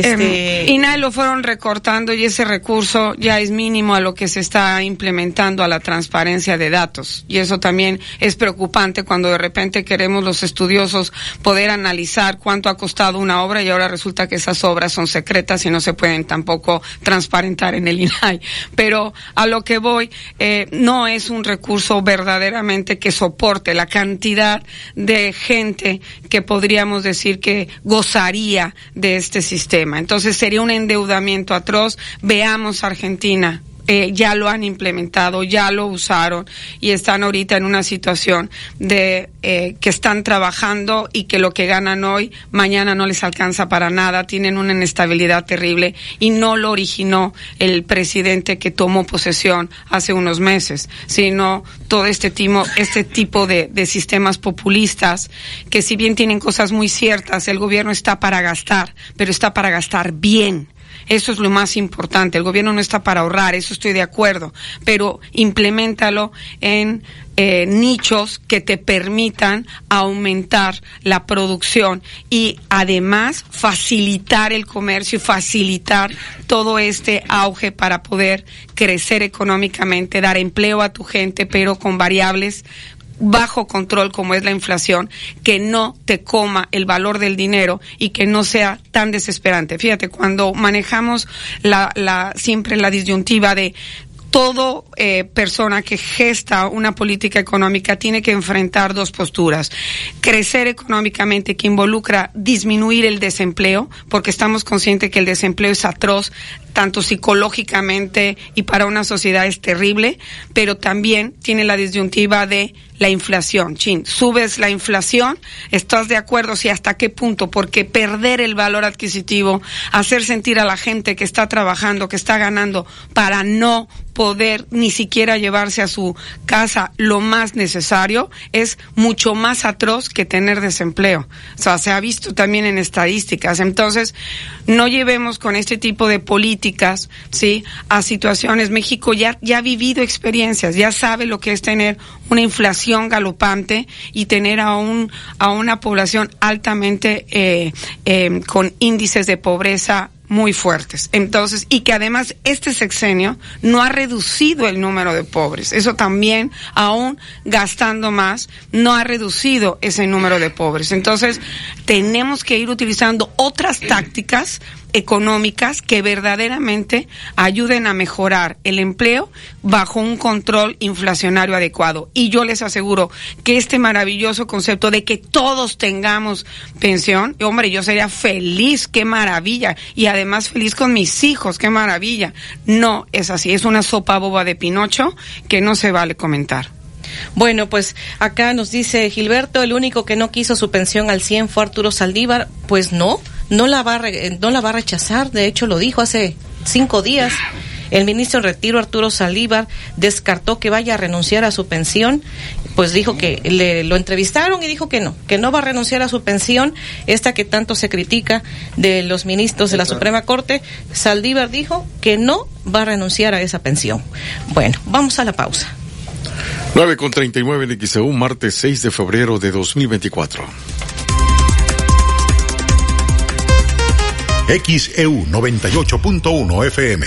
INAI lo fueron recortando y ese recurso ya es mínimo a lo que se está implementando a la transparencia de datos. Y eso también es preocupante cuando de repente queremos los estudiosos poder analizar cuánto ha costado una obra y ahora resulta que esas obras son secretas y no se pueden tampoco transparentar en el INAI. Pero a lo que voy, no es un recurso verdaderamente que soporte la cantidad de gente que podríamos decir que gozaría de este sistema. Entonces sería un endeudamiento atroz. Veamos Argentina. Ya lo han implementado, ya lo usaron y están ahorita en una situación de que están trabajando y que lo que ganan hoy, mañana no les alcanza para nada, tienen una inestabilidad terrible y no lo originó el presidente que tomó posesión hace unos meses, sino todo este tipo de sistemas populistas que si bien tienen cosas muy ciertas, el gobierno está para gastar, pero está para gastar bien. Eso es lo más importante. El gobierno no está para ahorrar, eso estoy de acuerdo, pero impleméntalo en nichos que te permitan aumentar la producción y además facilitar el comercio y facilitar todo este auge para poder crecer económicamente, dar empleo a tu gente, pero con variables bajo control como es la inflación, que no te coma el valor del dinero y que no sea tan desesperante. Fíjate, cuando manejamos siempre la disyuntiva de todo persona que gesta una política económica tiene que enfrentar dos posturas. Crecer económicamente, que involucra disminuir el desempleo, porque estamos conscientes que el desempleo es atroz, tanto psicológicamente y para una sociedad es terrible, pero también tiene la disyuntiva de la inflación. Subes la inflación, ¿estás de acuerdo? Sí, ¿hasta qué punto? Porque perder el valor adquisitivo, hacer sentir a la gente que está trabajando, que está ganando, para no poder ni siquiera llevarse a su casa lo más necesario, es mucho más atroz que tener desempleo. O sea, se ha visto también en estadísticas. Entonces, no llevemos con este tipo de políticas, ¿sí?, a situaciones. México ya ha vivido experiencias, ya sabe lo que es tener una inflación galopante y tener a una población altamente con índices de pobreza muy fuertes. Entonces, y que además este sexenio no ha reducido el número de pobres. Eso también, aún gastando más, no ha reducido ese número de pobres. Entonces, tenemos que ir utilizando otras tácticas económicas que verdaderamente ayuden a mejorar el empleo bajo un control inflacionario adecuado. Y yo les aseguro que este maravilloso concepto de que todos tengamos pensión, hombre, yo sería feliz, qué maravilla, y además feliz con mis hijos, qué maravilla. No es así, es una sopa boba de Pinocho que no se vale comentar. Bueno, pues acá nos dice Gilberto, el único que no quiso su pensión al 100 fue Arturo Saldívar. Pues no la va a rechazar. De hecho, lo dijo hace 5 días. El ministro en retiro, Arturo Saldívar, descartó que vaya a renunciar a su pensión. Pues dijo que lo entrevistaron y dijo que no va a renunciar a su pensión, esta que tanto se critica de los ministros de la Suprema Corte. Saldívar dijo que no va a renunciar a esa pensión. Bueno, vamos a la pausa. 9:39 en XEU, martes 6 de febrero de 2024. XEU 98.1 FM.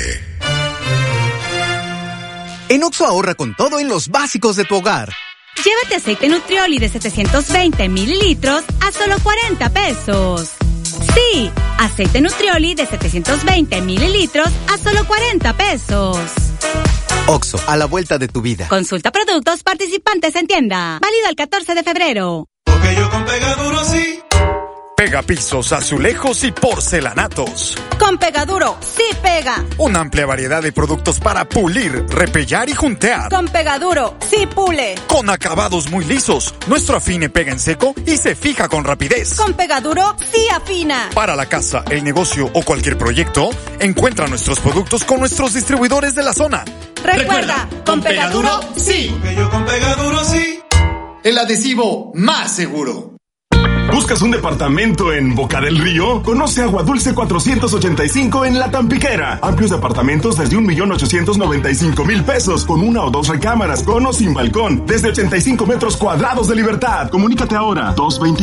En Oxxo ahorra con todo en los básicos de tu hogar. Llévate aceite Nutrioli de 720 mililitros a solo 40 pesos. Sí, aceite Nutrioli de 720 mililitros a solo 40 pesos. Oxxo, a la vuelta de tu vida. Consulta productos participantes en tienda. Válido el 14 de febrero. Porque yo con Pega Duro sí. Pega pisos, azulejos y porcelanatos. Con Pegaduro, sí pega. Una amplia variedad de productos para pulir, repellar y juntear. Con Pegaduro, sí pule. Con acabados muy lisos, nuestro afine pega en seco y se fija con rapidez. Con Pegaduro, sí afina. Para la casa, el negocio o cualquier proyecto, encuentra nuestros productos con nuestros distribuidores de la zona. Recuerda, con Pegaduro, sí. Porque yo con Pegaduro, sí. El adhesivo más seguro. ¿Buscas un departamento en Boca del Río? Conoce Agua Dulce 485 en La Tampiquera. Amplios departamentos desde 1,895,000 pesos, con 1 o 2 recámaras, con o sin balcón, desde 85 metros cuadrados de libertad. Comunícate ahora,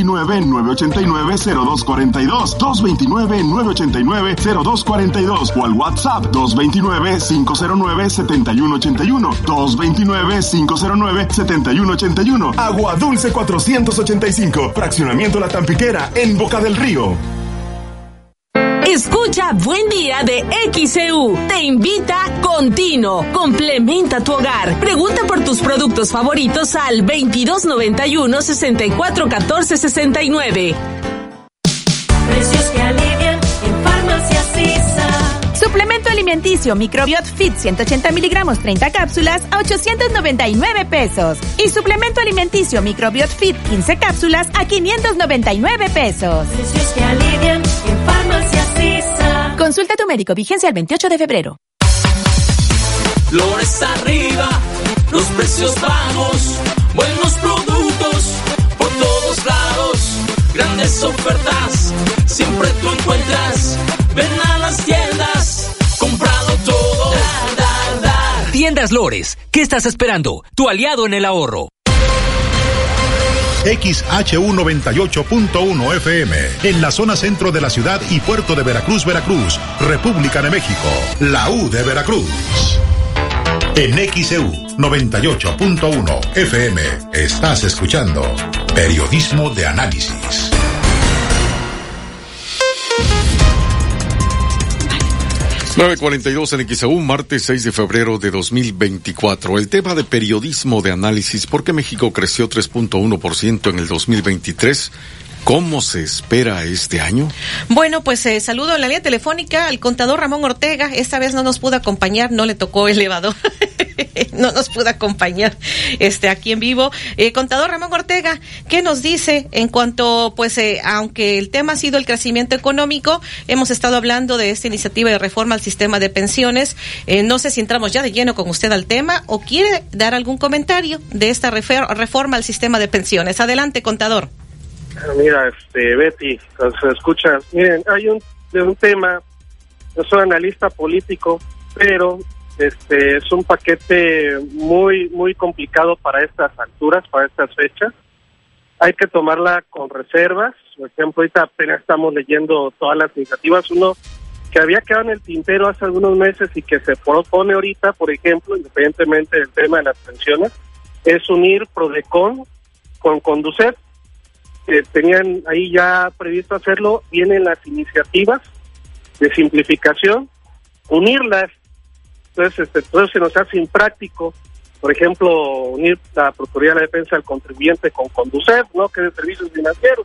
229-989-0242, 229-989-0242, o al WhatsApp, 229-509-7181, 229-509-7181. Agua Dulce 485, fraccionamiento La Tampiquera, en Boca del Río. Escucha Buen Día de XEU. Te invita Contino. Complementa tu hogar. Pregunta por tus productos favoritos al 2291-641469. Precios que alivian en Farmacias ISA. Suplemento alimenticio Microbiot Fit 180 miligramos 30 cápsulas a 899 pesos. Y suplemento alimenticio Microbiot Fit 15 cápsulas a 599 pesos. Precios que alivian en Farmacias ISA. Consulta a tu médico. Vigencia el 28 de febrero. Flores arriba, los precios bajos, buenos productos por todos lados, grandes ofertas, siempre tú encuentras. Ven a las tiendas, comprado todo. Tiendas Lores, ¿qué estás esperando? Tu aliado en el ahorro. XHU 98.1 FM, en la zona centro de la ciudad y puerto de Veracruz, Veracruz, República de México, la U de Veracruz. En XEU 98.1 FM, estás escuchando Periodismo de Análisis. – 9:42 en XEU, martes 6 de febrero de 2024. El tema de periodismo de análisis, ¿por qué México creció 3.1% en el 2023? ¿Cómo se espera este año? Bueno, pues saludo en la línea telefónica al contador Ramón Ortega. Esta vez no nos pudo acompañar, no le tocó elevador. No nos pudo acompañar aquí en vivo. Contador Ramón Ortega, ¿qué nos dice en cuanto, aunque el tema ha sido el crecimiento económico, hemos estado hablando de esta iniciativa de reforma al sistema de pensiones? No sé si entramos ya de lleno con usted al tema o quiere dar algún comentario de esta reforma al sistema de pensiones. Adelante, contador. Mira, Betty, se escucha. Miren, hay un tema, yo soy analista político, pero es un paquete muy, muy complicado para estas alturas, para estas fechas. Hay que tomarla con reservas. Por ejemplo, ahorita apenas estamos leyendo todas las iniciativas. Uno que había quedado en el tintero hace algunos meses y que se propone ahorita, por ejemplo, independientemente del tema de las pensiones, es unir Prodecon con Conducef. Tenían ahí ya previsto hacerlo, vienen las iniciativas de simplificación, unirlas, entonces todo se nos hace impráctico. Por ejemplo, unir la Procuraduría de la Defensa del Contribuyente con Conducef, ¿no?, que es de servicios financieros.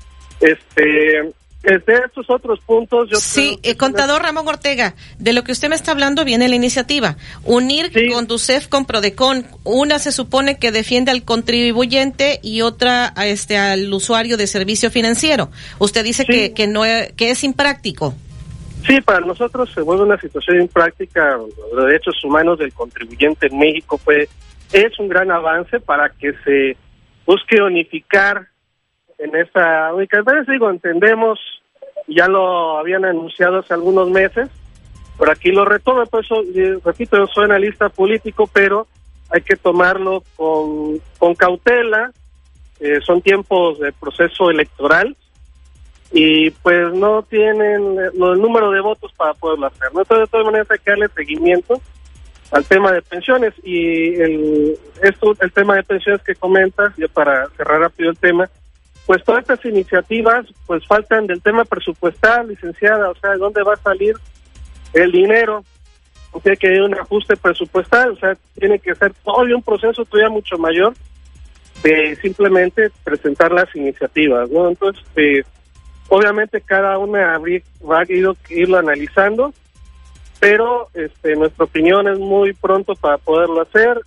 De estos otros puntos, sí, contador Ramón Ortega, de lo que usted me está hablando viene la iniciativa, unir Conducef con Prodecon. Una se supone que defiende al contribuyente y otra al usuario de servicio financiero. Usted dice que no que es impráctico. Sí, para nosotros se vuelve una situación impráctica. Los derechos humanos del contribuyente en México es un gran avance para que se busque unificar en esta única. Entendemos, ya lo habían anunciado hace algunos meses, por aquí lo retomo, por eso, repito, yo soy analista político, pero hay que tomarlo con cautela. Son tiempos de proceso electoral y pues no tienen el número de votos para poderlo hacer, ¿no? Entonces, de todas maneras hay que darle seguimiento al tema de pensiones y el tema de pensiones que comentas, ya para cerrar rápido el tema, pues todas estas iniciativas pues faltan del tema presupuestal, licenciada, o sea, ¿de dónde va a salir el dinero? Tiene que haber un ajuste presupuestal, o sea, tiene que ser todavía un proceso todavía mucho mayor de simplemente presentar las iniciativas, ¿no? Entonces, Obviamente cada una va a irlo analizando, pero nuestra opinión es muy pronto para poderlo hacer,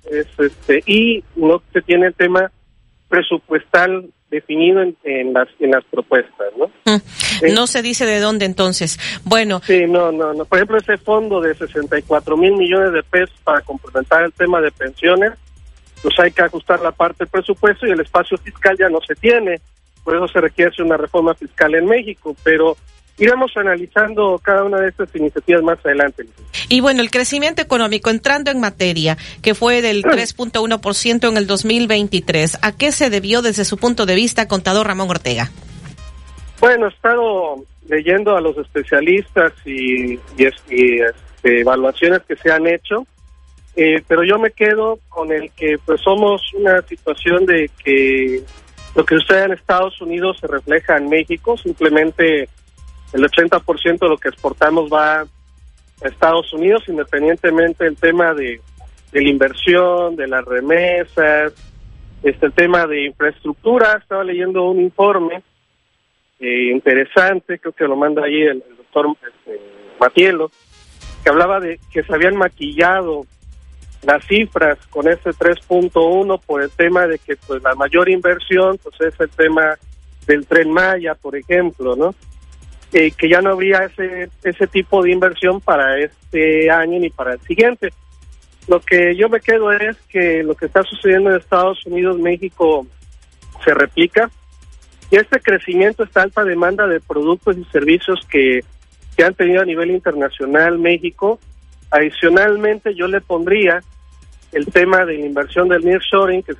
y no se tiene el tema presupuestal definido en las propuestas, ¿no? No se dice de dónde entonces. Bueno. Sí, no. Por ejemplo, ese fondo de 64 mil millones de pesos para complementar el tema de pensiones, pues hay que ajustar la parte del presupuesto y el espacio fiscal ya no se tiene. Por eso se requiere una reforma fiscal en México, pero iremos analizando cada una de estas iniciativas más adelante. Y bueno, el crecimiento económico, entrando en materia, que fue del 3.1% en el 2023, ¿a qué se debió desde su punto de vista, contador Ramón Ortega? Bueno, he estado leyendo a los especialistas y evaluaciones que se han hecho, pero yo me quedo con el que pues somos una situación de que lo que sucede en Estados Unidos se refleja en México. Simplemente el 80% de lo que exportamos va a Estados Unidos, independientemente del tema de la inversión, de las remesas, el tema de infraestructura. Estaba leyendo un informe interesante, creo que lo manda ahí el doctor Matielo, que hablaba de que se habían maquillado las cifras con ese 3.1 por el tema de que pues la mayor inversión pues es el tema del Tren Maya, por ejemplo, ¿no? Que ya no habría ese tipo de inversión para este año ni para el siguiente. Lo que yo me quedo es que lo que está sucediendo en Estados Unidos, México se replica, y este crecimiento, esta alta demanda de productos y servicios que han tenido a nivel internacional México. Adicionalmente yo le pondría el tema de la inversión del nearshoring, que se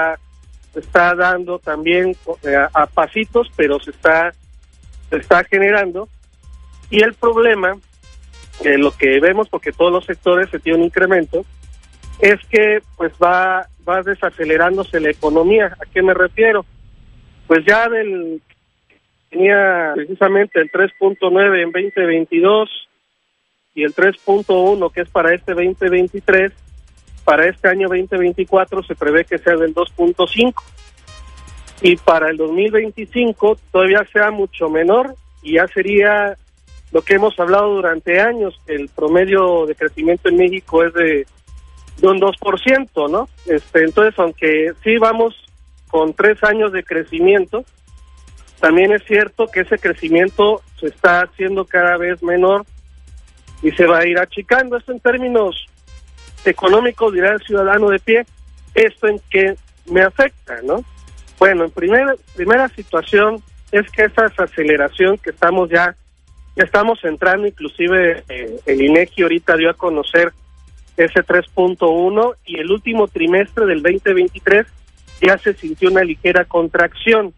está dando también a pasitos, pero se está generando. Y el problema, lo que vemos, porque todos los sectores se tiene un incremento, es que pues va desacelerándose la economía. ¿A qué me refiero? Pues ya tenía precisamente el 3.9 en 2022 y el 3.1 que es para este 2023, para este año 2024 se prevé que sea del 2.5 y para el 2025 todavía sea mucho menor y ya sería lo que hemos hablado durante años, que el promedio de crecimiento en México es de un 2%, ¿no? Entonces, aunque sí vamos con 3 años de crecimiento, también es cierto que ese crecimiento se está haciendo cada vez menor y se va a ir achicando. Esto en términos económicos, dirá el ciudadano de pie, ¿esto en qué me afecta, no? Bueno, en primera situación es que esa aceleración que ya estamos entrando, inclusive el INEGI ahorita dio a conocer ese 3.1 y el último trimestre del 2023 ya se sintió una ligera contracción.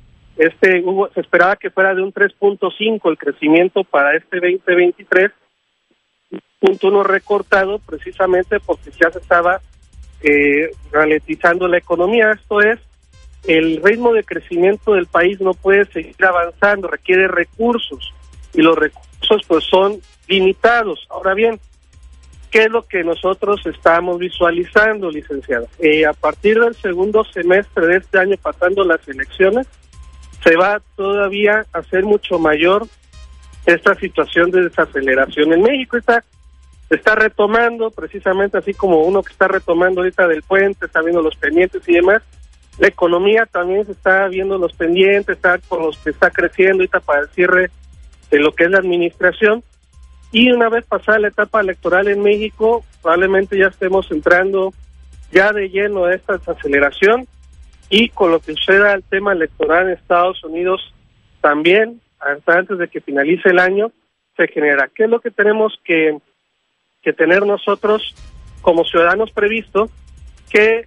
Se esperaba que fuera de un 3.5 el crecimiento para este 2023, punto uno recortado precisamente porque ya se estaba ralentizando la economía. Esto es, el ritmo de crecimiento del país no puede seguir avanzando, requiere recursos y los recursos pues son limitados. Ahora bien, ¿qué es lo que nosotros estamos visualizando, licenciada? A partir del segundo semestre de este año, pasando las elecciones, se va todavía a hacer mucho mayor esta situación de desaceleración en México. Está retomando, precisamente así como uno que está retomando ahorita del puente, está viendo los pendientes y demás, la economía también se está viendo los pendientes, está con los que está creciendo ahorita para el cierre de lo que es la administración. Y una vez pasada la etapa electoral en México, probablemente ya estemos entrando ya de lleno a esta desaceleración, y con lo que suceda el tema electoral en Estados Unidos también, hasta antes de que finalice el año, se genera. ¿Qué es lo que tenemos que tener nosotros como ciudadanos previsto? Que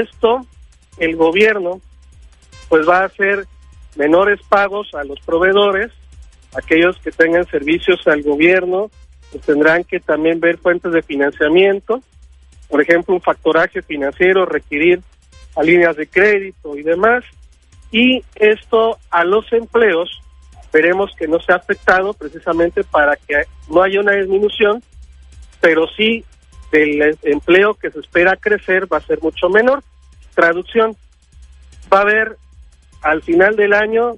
el gobierno pues va a hacer menores pagos a los proveedores. Aquellos que tengan servicios al gobierno pues tendrán que también ver fuentes de financiamiento, por ejemplo un factoraje financiero, requerir a líneas de crédito y demás, y esto a los empleos veremos que no se ha afectado precisamente para que no haya una disminución, pero sí el empleo que se espera crecer va a ser mucho menor. Traducción, va a haber al final del año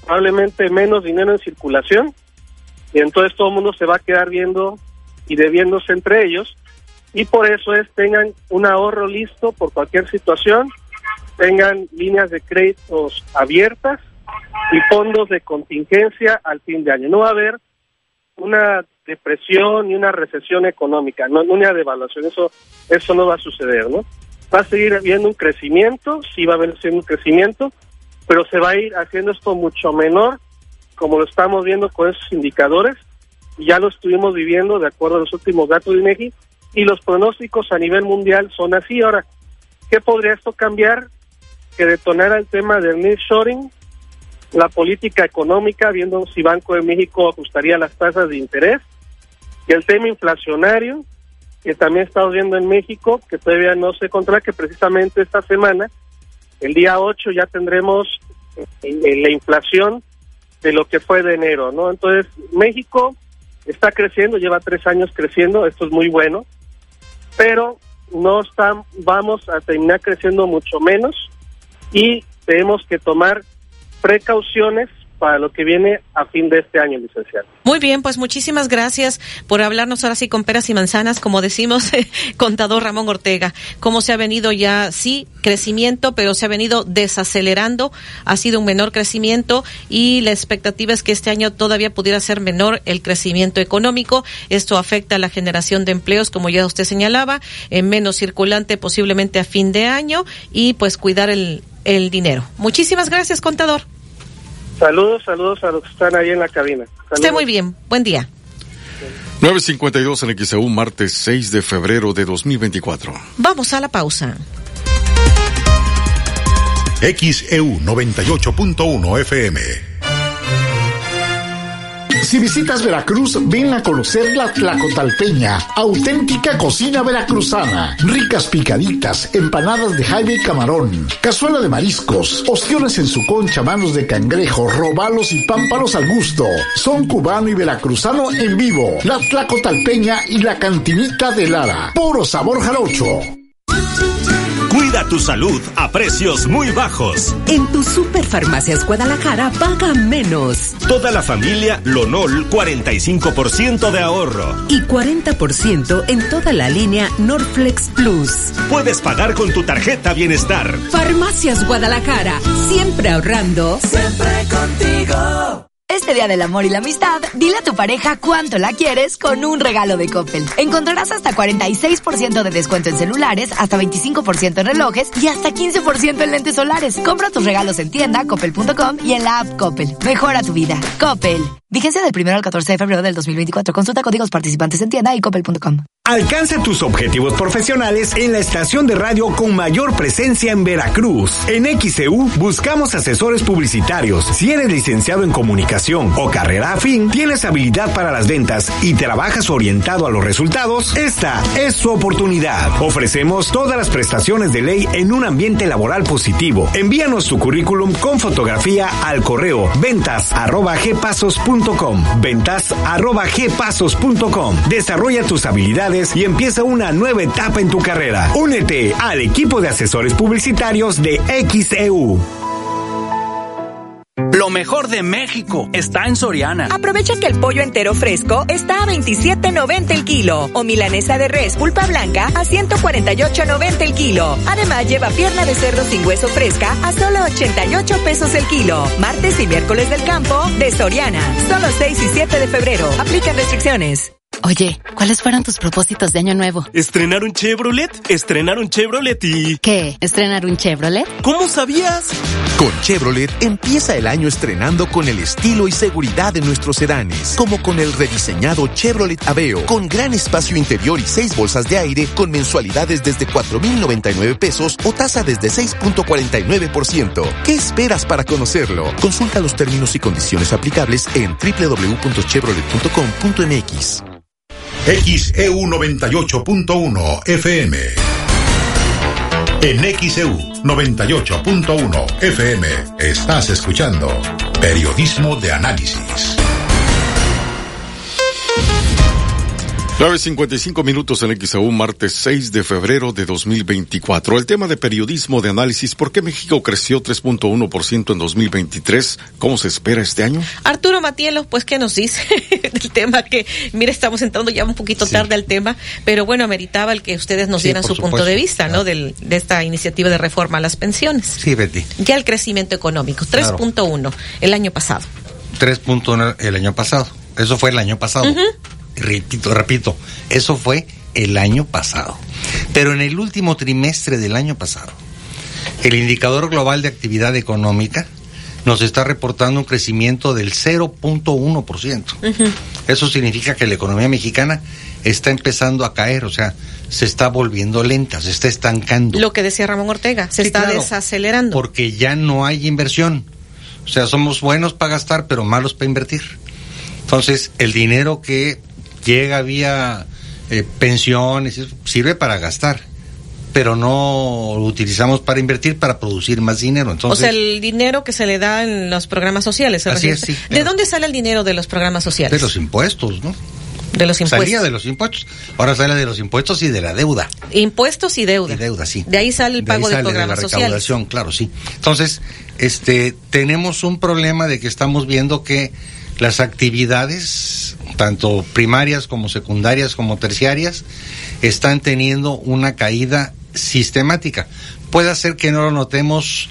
probablemente menos dinero en circulación, y entonces todo el mundo se va a quedar viendo y debiéndose entre ellos, y por eso tengan un ahorro listo por cualquier situación, tengan líneas de créditos abiertas y fondos de contingencia al fin de año. No va a haber una depresión ni una recesión económica, no una devaluación, eso no va a suceder, ¿no? Va a seguir habiendo un crecimiento, sí va a haber siendo un crecimiento, pero se va a ir haciendo esto mucho menor, como lo estamos viendo con esos indicadores, y ya lo estuvimos viviendo de acuerdo a los últimos datos de INEGI, y los pronósticos a nivel mundial son así. Ahora, ¿qué podría esto cambiar? Que detonara el tema del nearshoring, la política económica, viendo si Banco de México ajustaría las tasas de interés, y el tema inflacionario, que también estamos viendo en México, que todavía no se controla, que precisamente esta semana, el día 8, ya tendremos la inflación de lo que fue de enero, ¿no? Entonces, México está creciendo, lleva 3 años creciendo, esto es muy bueno, pero vamos a terminar creciendo mucho menos, y tenemos que tomar precauciones para lo que viene a fin de este año, licenciado. Muy bien, pues muchísimas gracias por hablarnos ahora sí con peras y manzanas, como decimos, contador Ramón Ortega. Cómo se ha venido ya, sí, crecimiento, pero se ha venido desacelerando, ha sido un menor crecimiento, y la expectativa es que este año todavía pudiera ser menor el crecimiento económico. Esto afecta a la generación de empleos, como ya usted señalaba, menos circulante posiblemente a fin de año, y pues cuidar el dinero. Muchísimas gracias, contador. Saludos a los que están ahí en la cabina. Saludos. Esté muy bien. Buen día. 9:52 en XEU, martes 6 de febrero de 2024. Vamos a la pausa. XEU 98.1 FM. Si visitas Veracruz, ven a conocer la Tlacotalpeña, auténtica cocina veracruzana. Ricas picaditas, empanadas de jaiba y camarón, cazuela de mariscos, ostiones en su concha, manos de cangrejo, robalos y pámpanos al gusto. Son cubano y veracruzano en vivo. La Tlacotalpeña y la Cantinita de Lara. Puro sabor jarocho. Cuida tu salud a precios muy bajos. En tu Superfarmacias Guadalajara paga menos. Toda la familia Lonol, 45% de ahorro. Y 40% en toda la línea Norflex Plus. Puedes pagar con tu tarjeta Bienestar. Farmacias Guadalajara, siempre ahorrando. Siempre contigo. Este Día del Amor y la Amistad, dile a tu pareja cuánto la quieres con un regalo de Coppel. Encontrarás hasta 46% de descuento en celulares, hasta 25% en relojes y hasta 15% en lentes solares. Compra tus regalos en tienda, coppel.com y en la app Coppel. Mejora tu vida. Coppel. Vigencia del 1 al 14 de febrero del 2024. Consulta códigos participantes en tienda y coppel.com. Alcanza tus objetivos profesionales en la estación de radio con mayor presencia en Veracruz. En XEU buscamos asesores publicitarios. Si eres licenciado en comunicación o carrera afín, tienes habilidad para las ventas y trabajas orientado a los resultados, esta es su oportunidad. Ofrecemos todas las prestaciones de ley en un ambiente laboral positivo. Envíanos tu currículum con fotografía al correo ventas@gpasos.com. ventas@gpasos.com. Desarrolla tus habilidades y empieza una nueva etapa en tu carrera. Únete al equipo de asesores publicitarios de XEU. Lo mejor de México está en Soriana. Aprovecha que el pollo entero fresco está a $27.90 el kilo. O milanesa de res pulpa blanca a $148.90 el kilo. Además, lleva pierna de cerdo sin hueso fresca a solo $88 el kilo. Martes y miércoles del campo de Soriana. Solo 6 y 7 de febrero. Aplican restricciones. Oye, ¿cuáles fueron tus propósitos de año nuevo? ¿Estrenar un Chevrolet? ¿Estrenar un Chevrolet y...? ¿Qué? ¿Estrenar un Chevrolet? ¿Cómo sabías? Con Chevrolet empieza el año estrenando con el estilo y seguridad de nuestros sedanes, como con el rediseñado Chevrolet Aveo, con gran espacio interior y 6 bolsas de aire, con mensualidades desde $4,099 o tasa desde 6.49%. ¿Qué esperas para conocerlo? Consulta los términos y condiciones aplicables en www.chevrolet.com.mx. XEU 98.1 FM. En XEU 98.1 FM estás escuchando Periodismo de Análisis. 9:55 en XAU, martes 6 de febrero de 2024. El tema de periodismo de análisis, ¿por qué México creció 3.1% en 2023? ¿Cómo se espera este año? Arturo Matielos, pues, ¿qué nos dice del tema? Que, mire, estamos entrando ya un poquito tarde al tema, pero bueno, ameritaba el que ustedes nos dieran su punto de vista, ¿no? De esta iniciativa de reforma a las pensiones. Sí, Betty. Ya el crecimiento económico, 3.1 el año pasado. 3.1 el año pasado. Eso fue el año pasado. Repito, eso fue el año pasado. Pero en el último trimestre del año pasado, el indicador global de actividad económica nos está reportando un crecimiento del 0.1%. Eso significa que la economía mexicana está empezando a caer, o sea, se está volviendo lenta, se está estancando. Lo que decía Ramón Ortega, se está desacelerando. Porque ya no hay inversión. O sea, somos buenos para gastar, pero malos para invertir. Entonces, el dinero que llega vía pensiones sirve para gastar, pero no lo utilizamos para invertir, para producir más dinero. Entonces, o sea, el dinero que se le da en los programas sociales. Así es, sí. ¿De dónde sale el dinero de los programas sociales? De los impuestos, ¿no? De los impuestos. Salía de los impuestos. Ahora sale de los impuestos y de la deuda. Impuestos y deuda. Y deuda, sí. De ahí sale el pago de programas sociales. De la recaudación, claro, sí. Entonces, tenemos un problema de que estamos viendo que las actividades, tanto primarias como secundarias como terciarias, están teniendo una caída sistemática. Puede ser que no lo notemos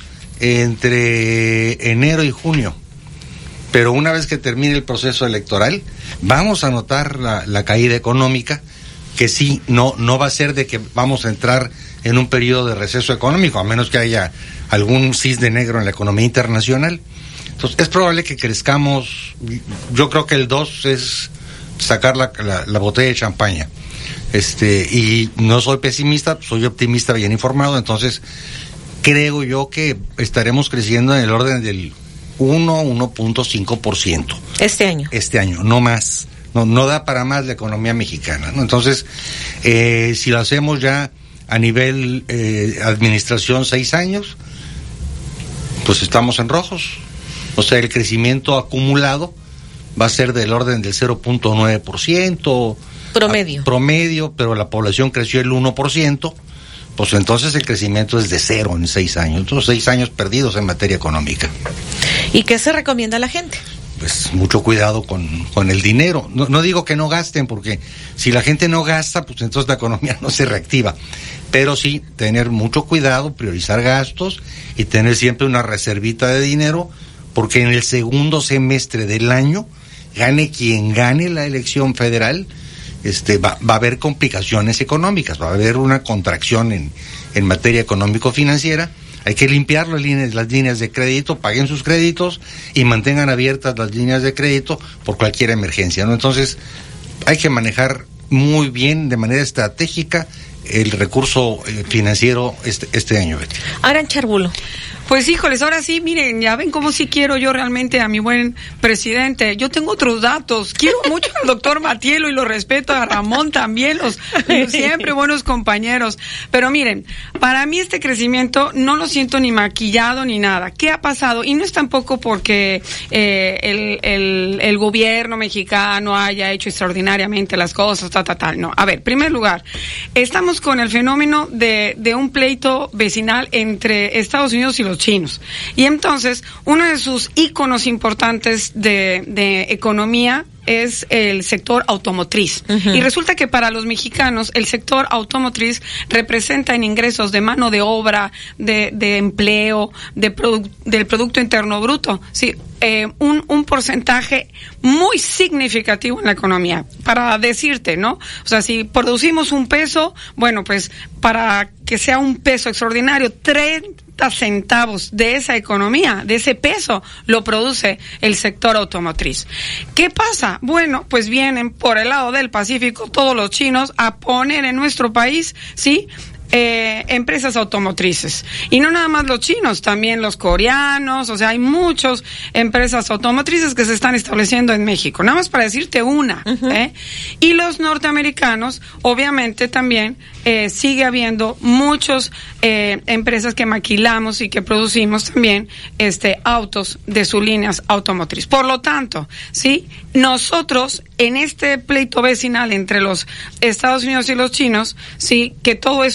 entre enero y junio, pero una vez que termine el proceso electoral, vamos a notar la caída económica, que sí, no va a ser de que vamos a entrar en un periodo de receso económico, a menos que haya algún cisne negro en la economía internacional. Entonces, es probable que crezcamos. Yo creo que el 2 es sacar la botella de champaña. Y no soy pesimista, soy optimista, bien informado. Entonces, creo yo que estaremos creciendo en el orden del 1.5%. Este año, no más. No da para más la economía mexicana, ¿no? Entonces, si lo hacemos ya a nivel administración 6 años, pues estamos en rojos. O sea, el crecimiento acumulado va a ser del orden del 0.9%. Promedio, pero la población creció el 1%. Pues entonces el crecimiento es de 0 en 6 años. Entonces 6 años perdidos en materia económica. ¿Y qué se recomienda a la gente? Pues mucho cuidado con el dinero. No digo que no gasten, porque si la gente no gasta, pues entonces la economía no se reactiva. Pero sí, tener mucho cuidado, priorizar gastos y tener siempre una reservita de dinero, porque en el segundo semestre del año, gane quien gane la elección federal, va a haber complicaciones económicas, va a haber una contracción en materia económico-financiera. Hay que limpiar las líneas de crédito, paguen sus créditos y mantengan abiertas las líneas de crédito por cualquier emergencia, ¿no? Entonces, hay que manejar muy bien, de manera estratégica, el recurso financiero este año. Arancha Arbulo. Pues híjoles, ahora sí, miren, ya ven cómo sí quiero yo realmente a mi buen presidente. Yo tengo otros datos. Quiero mucho al doctor Matielo y lo respeto, a Ramón también, los siempre buenos compañeros. Pero miren, para mí este crecimiento no lo siento ni maquillado ni nada. ¿Qué ha pasado? Y no es tampoco porque el gobierno mexicano haya hecho extraordinariamente las cosas, tal. No, a ver, en primer lugar, estamos con el fenómeno de un pleito vecinal entre Estados Unidos y los chinos. Y entonces, uno de sus íconos importantes de economía es el sector automotriz. Y resulta que para los mexicanos el sector automotriz representa en ingresos de mano de obra, de empleo, del Producto Interno Bruto, sí, un porcentaje muy significativo en la economía. Para decirte, ¿no? O sea, si producimos $1, bueno, pues para que sea un peso extraordinario, 30 centavos de esa economía, de ese peso, lo produce el sector automotriz. ¿Qué pasa? Bueno, pues vienen por el lado del Pacífico todos los chinos a poner en nuestro país, ¿sí?, empresas automotrices. Y no nada más los chinos, también los coreanos, o sea, hay muchas empresas automotrices que se están estableciendo en México. Nada más para decirte una. Y los norteamericanos, obviamente también, sigue habiendo muchas empresas que maquilamos y que producimos también autos de sus líneas automotriz. Por lo tanto, ¿sí? Nosotros, en este pleito vecinal entre los Estados Unidos y los chinos, sí, que todo es